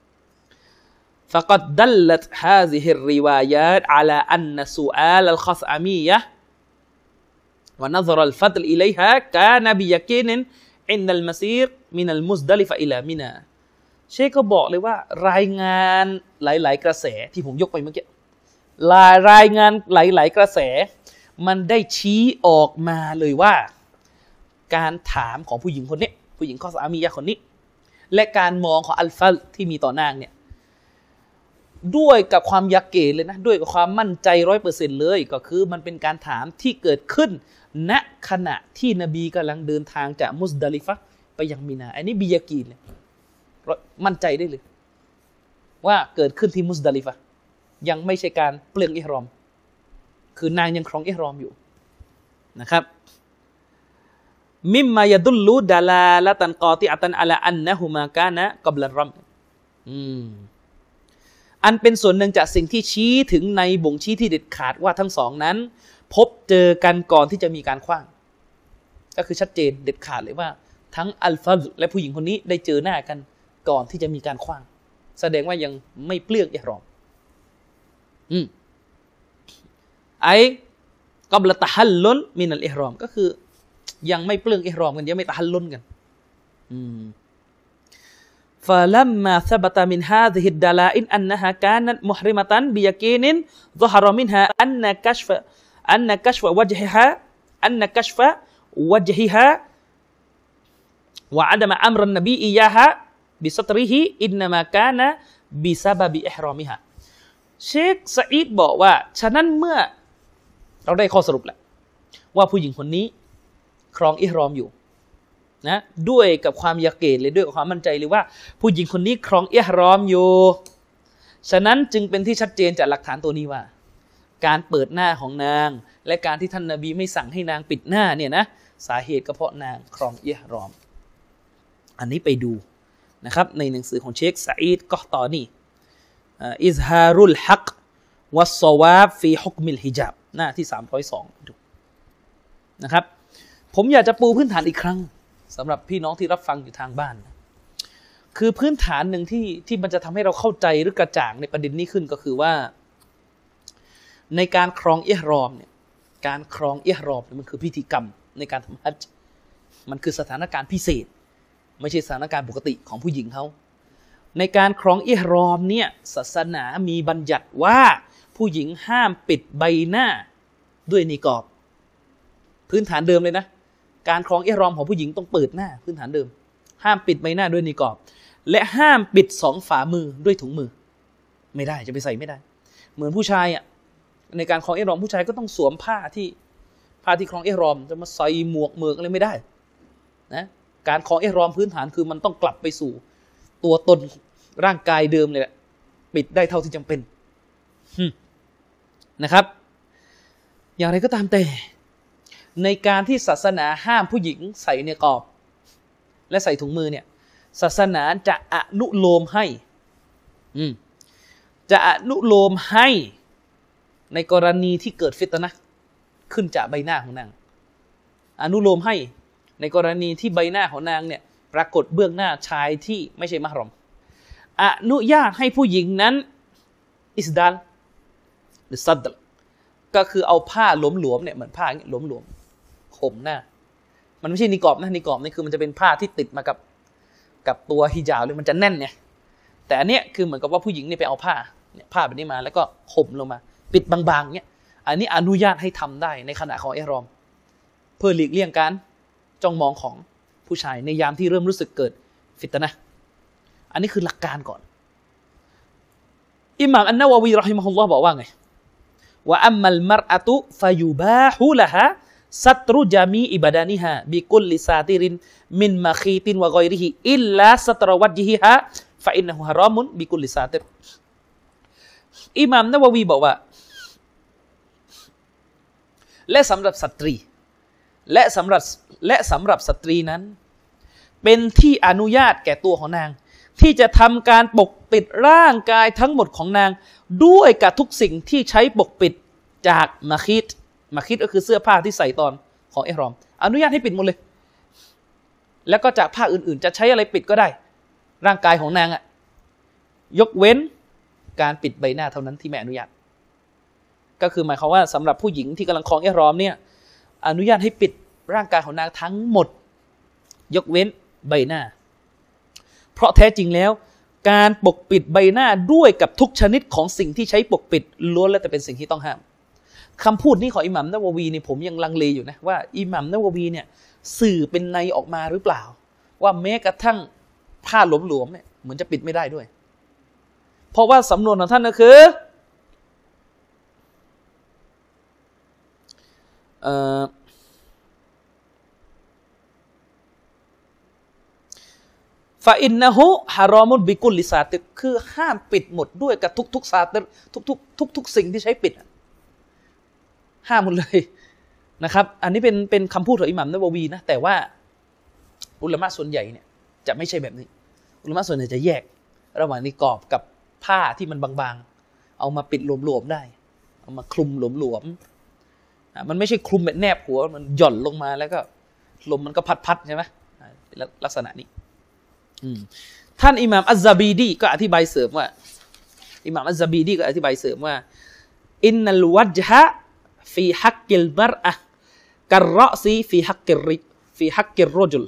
فقد دلت هذه الروايات على أن سؤال الخثعمية ونظر الفضل إليها كان بيقين عند المسير من المزدلفة إلى منى เชคก็บอกเลยว่ารายงานหลายๆกระแสที่ผมยกไปเมื่อกี้รายงานหลายๆกระแสมันได้ชี้ออกมาเลยว่าการถามของผู้หญิงคนนี้ผู้หญิงข้อสามียะคนนี้และการมองของอัลฟัลที่มีต่อนางเนี่ยด้วยกับความยักเกเลยนะด้วยกับความมั่นใจร้อยเปอร์เซ็นต์เลยก็คือมันเป็นการถามที่เกิดขึ้นณขณะที่นบีกำลังเดินทางจากมุซดาลิฟะห์ไปยังมีนาอันนี้บียากีนเลยมั่นใจได้เลยว่าเกิดขึ้นที่มุซดาลิฟะห์ยังไม่ใช่การเปลืองอิหรอมคือนางยังครองอิหรอมอยู่นะครับมิมมายะดุลลูดะลาละตันกอติอะตันอะลาอันนะฮุมา กานะกับละรัมอืมอันเป็นส่วนหนึ่งจากสิ่งที่ชี้ถึงในบ่งชี้ที่เด็ดขาดว่าทั้งสองนั้นพบเจอกันก่อนที่จะมีการขว้างก็คือชัดเจนเด็ดขาดเลยว่าทั้งอัลฟาและผู้หญิงคนนี้ได้เจอหน้ากันก่อนที่จะมีการขว้างแสดงว่ายังไม่เปลือกอิหรอมอืมไอ้กับละตะฮัลลุนมินัลอิหรอมก็คือยังไม่เปลืองอิหรอมกันยังไม่ตะฮัลลุนกันอืมفلما ثبت من هذه الدلائل أنها كانت محرمة بيقين ظهر منها أن كشف أن كشف وجهها أن كشف وجهها وعدم أمر النبي إياها بستره إنما كان بسبب إحرامها เชคซะอีดบอกว่าฉะนั้นเมื่อเราได้ข้อสรุปแล้วว่าผู้หญิงคนนี้ครองอิหรอมอยู่นะด้วยกับความยาเกตเลยด้วยกับความมั่นใจเลยว่าผู้หญิงคนนี้ครองอิหรอมอยู่ฉะนั้นจึงเป็นที่ชัดเจนจากหลักฐานตัวนี้ว่าการเปิดหน้าของนางและการที่ท่านนบีไม่สั่งให้นางปิดหน้าเนี่ยนะสาเหตุก็เพราะนางครองอิหรอมอันนี้ไปดูนะครับในหนังสือของเชคซะอีดกอตอนีอิซฮารุลฮักวัสซอวาบฟีฮุกมิลฮิญาบหน้าที่สามร้อยสองดูนะครับผมอยากจะปูพื้นฐานอีกครั้งสำหรับพี่น้องที่รับฟังอยู่ทางบ้านคือพื้นฐานหนึ่งที่ที่มันจะทำให้เราเข้าใจหรือกระจ่างในประเด็นนี้ขึ้นก็คือว่าในการครองอิหรอมเนี่ยการครองอิหรอมมันคือพิธีกรรมในการทำฮัจญ์มันคือสถานการณ์พิเศษไม่ใช่สถานการณ์ปกติของผู้หญิงเขาในการครองอิหรอมเนี่ยศาสนามีบัญญัติว่าผู้หญิงห้ามปิดใบหน้าด้วยนิกอบพื้นฐานเดิมเลยนะการครองอิหรอมของผู้หญิงต้องเปิดหน้าพื้นฐานเดิมห้ามปิดใบหน้าด้วยนิกอบและห้ามปิดสองฝ่ามือด้วยถุงมือไม่ได้จะไปใส่ไม่ได้เหมือนผู้ชายอ่ะในการครองอิหรอมผู้ชายก็ต้องสวมผ้าที่ผ้าที่ครองอิหรอมจะมาใส่หมวกเมือกอะไรไม่ได้นะการครองอิหรอมพื้นฐานคือมันต้องกลับไปสู่ตัวตนร่างกายเดิมเลยแหละปิดได้เท่าที่จำเป็นนะครับอย่างไรก็ตามแต่ในการที่ศาสนาห้ามผู้หญิงใส่เนิกอบและใส่ถุงมือเนี่ยศาสนาจะอนุโลมให้อืมจะอนุโลมให้ในกรณีที่เกิดฟิตนะห์ขึ้นจากใบหน้าของนางอนุโลมให้ในกรณีที่ใบหน้าของนางเนี่ยปรากฏเบื้องหน้าชายที่ไม่ใช่มะฮรอมอนุญาตให้ผู้หญิงนั้นอิสดาลหรือซัดดก็คือเอาผ้าหลวมๆเนี่ยเหมือนผ้าอย่างเงี้ยหลวมๆข่มหน้ามันไม่ใช่นิกอบนะนิกอบนี่คือมันจะเป็นผ้าที่ติดมากับกับตัวฮิญาบเลยมันจะแน่นไงแต่อันเนี้ยคือเหมือนกับว่าผู้หญิงนี่ไปเอาผ้าเนี่ยผ้าแบบนี้มาแล้วก็ข่มลงมาปิดบางๆเงี้ยอันนี้อนุญาตให้ทำได้ในขณะของอิหรอมเพื่อหลีกเลี่ยงการจ้องมองของผู้ชายในยามที่เริ่มรู้สึกเกิดฟิตนะห์อันนี้คือหลักการก่อนอิหม่ามอันนะวะวีเราะฮิมะฮุลลอฮ์บอกว่าไงว่าอัมมัลมัรอะตุฟะยุบาฮุละฮาซัตรุจามีอิบาดานิฮาบิกุลลิซาติรินมินมะคีตินวะกอยริฮิอิลลาซัตรวัจญิฮาฟะอินนะฮูฮารอมุนบิกุลลิซาติรอิหม่ามนะวะวีบอกว่าและสำหรับสตรีและสำหรับและสำหรับสตรีนั้นเป็นที่อนุญาตแก่ตัวของนางที่จะทำการปกปิดร่างกายทั้งหมดของนางด้วยกับทุกสิ่งที่ใช้ปกปิดจากมะคีตมะคีตก็คือเสื้อผ้าที่ใส่ตอนของอิหรอมอนุญาตให้ปิดหมดเลยแล้วก็จากผ้าอื่นๆจะใช้อะไรปิดก็ได้ร่างกายของนางอะยกเว้นการปิดใบหน้าเท่านั้นที่ไม่อนุญาตก็คือหมายความว่าสำหรับผู้หญิงที่กำลังครองอิหรอมเนี่ยอนุญาตให้ปิดร่างกายของนางทั้งหมดยกเว้นใบหน้าเพราะแท้จริงแล้วการปกปิดใบหน้าด้วยกับทุกชนิดของสิ่งที่ใช้ปกปิดล้วนแล้วแต่เป็นสิ่งที่ต้องห้ามคำพูดนี้ของอิหม่ามนะวะวีนี่ผมยังลังเลอยู่นะว่าอิหม่ามนะวะวีเนี่ยสื่อเป็นในออกมาหรือเปล่าว่าแม้กระทั่งผ้าหลวมๆเนี่ยเหมือนจะปิดไม่ได้ด้วยเพราะว่าสำนวนของท่านก็คือเอ่อฟาอินนะฮูฮารอมุนบิกุลลิซาติรคือห้ามปิดหมดด้วยกับทุกๆซาติรทุกๆทุกๆสิ่งที่ใช้ปิดห้ามหมดเลยนะครับอันนี้เป็นเป็นคำพูดของอิหม่ามนะวะวีนะแต่ว่าอุลามะส่วนใหญ่เนี่ยจะไม่ใช่แบบนี้อุลามะส่วนใหญ่จะแยกระหว่างนิกอบกับผ้าที่มันบางๆเอามาปิดหลวมๆได้เอามาคลุมหลวมๆมันไม่ใช่คลุมแบบแนบหัวมันหย่อนลงมาแล้วก็ลมมันก็พัดๆใช่ไหมลักษณะนี้ท่านอิหม่ามอัซซะบีดีก็อธิบายเสริมว่าอิหม่ามอัซซะบีดีก็อธิบายเสริมว่าอินนัลวัจฮะฟีฮักกิลมัรอะห์กัรรอซีฟีฮักกิรริฟีฮักกิรรจุล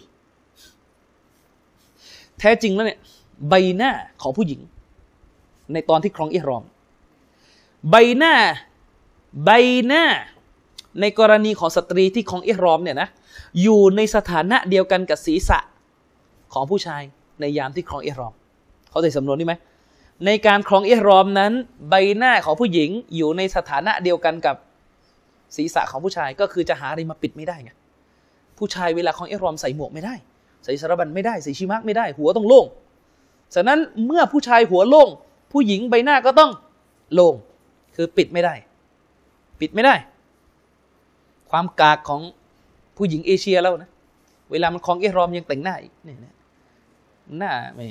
แท้จริงแล้วเนี่ยใบหน้าของผู้หญิงในตอนที่ครองอิหรอมใบหน้าใบหน้าในกรณีของสตรีที่ครองอิหรอมเนี่ยนะอยู่ในสถานะเดียวกันกับศีรษะของผู้ชายในยามที่ครองอิหรอมเขาใจสำนวนนี้ไหมในการครองอิหรอมนั้นใบหน้าของผู้หญิงอยู่ในสถานะเดียวกันกับศีรษะของผู้ชายก็คือจะหาอะไรมาปิดไม่ได้ไงผู้ชายเวลาคลองอิหรอมใส่หมวกไม่ได้ใส่สารบัญไม่ได้ใส่ชิมักไม่ได้หัวต้องโล่งฉะนั้นเมื่อผู้ชายหัวโล่งผู้หญิงใบหน้าก็ต้องโล่งคือปิดไม่ได้ปิดไม่ได้ความกากของผู้หญิงเอเชียแล้วนะเวลามันคลองอิหรอมยังแต่งหน้าอีกเนี่ยหน้าไม่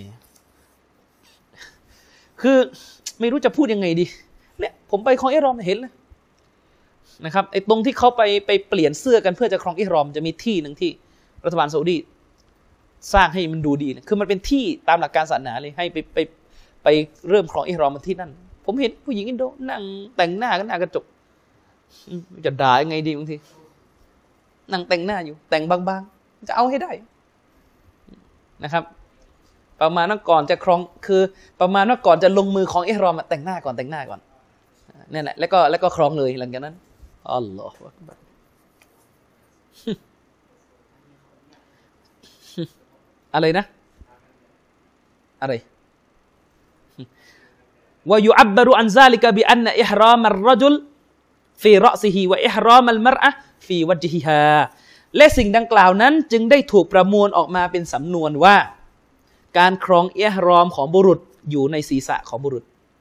คือไม่รู้จะพูดยังไงดีเนี่ยผมไปคลองอิหรอมเห็นเลยนะครับไอ้ตรงที่เขาไปไปเปลี่ยนเสื้อกันเพื่อจะคลองอิหรอมจะมีที่หนึ่งที่รัฐบาลซาอุดีสร้างให้มันดูดีคือมันเป็นที่ตามหลักการศาสนาเลยให้ไปไปไปเริ่มคลองอิหรอมมาที่นั่นผมเห็นผู้หญิงอินโดนั่งแต่งหน้ากันหน้ากระจกจะด่ายังไงดีบางทีนั่งแต่งหน้าอยู่แต่งบางๆจะเอาให้ได้นะครับประมาณนั้นก่อนจะครองคือประมาณว่าก่อนจะลงมือของอิหรอมแต่งหน้าก่อนแต่งหน้าก่อนนั่นแหละแล้วก็แล้วก็ครองเลยหลังจากนั้นอัลลอฮฺอะไรนะอะไรว่ายุอับบรุอันซาลิกะบิอันนะอิหรามอัลรจุลฟีรอซิฮิวะอิหรามอัลมรอะฟีวัจฮิฮาและสิ่งดังกล่าวนั้นจึงได้ถูกประมวลออกมาเป็นสำนวนว่าการครองอิหรอมของบุรุษอยู่ในศีรษะของบุรุษ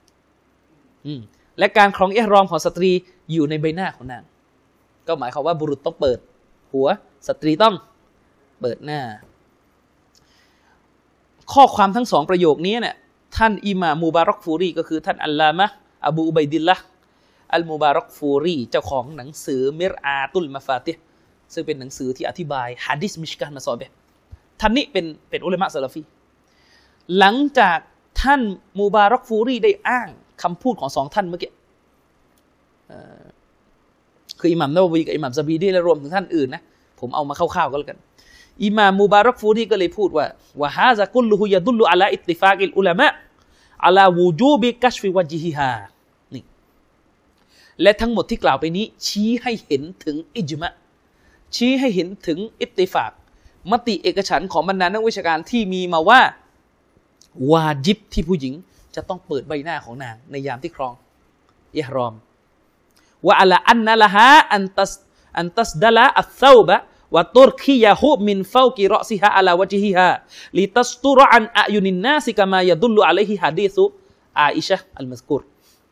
และการครองอิหรอมของสตรีอยู่ในใบหน้าของนางก็หมายความว่าบุรุษต้องเปิดหัวสตรีต้องเปิดหน้าข้อความทั้งสองประโยคนี้เนี่ยท่านอิหม่ามมูบารอกฟูรีก็คือท่านอัลลามะห์อบูอุบัยดิลละห์อัลมูบารอกฟูรีเจ้าของหนังสือมิรอาตุลมะฟาติฮ์ซึ่งเป็นหนังสือที่อธิบายหะดีษมิชกะฮ์มะซอบิฮ์ท่านนี้เป็นเป็นอุลามะซะลาฟีหลังจากท่านมูบารอกฟูรีได้อ้างคำพูดของสองท่านเมื่อกี้คืออิหม่ามนะวะวีกับอิหม่ามซะบีดีและรวมถึงท่านอื่นนะผมเอามาคร่าวๆก็แล้วกันอิหม่ามมูบารอกฟูรีก็เลยพูดว่าวะฮาซะกุลลุฮุยะดุลลุอะลาอิตติฟากิลอุลามะอะลาวูจูบิกัชฟิวะจิฮิฮานี่และทั้งหมดที่กล่าวไปนี้ชี้ให้เห็นถึงอิจมะชี้ให้เห็นถึงอิตติฟากมติเอกฉันท์ของบรรดานักวิชาการที่มีมาว่าวาญิบที่ผู้หญิงจะต้องเปิดใบหน้าของนางในยามที่ครองอิหรอมวะอะลาอันนะละฮาอันตัสอันตัสดะลาอัศเราบะวะตุรคียะฮูมินฟาวกิรอซิฮาอะลาวะจิฮิฮาลิตัสตุรอันอะยุนินนาซิกะมายะดุลลุอะลัยฮิหะดีษุอาอิชะฮ์อัลมัซกูร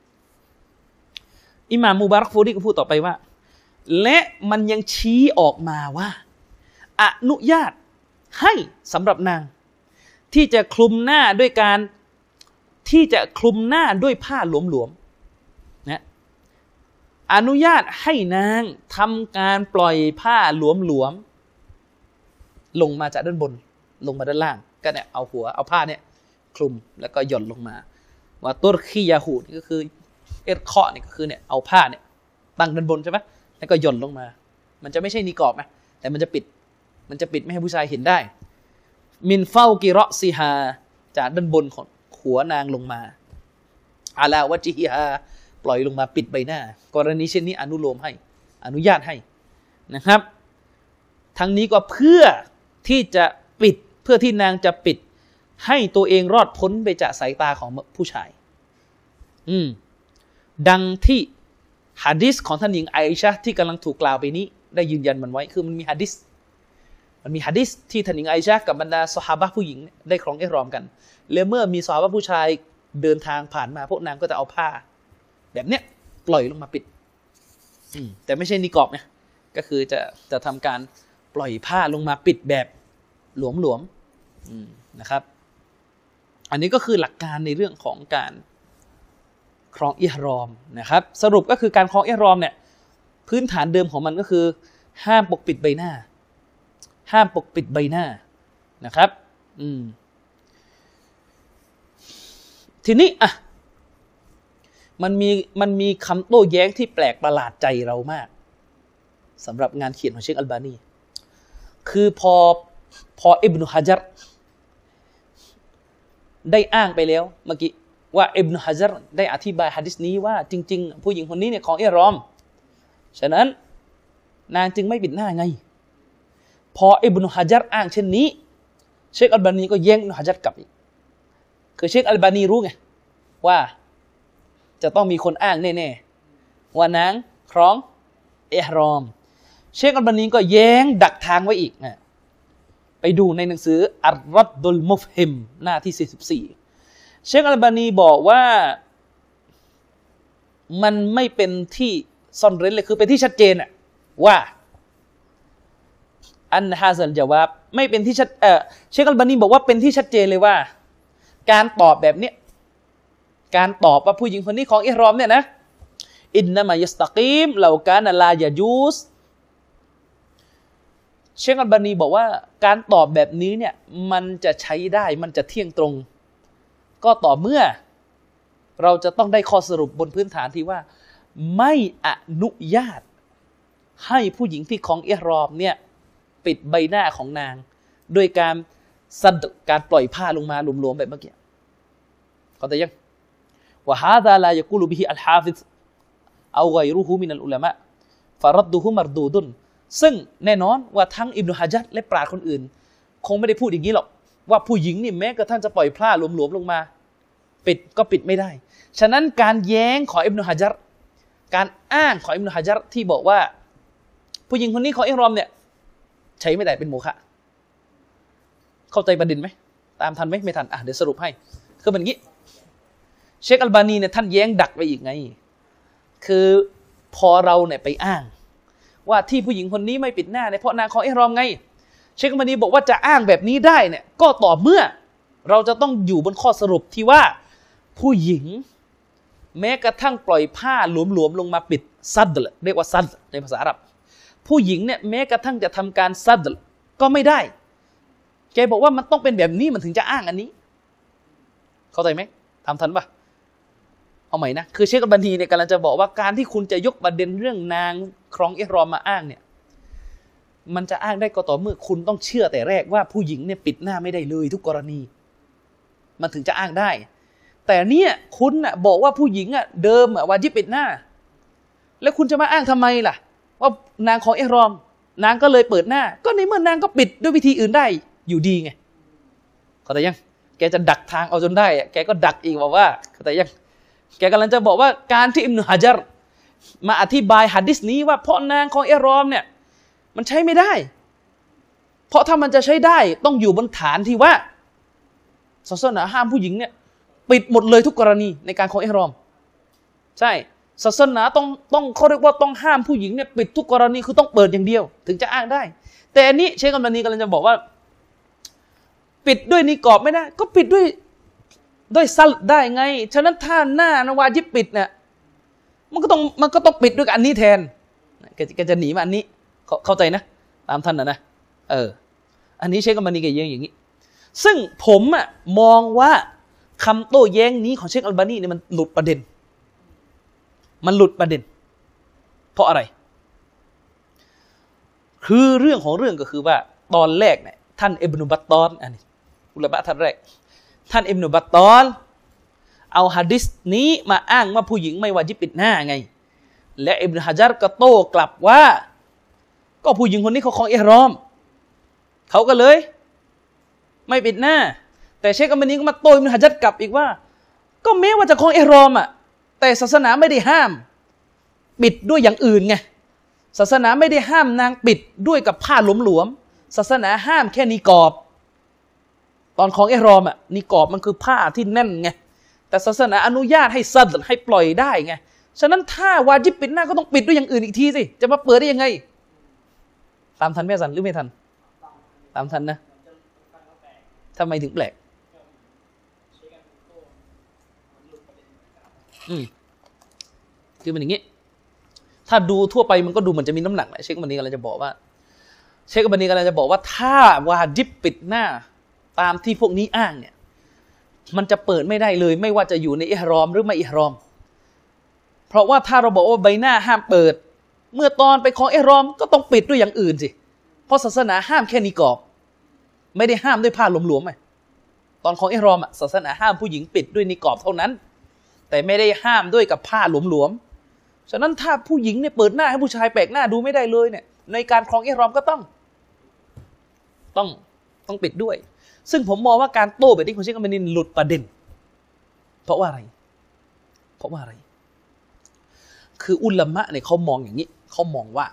อิหม่ามมูบารอกฟูรีก็พูดต่อไปว่าและมันยังชี้ออกมาว่าอนุญาตให้สำหรับนางที่จะคลุมหน้าด้วยการที่จะคลุมหน้าด้วยผ้าหลวมๆนะอนุญาตให้นางทำการปล่อยผ้าหลวมๆลงมาจากด้านบนลงมาด้านล่างก็เนี่ยเอาหัวเอาผ้าเนี่ยคลุมแล้วก็หย่อนลงมาว่าตุรคียาฮูนี่ก็คือเอ็ดเคาะนี่ก็คือเนี่ยเอาผ้าเนี่ยตั้งด้านบนใช่ไหมแล้วก็หย่อนลงมามันจะไม่ใช่นิกอบนะแต่มันจะปิดมันจะปิดไม่ให้ผู้ชายเห็นได้มินเฝ้ากิรอซิฮาจากด้านบนของหัวนางลงมาอาลาวะจิฮิฮาปล่อยลงมาปิดใบหน้ากรณีเช่นนี้อนุโลมให้อนุญาตให้นะครับทั้งนี้ก็เพื่อที่จะปิดเพื่อที่นางจะปิดให้ตัวเองรอดพ้นไปจากสายตาของผู้ชายอืมดังที่หะดีษของท่านหญิงไอชะห์ที่กำลังถูกกล่าวไปนี้ได้ยืนยันมันไว้คือมันมีหะดีษมันมีหะดีษที่ท่านหญิงไอชะห์กับบรรดาซอฮาบะห์ผู้หญิงได้ครองอิหรอมกันและเมื่อมีซอฮาบะห์ผู้ชายเดินทางผ่านมาพวกนางก็จะเอาผ้าแบบเนี้ยปล่อยลงมาปิดแต่ไม่ใช่นิกอบนะก็คือจะจะทำการปล่อยผ้าลงมาปิดแบบหลวมๆนะครับอันนี้ก็คือหลักการในเรื่องของการครองอิหรอมนะครับสรุปก็คือการครองอิหรอมเนี่ยพื้นฐานเดิมของมันก็คือห้ามปกปิดใบหน้าห้ามปกปิดใบหน้านะครับอืมทีนี้อ่ะมันมีมันมีคำโต้แย้งที่แปลกประหลาดใจเรามากสำหรับงานเขียนของเชคอัลบานีคือพอพออิบนุฮะญัรได้อ้างไปแล้วเมื่อกี้ว่าอิบนุฮะญัรได้อธิบายหะดีษนี้ว่าจริงๆผู้หญิงคนนี้เนี่ยของอิหรอมฉะนั้นนางจึงไม่ปิดหน้าไงพออิบนุฮะญัรอ้างเช่นนี้เชคอัลบานีก็แย้งอิบนุฮะญัรกลับอีกคือเชคอัลบานีรู้ไงว่าจะต้องมีคนอ้างแน่ๆว่านางครองอิหรอมเชคอัลบานีก็แย้งดักทางไว้อีกนะไปดูในหนังสืออัรรัดดุลมุฟฮิมหน้าที่สี่สิบสี่เชคอัลบานีบอกว่ามันไม่เป็นที่ซ่อนเร้นเลยคือเป็นที่ชัดเจนอะว่าอันฮาซัลจาวาบไม่เป็นที่ชัดเออเชคอัลบานีบอกว่าเป็นที่ชัดเจนเลยว่าการตอบแบบเนี้ยการตอบว่าผู้หญิงคนนี้ของอิหรอมเนี่ยนะอินนามะยัสตะกีมเหล่ากานะลายะจูสเชคอัลบานีบอกว่าการตอบแบบนี้เนี่ยมันจะใช้ได้มันจะเที่ยงตรงก็ต่อเมื่อเราจะต้องได้ข้อสรุปบนพื้นฐานที่ว่าไม่อนุญาตให้ผู้หญิงที่ของอิหรอมเนี่ยปิดใบหน้าของนางโดยการสัดการปล่อยผ้าลงมาหลวมๆแบบเมื่อกี้เข้าใจยังว่าฮาซาลายะกูลุบิฮิอัลฮาฟิซเอาไกรุฮูมินัลอุลามะฟะรัดดุฮุมัรดูดุนซึ่งแน่นอนว่าทั้งอิบนุฮะญัรและปราชญ์คนอื่นคงไม่ได้พูดอย่างนี้หรอกว่าผู้หญิงนี่แม้กระทั่งจะปล่อยผ้าหลวมๆลงมาปิดก็ปิดไม่ได้ฉะนั้นการแย้งของอิบนุฮะญัรการอ้างของอิบนุฮะญัรที่บอกว่าผู้หญิงคนนี้ของอิหรอมเนี่ยใช้ไม่ได้เป็นโมฆะเข้าใจประเด็นไหมตามทันไหมไม่ทันอ่ะเดี๋ยวสรุปให้คือเป็นอย่างนี้เชคอัลบานีเนี่ยท่านแย้งดักไปอีกไงคือพอเราเนี่ยไปอ้างว่าที่ผู้หญิงคนนี้ไม่ปิดหน้าเนี่ยเพราะนางของอิหรอมไงเชคอัลบานีบอกว่าจะอ้างแบบนี้ได้เนี่ยก็ต่อเมื่อเราจะต้องอยู่บนข้อสรุปที่ว่าผู้หญิงแม้กระทั่งปล่อยผ้าหลวมๆลงมาปิดซัดเรียกว่าซัดในภาษาอาหรับผู้หญิงเนี่ยแม้กระทั่งจะทำการซัดก็ไม่ได้แกบอกว่ามันต้องเป็นแบบนี้มันถึงจะอ้างอันนี้เข้าใจไหมทำทันปะเอาใหม่นะคือเชคอัลบานีเนี่ยกำลังจะบอกว่าการที่คุณจะยกประเด็นเรื่องนางครองอิหรอมมาอ้างเนี่ยมันจะอ้างได้ก็ต่อเมื่อคุณต้องเชื่อแต่แรกว่าผู้หญิงเนี่ยปิดหน้าไม่ได้เลยทุกกรณีมันถึงจะอ้างได้แต่เนี่ยคุณน่ะบอกว่าผู้หญิงอ่ะเดิมอ่ะวาญิบปิดหน้าแล้วคุณจะมาอ้างทำไมล่ะว่านางของอิหรอมนางก็เลยเปิดหน้าก็ในเมื่อนางก็ปิดด้วยวิธีอื่นได้อยู่ดีไงเข้าใจยังแกจะดักทางเอาจนได้แกก็ดักอีกบอกว่าเข้าใจยังแกกำลังจะบอกว่าการที่อิบนุฮะญัรมาอธิบายหะดีษนี้ว่าเพราะนางของอิหรอมเนี่ยมันใช้ไม่ได้เพราะถ้ามันจะใช้ได้ต้องอยู่บนฐานที่ว่าศาสนาห้ามผู้หญิงเนี่ยปิดหมดเลยทุกกรณีในการของอิหรอมใช่ศาสนาต้องต้องเขาเรียกว่าต้องห้ามผู้หญิงเนี่ยปิดทุกกรณีคือต้องเปิดอย่างเดียวถึงจะอ้างได้แต่อันนี้เชคอัลบานีกำลังจะบอกว่าปิดด้วยนิกอบไม่ได้ก็ปิดด้วยด้วยซัลได้ไงฉะนั้นถ้าหน้านวาญิบปิดเนี่ยมันก็ต้องมันก็ต้องปิดด้วยอันนี้แทนแกแกจะหนีมาอันนี้เข้าใจนะตามท่านนะนะเอออันนี้เชคอัลบานีแกแย้งอย่างนี้ซึ่งผมอะมองว่าคำโต้แย้งนี้ของเชคอัลบานีเนี่ยมันหลุดประเด็นมันหลุดประเด็นเพราะอะไรคือเรื่องของเรื่องก็คือว่าตอนแรกเนี่ยท่านอิบนุบัตตอลอันนี้อุลามะท่านแรกท่านอิบนุบัตตอลเอาหะดีษนี้มาอ้างว่าผู้หญิงไม่วาญิบปิดหน้าไงและอิบนุฮะญัรก็โต้กลับว่าก็ผู้หญิงคนนี้เขาของอิหรอมเขาก็เลยไม่ปิดหน้าแต่เชคอัลบานีก็มาโต้อิบนุฮะญัรกลับอีกว่าก็แม้ว่าจะของอิหรอมอ่ะแต่ศาสนาไม่ได้ห้ามปิดด้วยอย่างอื่นไงศาสนาไม่ได้ห้ามนางปิดด้วยกับผ้าหลวมๆศาสนาห้ามแค่นิกอบตอนของอิหรอมอ่ะนิกอบมันคือผ้าที่แน่นไงแต่ศาสนาอนุญาตให้ซัดให้ปล่อยได้ไงฉะนั้นถ้าวาญิบปิดหน้าก็ต้องปิดด้วยอย่างอื่นอีกทีสิจะมาเปิดได้ยังไงตามทันไหมสันหรือไม่ทันตามทันนะทำไมถึงแปลกอืมคือมันอย่างนี้ถ้าดูทั่วไปมันก็ดูเหมือนจะมีน้ำหนักแหละเชคบันนี้กำลังจะบอกว่าเชคบันนี้กำลังจะบอกว่าถ้าวาญิบปิดหน้าตามที่พวกนี้อ้างเนี่ยมันจะเปิดไม่ได้เลยไม่ว่าจะอยู่ในอิหรอมหรือไม่อิหรอมเพราะว่าถ้าเราบอกว่าใบหน้าห้ามเปิดเมื่อตอนไปของอิหรอมก็ต้องปิดด้วยอย่างอื่นสิเพราะศาสนาห้ามแค่นิกอบไม่ได้ห้ามด้วยผ้าหลวมๆไงตอนของอิหรอมศาสนาห้ามผู้หญิงปิดด้วยนิกอบเท่านั้นแต่ไม่ได้ห้ามด้วยกับผ้าหลวมๆฉะนั้นถ้าผู้หญิงเนี่ยเปิดหน้าให้ผู้ชายแปลกหน้าดูไม่ได้เลยเนี่ยในการครองอิหรอมก็ต้องต้องต้องปิดด้วยซึ่งผมมองว่าการโต้แบบนี้ของเชคอัลบานีหลุดประเด็นเพราะว่าอะไรเพราะว่าอะไรคืออุลามะเนี่ยเขามองอย่างนี้เขามองว่า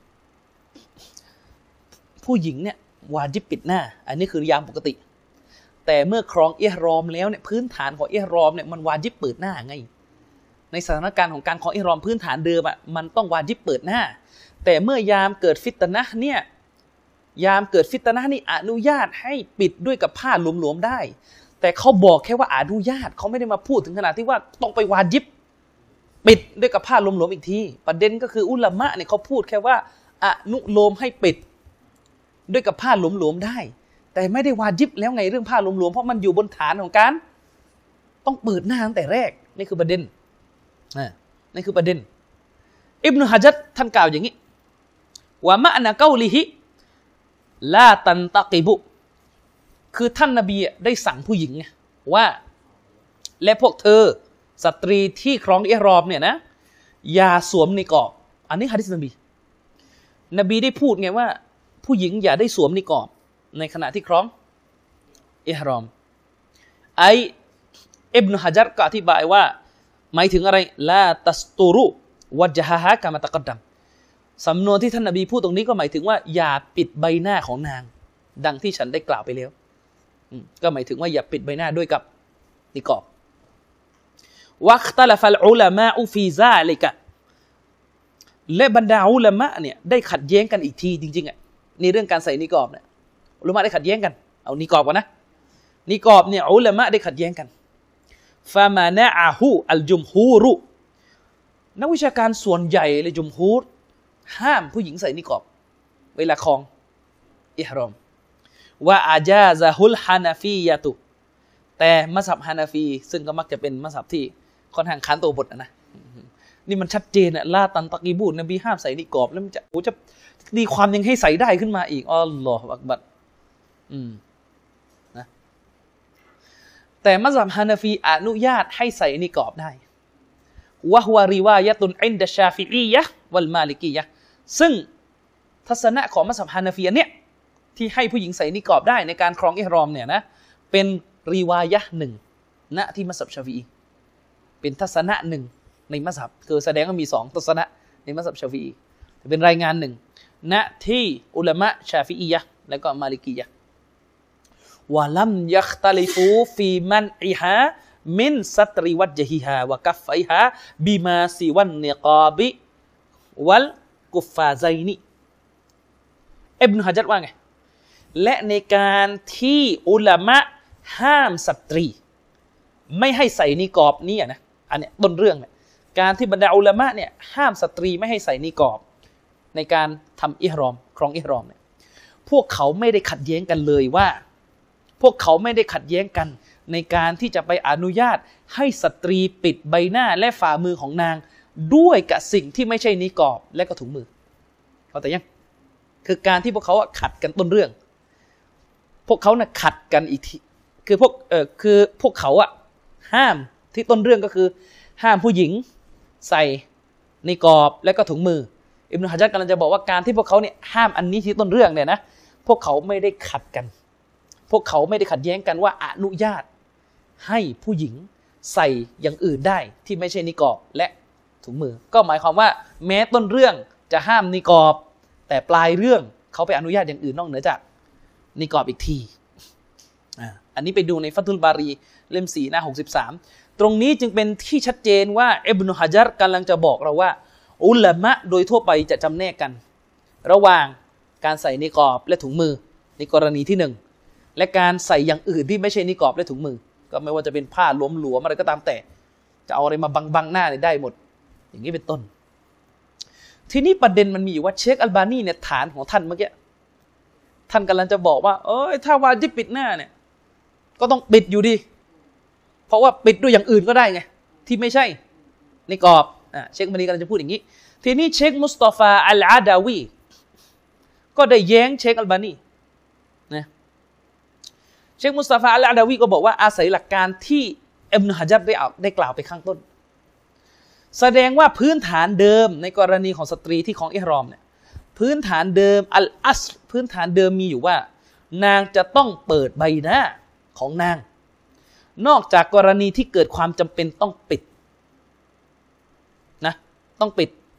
ผู้หญิงเนี่ยวาญิบปิดหน้าอันนี้คือยามปกติแต่เมื่อครองอิหรอมแล้วเนี่ยพื้นฐานของอิหรอมเนี่ยมันวาญิบเปิดหน้าไงในสถานการณ์ของการครองอิหรอมพื้นฐานเดิมอ่ะมันต้องวาญิบเปิดหน้าแต่เมื่อยามเกิดฟิตนะห์เนี่ยยามเกิดฟิตนะห์นี่อนุญาตให้ปิดด้วยกับผ้าหลวมๆได้แต่เขาบอกแค่ว่าอนุญาตเขาไม่ได้มาพูดถึงขนาดที่ว่าต้องไปวาญิบปิดด้วยกับผ้าหลวมๆอีกทีประเด็นก็คืออุลามะเนี่ยเขาพูดแค่ว่าอนุโลมให้ปิดด้วยกับผ้าหลวมๆได้แต่ไม่ได้วาญิบแล้วไงเรื่องผ้าหลวมๆเพราะมันอยู่บนฐานของการต้องเปิดหน้าตั้งแต่แรกนี่คือประเด็นอ่านี่คือประเด็นอิบนุฮะญัรท่านกล่าวอย่างนี้ว่ามะนะกอลิฮิลาตันตะกิบุคือท่านนบีได้สั่งผู้หญิงว่าและพวกเธอสตรีที่ครองอิหรอมเนี่ยนะอย่าสวมนิกอบอันนี้หะดีษนบีนบีได้พูดไงว่าผู้หญิงอย่าได้สวมนิกอบในขณะที่ครองอิหรอมไออิบนุฮะญัรก็อธิบายว่าหมายถึงอะไรลาตัสตูรุวัจฮะฮะกะมาตะกัดดัมสำนวนที่ท่านนบีพูดตรงนี้ก็หมายถึงว่าอย่าปิดใบหน้าของนางดังที่ฉันได้กล่าวไปแล้วก็หมายถึงว่าอย่าปิดใบหน้าด้วยกับนิกอบวัคตะลฟัลอุลามะอุฟีซาลิกะและบรรดาอุลามะเนี่ยได้ขัดแย้งกันอีกทีจริงๆอ่ะในเรื่องการใส่นิกอบเนี่ยอุลามะได้ขัดแย้งกันเอานิกอบก่อนนะนิกอบเนี่ยอุลามะได้ขัดแย้งกันฟามานะอะฮูอัลจุมฮูรุนักวิชาการส่วนใหญ่เลยจุมฮูรห้ามผู้หญิงใส่นิกอบเวลาครองอิหรอมว่าอาจาซะฮุลฮานาฟียะตุแต่มัซฮับฮานาฟีซึ่งก็มักจะเป็นมัซฮับที่ค่อนข้างขันโตบทนะนี่มันชัดเจนอะลาตันตะกีบูนนบีห้ามใส่นิกอบแล้วมันจะโอ้จะดีความยังให้ใส่ได้ขึ้นมาอีกอัลลอฮฺอักบัรอืมนะแต่มัซฮับฮานาฟีอนุญาตให้ใส่นิกอบได้วะฮุวะริวายะตุนอินดะชาฟิอียะฮ์วัลมาลิกียะฮ์ซึ่งทัศนะของมัซฮับฮานาฟีเนี่ยที่ให้ผู้หญิงใส่นิกอบได้ในการครองอิหรอมเนี่ยนะเป็นริวายะห์หนึ่งณที่มัซฮับชาฟิอีเป็นทัศนะหนึ่งในมัซฮับคือแสดงว่ามีสองทัศนะในมัซฮับชาฟิอีเป็นรายงานหนึ่งณที่อุลามะชาฟิอียะฮ์และก็มาลิกียะฮ์วะลัมยัคตะลิฟูฟีมันอิฮามินสัตริวัจฮิฮาวะกัฟไฟฮาบิมาซิวันนิกาบิวัลกุฟฟาไซนีอิบนุฮะญัรว่าไงและในการที่อุลามะห้ามสตรีไม่ให้ใส่นิกอบนี่นะอันเนี้ยต้นเรื่องเนี่ยการที่บรรดาอุลามะเนี่ยห้ามสตรีไม่ให้ใส่นิกอบในการทำอิหรอมครองอิหรอมเนี่ยพวกเขาไม่ได้ขัดแย้งกันเลยว่าพวกเขาไม่ได้ขัดแย้งกันในการที่จะไปอนุญาตให้สตรีปิดใบหน้าและฝ่ามือของนางด้วยกับสิ่งที่ไม่ใช่นิกอบและก็ถุงมือเข้าใจยังคือการที่พวกเขาขัดกันต้นเรื่องพวกเขาน่ะขัดกันอีกทีคือพวกเออคือพวกเขาอะห้ามที่ต้นเรื่องก็คือห้ามผู้หญิงใส่นิกอบและก็ถุงมืออิบนุฮะญัรกำลังจะบอกว่าการที่พวกเขาเนี่ยห้ามอันนี้ที่ต้นเรื่องเนี่ยนะพวกเขาไม่ได้ขัดกันพวกเขาไม่ได้ขัดแย้งกันว่าอนุญาตให้ผู้หญิงใส่อย่างอื่นได้ที่ไม่ใช่นิกอบและถุงมือก็หมายความว่าแม้ต้นเรื่องจะห้ามนิกอบแต่ปลายเรื่องเขาไปอนุญาตอย่างอื่นนอกเหนือจากนิกอบอีกทีอ่าอันนี้ไปดูในฟัตุลบารีเล่มสี่หน้าหกสิบสามตรงนี้จึงเป็นที่ชัดเจนว่าอิบนุฮะญัรกำลังจะบอกเราว่าอุลามะโดยทั่วไปจะจำแนกกันระหว่างการใส่นิกอบและถุงมือในกรณีที่หนึ่งและการใส่อย่างอื่นที่ไม่ใช่นิกอบและถุงมือก็ไม่ว่าจะเป็นผ้าหลวมๆอะไรก็ตามแต่จะเอาอะไรมาบังๆหน้าได้หมดอย่างนี้เป็นต้นทีนี้ประเด็นมันมีอยู่ว่าเชคอัลบานีเนี่ยฐานของท่านเมื่อกี้ท่านกำลังจะบอกว่าเอ้ยถ้าวาญิบปิดหน้าเนี่ยก็ต้องปิดอยู่ดีเพราะว่าปิดด้วยอย่างอื่นก็ได้ไงที่ไม่ใช่นิกอบอ่ะเชคอัลบานีกำลังจะพูดอย่างนี้ทีนี้เชคมุสตอฟาอัลอาดาวีก็ได้แย้งเชคอัลบานีนะเชคมุสตอฟาอัลอาดาวีก็บอกว่าอาศัยหลักการที่อิบนุฮะญัรได้เอาได้กล่าวไปข้างต้นแสดงว่าพื้นฐานเดิมในกรณีของสตรีที่ของอิหรอมเนี่ยพื้นฐานเดิมอัลอัสพื้นฐานเดิมมีอยู่ว่านางจะต้องเปิดใบหน้าของนางนอกจากกรณีที่เกิดความจำเป็นต้องปิดนะต้องปิด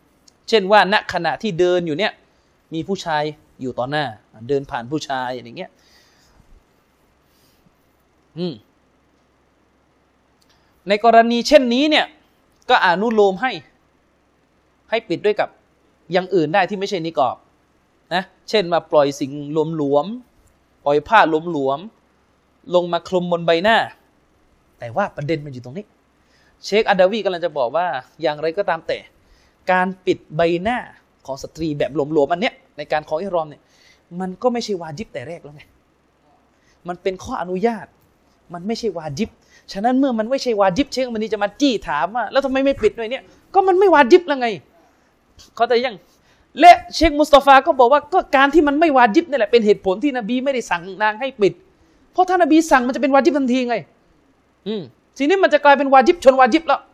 เช่นว่าณขณะที่เดินอยู่เนี่ยมีผู้ชายอยู่ต่อหน้าเดินผ่านผู้ชายอย่างเงี้ยอืมในกรณีเช่นนี้เนี่ยก็อนุโลมให้ให้ปิดด้วยกับอย่างอื่นได้ที่ไม่ใช่นิกอบนะเช่นมาปล่อยสิ่งหลวมๆปล่อยผ้าหลวมๆลงมาคลุมบนใบหน้าแต่ว่าประเด็นมันอยู่ตรงนี้เชคอาดาวีกำลังจะบอกว่าอย่างไรก็ตามแต่การปิดใบหน้าของสตรีแบบหลวมๆอันเนี้ยในการของอิหรอมเนี่ยมันก็ไม่ใช่วาญิบแต่แรกแล้วไงมันเป็นข้ออนุญาตมันไม่ใช่วาญิบฉะนั้นเมื่อมันไม่ใช่วาญิบเชคมันนี้จะมาจี้ถามว่าแล้วทำไมไม่ปิดด้วยเนี่ยก็มันไม่วาญิบแล้วไงเขาแต่ยังและเชคมุสตาฟาก็บอกว่าก็การที่มันไม่วาญิบนี่แหละเป็นเหตุผลที่นบีไม่ได้สั่งนางให้ปิดเพราะถ้านบีสั่งมันจะเป็นวาญิบทันทีไงอืมทีนี้มันจะกลายเป็นวาญิบชนวาญิบแล้ว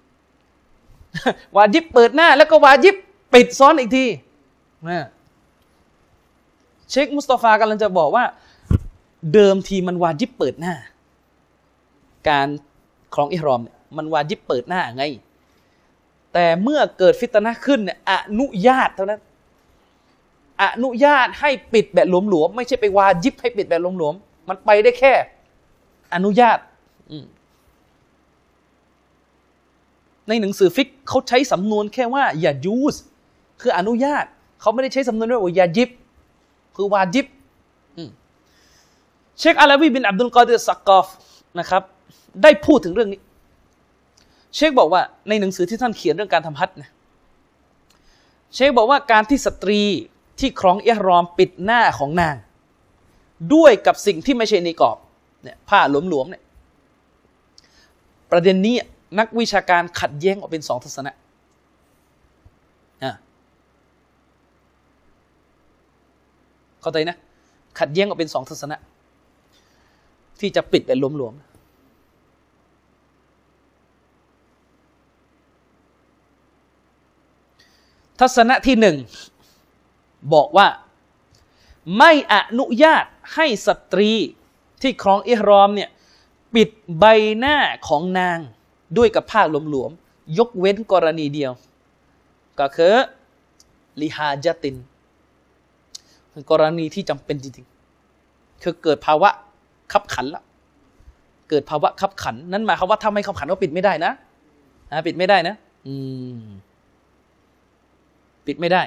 วาญิบเปิดหน้าแล้วก็วาญิบปิดซ้อนอีกทีนะเชคมุสตาฟากำลังจะบอกว่าเดิมทีมันวาญิบเปิดหน้าการครองอิหรอมเนี่ยมันวาญิบเปิดหน้าไงแต่เมื่อเกิดฟิตนะห์ขึ้นเนี่ยอนุญาตเท่านั้นอนุญาตให้ปิดแบบหลวมๆไม่ใช่ไปวาญิบให้ปิดแบบหลวมๆมันไปได้แค่อนุญาตในหนังสือฟิกเขาใช้สำนวนแค่ว่าอย่ายูสคืออนุญาตเขาไม่ได้ใช้สำนวนว่าอย่าญิบคือวาญิบเชคอาลาวีบินอับดุลกอดิรซักกอฟนะครับได้พูดถึงเรื่องนี้เชคบอกว่าในหนังสือที่ท่านเขียนเรื่องการทำฮัจญ์นะเชคบอกว่าการที่สตรีที่ครองอิหรอมปิดหน้าของนางด้วยกับสิ่งที่ไม่ใช่นิกอบเนี่ยผ้าหลวมๆเนี่ยประเด็นนี้นักวิชาการขัดแย้งออกเป็นสองทัศนะอ่าเข้าใจนะขัดแย้งออกเป็นสองทัศนะที่จะปิดแบบหลวมๆทัศนะที่หนึ่งบอกว่าไม่อนุญาตให้สตรีที่ครองอิหรอมเนี่ยปิดใบหน้าของนางด้วยกับผ้าหลวมๆยกเว้นกรณีเดียวก็คือลิฮาญะตินกรณีที่จำเป็นจริงๆคือเกิดภาวะคับขันละเกิดภาวะคับขันนั้นหมายความว่าถ้าไม่คับขันก็ปิดไม่ได้นะนะปิดไม่ได้นะอืมปิดไม่ได้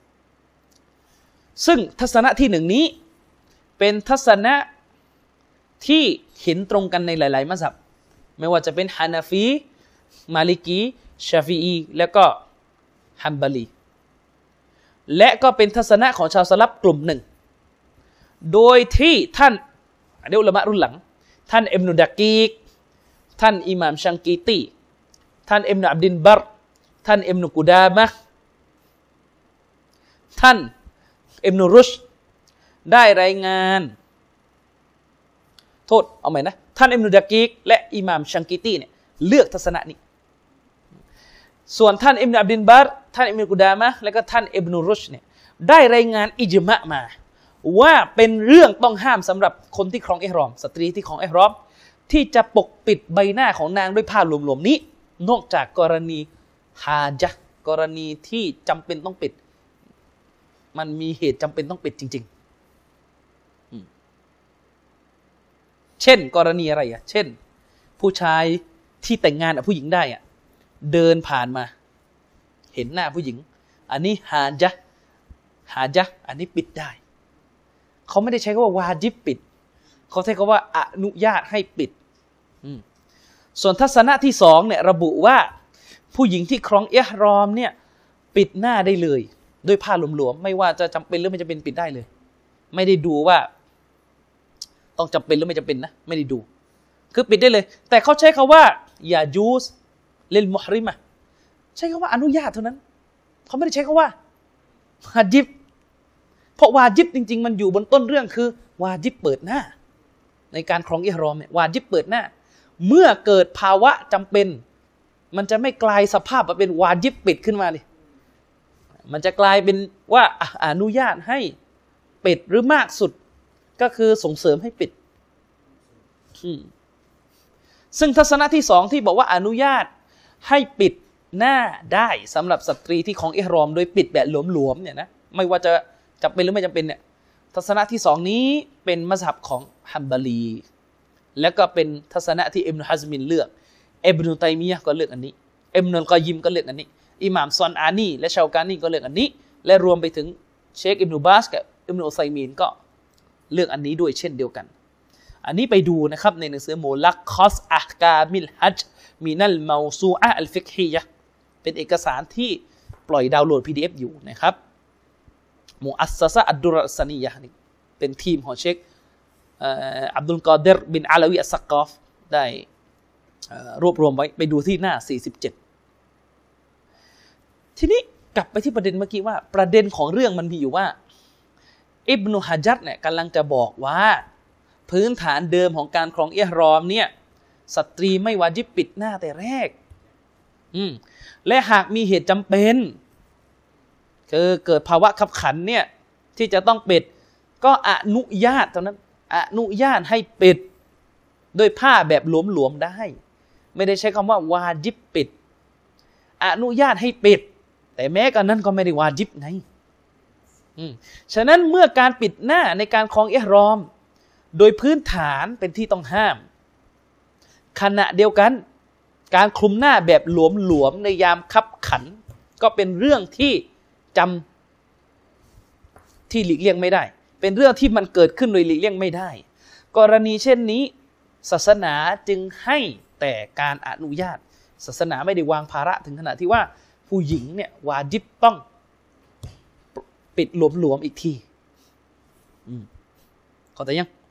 ซึ่งทัศนะที่หนึ่งนี้เป็นทัศนะที่เห็นตรงกันในหลายๆมัซฮับไม่ว่าจะเป็นฮานาฟีมาลิกีชาฟีอีแล้วก็ฮัมบาลีและก็เป็นทัศนะของชาวสลับกลุ่มหนึ่งโดยที่ท่านเดี๋ยวอุลามะรุ่นหลังท่านอิบนุดะกีกท่านอิหม่ามชังกีตีท่านอิบนุอับดินบัรท่านอิบนุกุดามะห์ท่านอิบนุรุชได้รายงานโทษเอาใหม่นะท่านอิบนุดะกีกและอิหม่ามชังกีตีเนี่ยเลือกทัศนะนี้ส่วนท่านอิบนุอับดินบัรท่านอิบนุกุดามะห์และก็ท่านอิบนุรุชเนี่ยได้รายงานอิจมะมาว่าเป็นเรื่องต้องห้ามสำหรับคนที่ครองอิหรอมสตรีที่ครองอิหรอมที่จะปกปิดใบหน้าของนางด้วยผ้าหลวมๆนี้นอกจากกรณีฮาญะห์กรณีที่จำเป็นต้องปิดมันมีเหตุจำเป็นต้องปิดจริงๆเช่นกรณีอะไรอ่ะเช่นผู้ชายที่แต่งงานกับผู้หญิงได้อ่ะเดินผ่านมาเห็นหน้าผู้หญิงอันนี้ฮาญะห์ฮาญะห์อันนี้ปิดได้เขาไม่ได้ใช้คำว่าวาญิบปิดเขาใช้คำว่าอนุญาตให้ปิดส่วนทัศนะที่สองเนี่ยระบุว่าผู้หญิงที่ครองอิหรอมเนี่ยปิดหน้าได้เลยด้วยผ้าหลวมๆไม่ว่าจะจำเป็นหรือไม่จำเป็นปิดได้เลยไม่ได้ดูว่าต้องจำเป็นหรือไม่จำเป็นนะไม่ได้ดูคือปิดได้เลยแต่เขาใช้คำว่าอย่ายูสเลนมุฮริมะใช้คำว่าอนุญาตเท่านั้นเขาไม่ได้ใช้คำว่าวาญิบเพราะวาญิบจริงๆมันอยู่บนต้นเรื่องคือวาญิบเปิดหน้าในการครองอิหรอมเนี่ยวาญิบเปิดหน้าเมื่อเกิดภาวะจำเป็นมันจะไม่กลายสภาพมาเป็นวาญิบปิดขึ้นมาเลยมันจะกลายเป็นว่าอนุญาตให้ปิดหรือมากสุดก็คือส่งเสริมให้ปิดซึ่งทัศนะที่สองที่บอกว่าอนุญาตให้ปิดหน้าได้สำหรับสตรีที่ของอิหรอมโดยปิดแบบหลวมๆเนี่ยนะไม่ว่าจะจำเป็นหรือไม่จำเป็นเนี่ยทัศนะที่สองนี้เป็นมัซฮับของฮัมบารีแล้วก็เป็นทัศนะที่อิบนุฮัซมินเลือกอิบนุตัยมียะห์ก็เลือกอันนี้อิบนุลกอยยิมก็เลือกอันนี้อิหม่ามซอนอานีและชาวกานีก็เลือกอันนี้และรวมไปถึงเชคอิบนุบาสกับอิบนุอุซัยมีนก็เลือกอันนี้ด้วยเช่นเดียวกันอันนี้ไปดูนะครับในหนังสือมูลักคอสอะห์กามิลฮัจญ์มินัลเมาซูอะห์อัลฟิกฮียะห์เป็นเอกสารที่ปล่อยดาวน์โหลด พี ดี เอฟ อยู่นะครับมุอัสซะซะฮ์อัดดุรรซานียะห์นี่เป็นทีมของเชคอับดุลกอดิรบินอาลาวีอัสซักกอฟได้รวบรวมไว้ไปดูที่หน้าสี่สิบเจ็ดทีนี้กลับไปที่ประเด็นเมื่อกี้ว่าประเด็นของเรื่องมันมีอยู่ว่าอิบนุฮะญัรเนี่ยกำลังจะบอกว่าพื้นฐานเดิมของการครองอิหรอมเนี่ยสตรีไม่วาญิบปิดหน้าแต่แรกอืมและหากมีเหตุจำเป็นคือเกิดภาวะขับขันเนี่ยที่จะต้องปิดก็อนุญาตเท่านั้นอนุญาตให้ปิดโดยผ้าแบบหลวมๆได้ไม่ได้ใช้คำว่าวาญิบปิดอนุญาตให้ปิดแต่แม้กระนั้นก็ไม่ได้วาญิบไงอืมฉะนั้นเมื่อการปิดหน้าในการครองอิหรอมโดยพื้นฐานเป็นที่ต้องห้ามขณะเดียวกันการคลุมหน้าแบบหลวมๆในยามคับขันก็เป็นเรื่องที่จำที่หลีกเลี่ยงไม่ได้เป็นเรื่องที่มันเกิดขึ้นโดยหลีกเลี่ยงไม่ได้กรณีเช่นนี้ศาสนาจึงให้แต่การอนุญาตศาสนาไม่ได้วางภาระถึงขนาดที่ว่าผู้หญิงเนี่ยวาญิบต้องปิดหลวมๆอีกทีเข้าใจยัง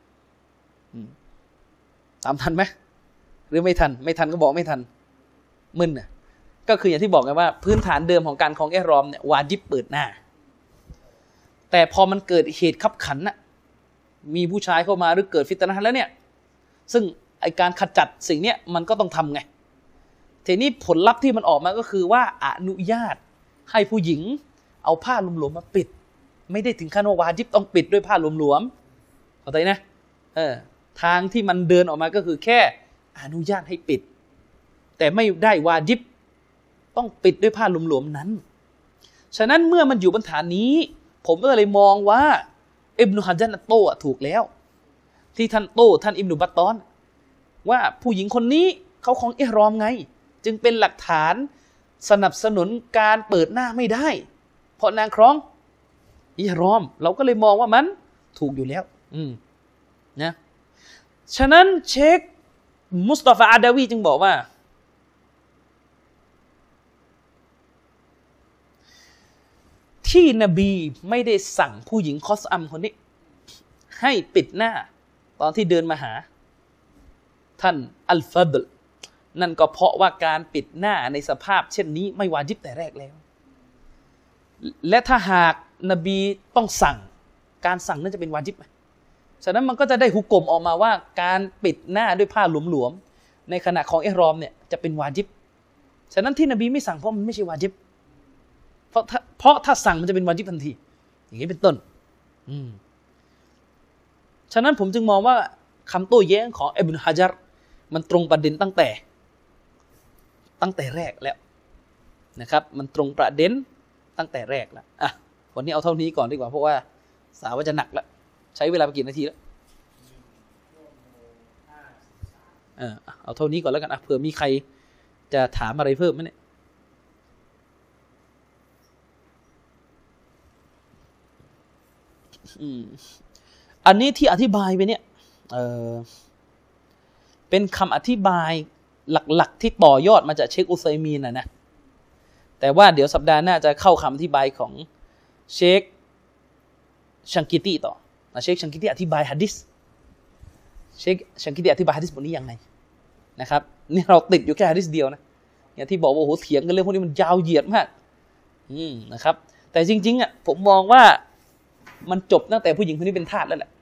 ตามทันไหมหรือไม่ทันไม่ทันก็บอกไม่ทันมึนน่ะก็คืออย่างที่บอกไงว่าพื้นฐานเดิมของการครองอิหรอมเนี่ยวาญิบเปิดหน้าแต่พอมันเกิดเหตุขับขันน่ะมีผู้ชายเข้ามาหรือเกิดฟิตนะห์แล้วเนี่ยซึ่งไอการขจัดสิ่งเนี้ยมันก็ต้องทำไงทีนี้ผลลัพธ์ที่มันออกมาก็คือว่าอนุญาตให้ผู้หญิงเอาผ้าหลวมๆมาปิดไม่ได้ถึงขั้นว่าวาญิบต้องปิดด้วยผ้าหลวมๆเข้าใจนะเออทางที่มันเดินออกมาก็คือแค่อนุญาตให้ปิดแต่ไม่ได้วาญิบต้องปิดด้วยผ้าหลวมๆนั้นฉะนั้นเมื่อมันอยู่บนฐานนี้ผมก็เลยมองว่าอิบนุฮะญัรโต้ถูกแล้วที่ท่านโต้ท่านอิบนุบัตตอนว่าผู้หญิงคนนี้เขาครองอิหรอมไงจึงเป็นหลักฐานสนับสนุนการเปิดหน้าไม่ได้เพราะนางครองอิหรอมเราก็เลยมองว่ามันถูกอยู่แล้วอืมนะฉะนั้นเชคมุสตอฟาอาดาวีจึงบอกว่าที่นบีไม่ได้สั่งผู้หญิงคอสอัมคนนี้ให้ปิดหน้าตอนที่เดินมาหาท่านอัลฟัดลนั่นก็เพราะว่าการปิดหน้าในสภาพเช่นนี้ไม่วาญิบแต่แรกแล้วและถ้าหากนบีต้องสั่งการสั่งนั้นจะเป็นวาญิบไหมฉะนั้นมันก็จะได้หุกกลมออกมาว่าการปิดหน้าด้วยผ้าหลวมๆในขณะของอิหรอมเนี่ยจะเป็นวาญิบฉะนั้นที่นบีไม่สั่งเพราะมันไม่ใช่วาญิบเพราะถ้าเพราะถ้าสั่งมันจะเป็นวาญิบทันทีอย่างนี้เป็นต้นอืมฉะนั้นผมจึงมองว่าคำโต้แย้งของอิบนุฮะญัรมันตรงประเด็นตั้งแต่ตั้งแต่แรกแล้วนะครับมันตรงประเด็นตั้งแต่แรกแล้วอ่ะวันนี้เอาเท่านี้ก่อนดีกว่าเพราะว่าสาวจะหนักแล้วใช้เวลาไปกี่นาทีแล้วเออเอาเท่านี้ก่อนแล้วกันอ่ะเผื่อมีใครจะถามอะไรเพิ่มไหมเนี่ยอืมอันนี้ที่อธิบายไปเนี่ยเออเป็นคำอธิบายหลักๆที่ต่อยอดมาจากเชคอุซัยมีนนะนะแต่ว่าเดี๋ยวสัปดาห์หน้าจะเข้าคำอธิบายของเชคชังกิตีต่อเชคชังกิตีอธิบายหะดีษเชคชังกิตีอธิบายหะดีษบทนี้ยังไงนะครับนี่เราติดอยู่แค่หะดีษเดียวนะอย่างที่บอกว่าโอ้โหเถียงกันเรื่องพวกนี้มันยาวเหยียดมากอืมนะครับแต่จริงๆอ่ะผมมองว่ามันจบตั้งแต่ผู้หญิงคนนี้เป็นทาสแล้วแหละ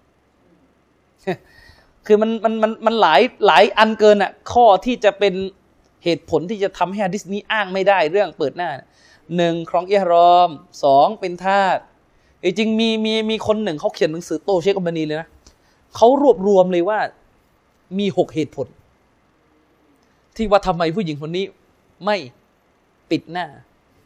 คือมันมันมันมันหลายหลายอันเกินอ่ะข้อที่จะเป็นเหตุผลที่จะทำให้หะดีษนี้อ้างไม่ได้เรื่องเปิดหน้าหนึ่งครองอิหรอมสองเป็นทาสจริงมีมีมีคนหนึ่งเขาเขียนหนังสือโตเชคอับบานีเลยนะเขารวบรวมเลยว่ามีหกเหตุผลที่ว่าทำไมผู้หญิงคนนี้ไม่ปิดหน้า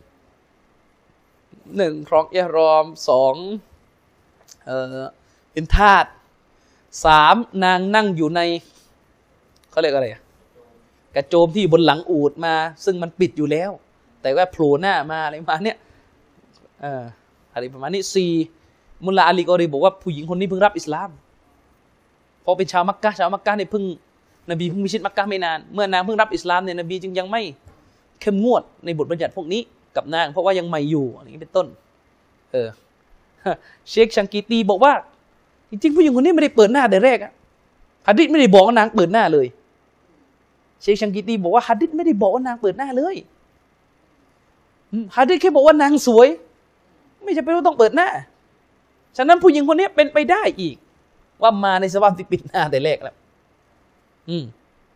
หนึ่งครองอิหรอมสองเอ่อเป็นทาสสามนางนั่งอยู่ในเขาเรียกอะไรกระโจมที่บนหลังอูฐมาซึ่งมันปิดอยู่แล้วแต่ว่าโผล่หน้ามาอะไรมาเนี้ยเอ่ออะไรประมาณนี้สี่มุลลาอาลีก็เลยบอกว่าผู้หญิงคนนี้เพิ่งรับอิสลามพอเป็นชาวมักกะชาวมักกะเนี่ยเพิ่งนบีเพิ่งมิชิตมักกะไม่นานเมื่อนางเพิ่งรับอิสลามเนี่ยนบีจึงยังไม่เข้มงวดในบทบัญญัติพวกนี้กับนางเพราะว่ายังใหม่อยู่อะไรอย่างนี้เป็นต้นเออเชคชังกีตีบอกว่าจริงๆผู้หญิงคนนี้ไม่ได้เปิดหน้าแต่แรกอะหะดีษไม่ได้บอกว่านางเปิดหน้าเลยเชคชังกีตีบอกว่าหะดีษไม่ได้บอกว่านางเปิดหน้าเลยหะดีษแค่บอกว่านางสวยไม่จำเป็นว่าต้องเปิดหน้าฉะนั้นผู้หญิงคนนี้เป็นไปได้อีกว่ามาในสภาพที่ปิดหน้าแต่แรกแล้วอืม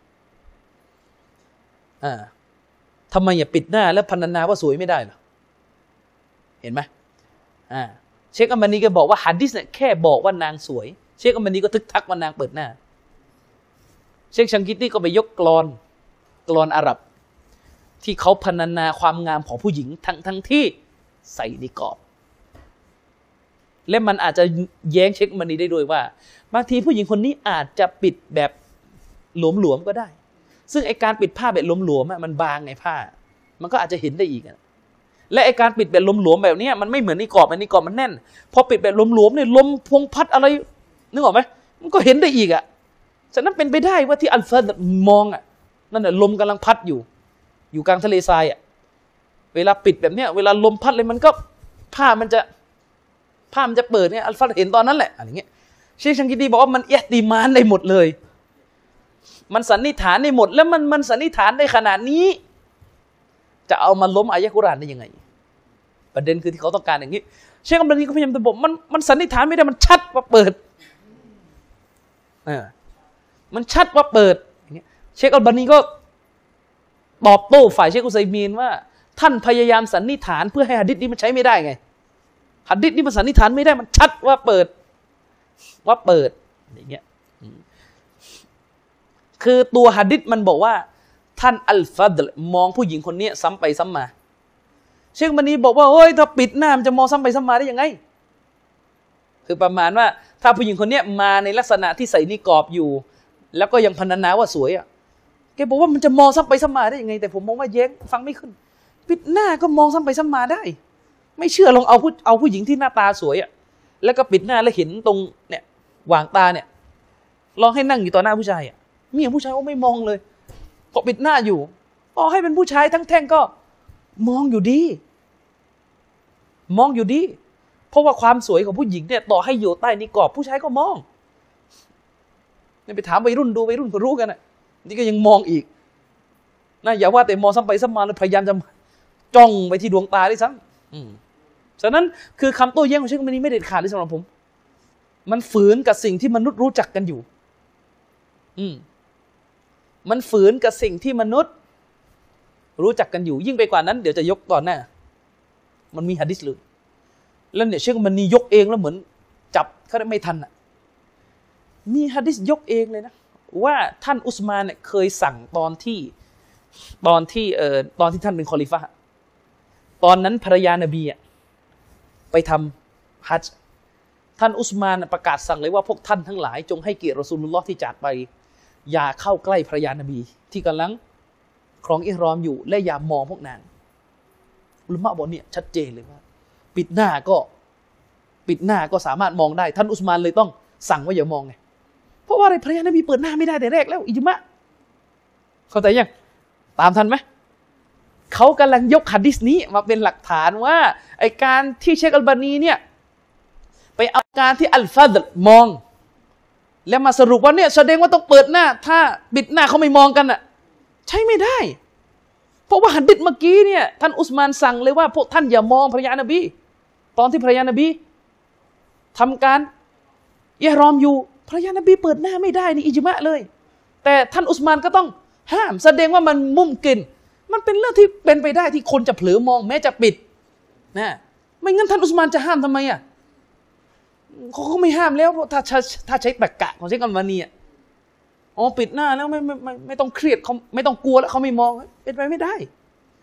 อ่าทำไมอย่าปิดหน้าแล้วพรรณนาว่าสวยไม่ได้หรอเห็นไหมอ่าเชคอัมมานีก็บอกว่าหะดีษเนี่ยแค่บอกว่านางสวยเชคอัมมานีก็ทึกทักว่านางเปิดหน้าเชคชังกิตี้ก็ไปยกกลอนกลอนอาหรับที่เขาพรรณนาความงามของผู้หญิงทั้งทั้งที่ใส่นิกอบและมันอาจจะแย้งเชคอัมมานีได้ด้วยว่าบางทีผู้หญิงคนนี้อาจจะปิดแบบหลวมๆก็ได้ซึ่งไอการปิดผ้าแบบหลวมๆมันบางไงผ้ามันก็อาจจะเห็นได้อีกและไอการปิดแบบหลวมๆแบบนี้มันไม่เหมือนนิกอบอันนิกอบมันแน่นพอปิดแบบหลวมๆเนี่ยลมพวงพัดอะไรนึกออกไหมมันก็เห็นได้อีกอ่ะฉะนั้นเป็นไปได้ว่าที่อัลฟาดมองอ่ะนั่นแหละลมกำลังพัดอยู่อยู่กลางทะเลทรายอ่ะเวลาปิดแบบเนี้ยเวลาลมพัดเลยมันก็ผ้ามันจะผ้ามันจะเปิดเนี่ยอัลฟาดเห็นตอนนั้นแหละอะไรเงี้ยเชคชังกิตีบอกว่ามันอิห์ติมานได้หมดเลยมันสันนิษฐานได้หมดแล้วมันมันสันนิษฐานได้ขนาดนี้จะเอามาล้มอายะห์กุรอานได้ยังไงประเด็นคือที่เขาต้องการอย่างนี้เชคอัมมานีก็พยายามจะบอกมันมันสันนิษฐานไม่ได้มันชัดว่าเปิดเออมันชัดว่าเปิดอย่างเงี้ยเชคอัมมานีก็ตอบโต้ฝ่ายเชคอุซัยมีนว่าท่านพยายามสันนิษฐานเพื่อให้หะดีษนี้มันใช้ไม่ได้ไงหะดีษนี้มันสันนิษฐานไม่ได้มันชัดว่าเปิดว่าเปิดอย่างเงี้ยคือตัวหะดีษมันบอกว่าท่านอัลฟัดลมองผู้หญิงคนนี้ซ้ำไปซ้ำมาเชคอัมมานีบอกว่าเฮ้ยถ้าปิดหน้ามันจะมองซ้ำไปซ้ำมาได้ยังไงคือประมาณว่าถ้าผู้หญิงคนนี้มาในลักษณะที่ใส่นิกอบอยู่แล้วก็ยังพรรณนาว่าสวยอ่ะแกบอกว่ามันจะมองซ้ำไปซ้ำมาได้ยังไงแต่ผมมองว่าแย้งฟังไม่ขึ้นปิดหน้าก็มองซ้ำไปซ้ำมาได้ไม่เชื่อลองเอาผู้เอาผู้หญิงที่หน้าตาสวยอ่ะแล้วก็ปิดหน้าแล้วเห็นตรงเนี่ยวางตาเนี่ยลองให้นั่งอยู่ต่อหน้าผู้ชายอ่ะเมียผู้ชายก็ไม่มองเลยพอปิดหน้าอยู่พอให้เป็นผู้ชายทั้งแท่งก็มองอยู่ดีมองอยู่ดีเพราะว่าความสวยของผู้หญิงเนี่ยต่อให้อยู่ใต้นิกอบผู้ชายก็มองเนี่ยไปถามวัยรุ่นดูวัยรุ่นก็รู้กันอ่ะนี่ก็ยังมองอีกนะอย่าว่าแต่มองซ้ำไปซ้ำมาเลยพยายามจะจ้องไปที่ดวงตาด้วยซ้ำฉะนั้นคือคำโต้แย้งของเชคอัมมานีไม่เด็ดขาดเลยสำหรับผมมันฝืนกับสิ่งที่มนุษย์รู้จักกันอยู่อืมมันฝืนกับสิ่งที่มนุษย์รู้จักกันอยู่ยิ่งไปกว่านั้นเดี๋ยวจะยกต่อหน้ามันมีหะดีษเลยแล้วเนี่ยเชคอัมมานียกเองแล้วเหมือนจับเขาได้ไม่ทันอ่ะมีหะดีษยกเองเลยนะว่าท่านอุสมานเนี่ยเคยสั่งตอนที่ตอนที่เอ่อตอนที่ท่านเป็นคอลิฟะห์ตอนนั้นภรรยานบีอ่ะไปทำฮัจญ์ท่านอุสมานประกาศสั่งเลยว่าพวกท่านทั้งหลายจงให้เกียรติรอซูลุลลอฮ์ที่จากไปอย่าเข้าใกล้ภรรยานบีที่กำลังครองอิหรอมอยู่และอย่ามองพวกนางอุลามะบอกเนี่ยชัดเจนเลยว่าปิดหน้าก็ปิดหน้าก็สามารถมองได้ท่านอุสมานเลยต้องสั่งว่าอย่ามองไงเพราะว่าอะไรภรรยานบีเปิดหน้าไม่ได้แต่แรกแล้วอิจมะเข้าใจยังตามทันไหมเขากำลังยกหะดีษนี้มาเป็นหลักฐานว่าไอการที่เชคอัลบานีเนี่ยไปเอาการที่อัลฟาดลมองแล้วมาสรุปว่าเนี่ยแสดงว่าต้องเปิดหน้าถ้าปิดหน้าเขาไม่มองกันอ่ะใช่ไม่ได้เพราะว่าหะดีษเมื่อกี้เนี่ยท่านอุสมานสั่งเลยว่าพวกท่านอย่ามองภรรยานบีตอนที่ภรรยานบีทำการอิหรอมอยู่ภรรยานบีเปิดหน้าไม่ได้นี่อิจมะเลยแต่ท่านอุสมานก็ต้องห้ามแสดงว่ามันมุมกินมันเป็นเรื่องที่เป็นไปได้ที่คนจะเผลอมองแม้จะปิดนะไม่งั้นท่านอุสมานจะห้ามทำไมอ่ะเขาก็ไม่ห้ามแล้วถ้าถ้าใช้ตรรกะของเชคอัลบานีอ่ะอ๋อปิดหน้าแล้วไม่ไม่ไม่ไม่ต้องเครียดเขาไม่ต้องกลัวแล้วเขาไม่มองเป็นไปไม่ได้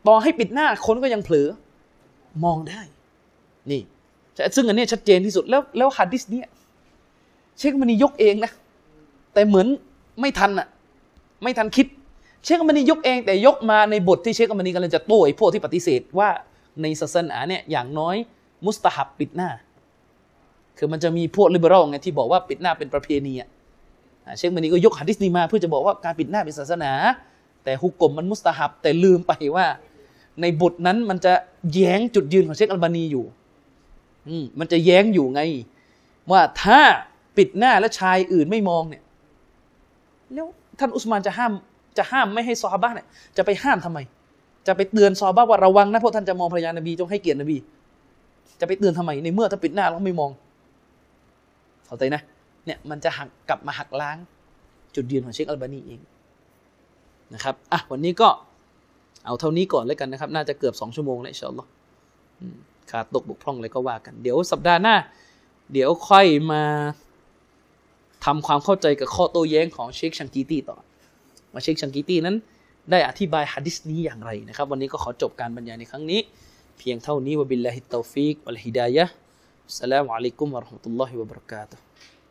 ต่อให้ปิดหน้าคนก็ยังเผลอมองได้นี่ซึ่งอันนี้ชัดเจนที่สุดแล้วแล้วหะดีษเนี้ยเชคมันียกเองนะแต่เหมือนไม่ทันอ่ะไม่ทันคิดเชคมันียกเองแต่ยกมาในบทที่เชคมันีกำลังจะโต้ไอ้พวกที่ปฏิเสธว่าในศาสนาเนี่ยอย่างน้อยมุสตะฮับปิดหน้าคือมันจะมีพวกลิเบอรัลไงที่บอกว่าปิดหน้าเป็นประเพณีอ่ะเชคมันีก็ยกหะดีษนี้มาเพื่อจะบอกว่าการปิดหน้าเป็นศาสนาแต่ฮุกกลมมันมุสตะฮับแต่ลืมไปว่าในบทนั้นมันจะแย้งจุดยืนของเชคอัลบานีอยู่อืมมันจะแย้งอยู่ไงว่าถ้าปิดหน้าแล้วชายอื่นไม่มองเนี่ยแล้วท่านอุสมานจะห้ามจะห้ามไม่ให้ซอฮาบะห์เนี่ยจะไปห้ามทำไมจะไปเตือนซอฮาบะห์ว่าระวังนะพวกท่านจะมองภรรยานบีจงให้เกียรตินบีจะไปเตือนทำไมในเมื่อถ้าปิดหน้าแล้วไม่มองเข้าใจนะเนี่ยมันจะหักกลับมาหักล้างจุดยืนของเชคอัลบานีเองนะครับอ่ะวันนี้ก็เอาเท่านี้ก่อนแล้วกันนะครับน่าจะเกือบสองชั่วโมงแล้วอินชาอัลลอฮ์ขาดตกบกพร่องอะไรก็ว่ากันเดี๋ยวสัปดาห์หน้าเดี๋ยวค่อยมาทำความเข้าใจกับข้อโต้แย้งของเชคชังกีตีต่อว่าเชคชังกีตีนั้นได้อธิบายหะดีษนี้อย่างไรนะครับวันนี้ก็ขอจบการบรรยายในครั้งนี้เพียงเท่านี้วะบิลลาฮิตตอฟิกวัลฮิดายะฮ์อัสสลามุอะลัยกุมวะเราะห์มะตุลลอฮิวะบะเราะกาตุฮ์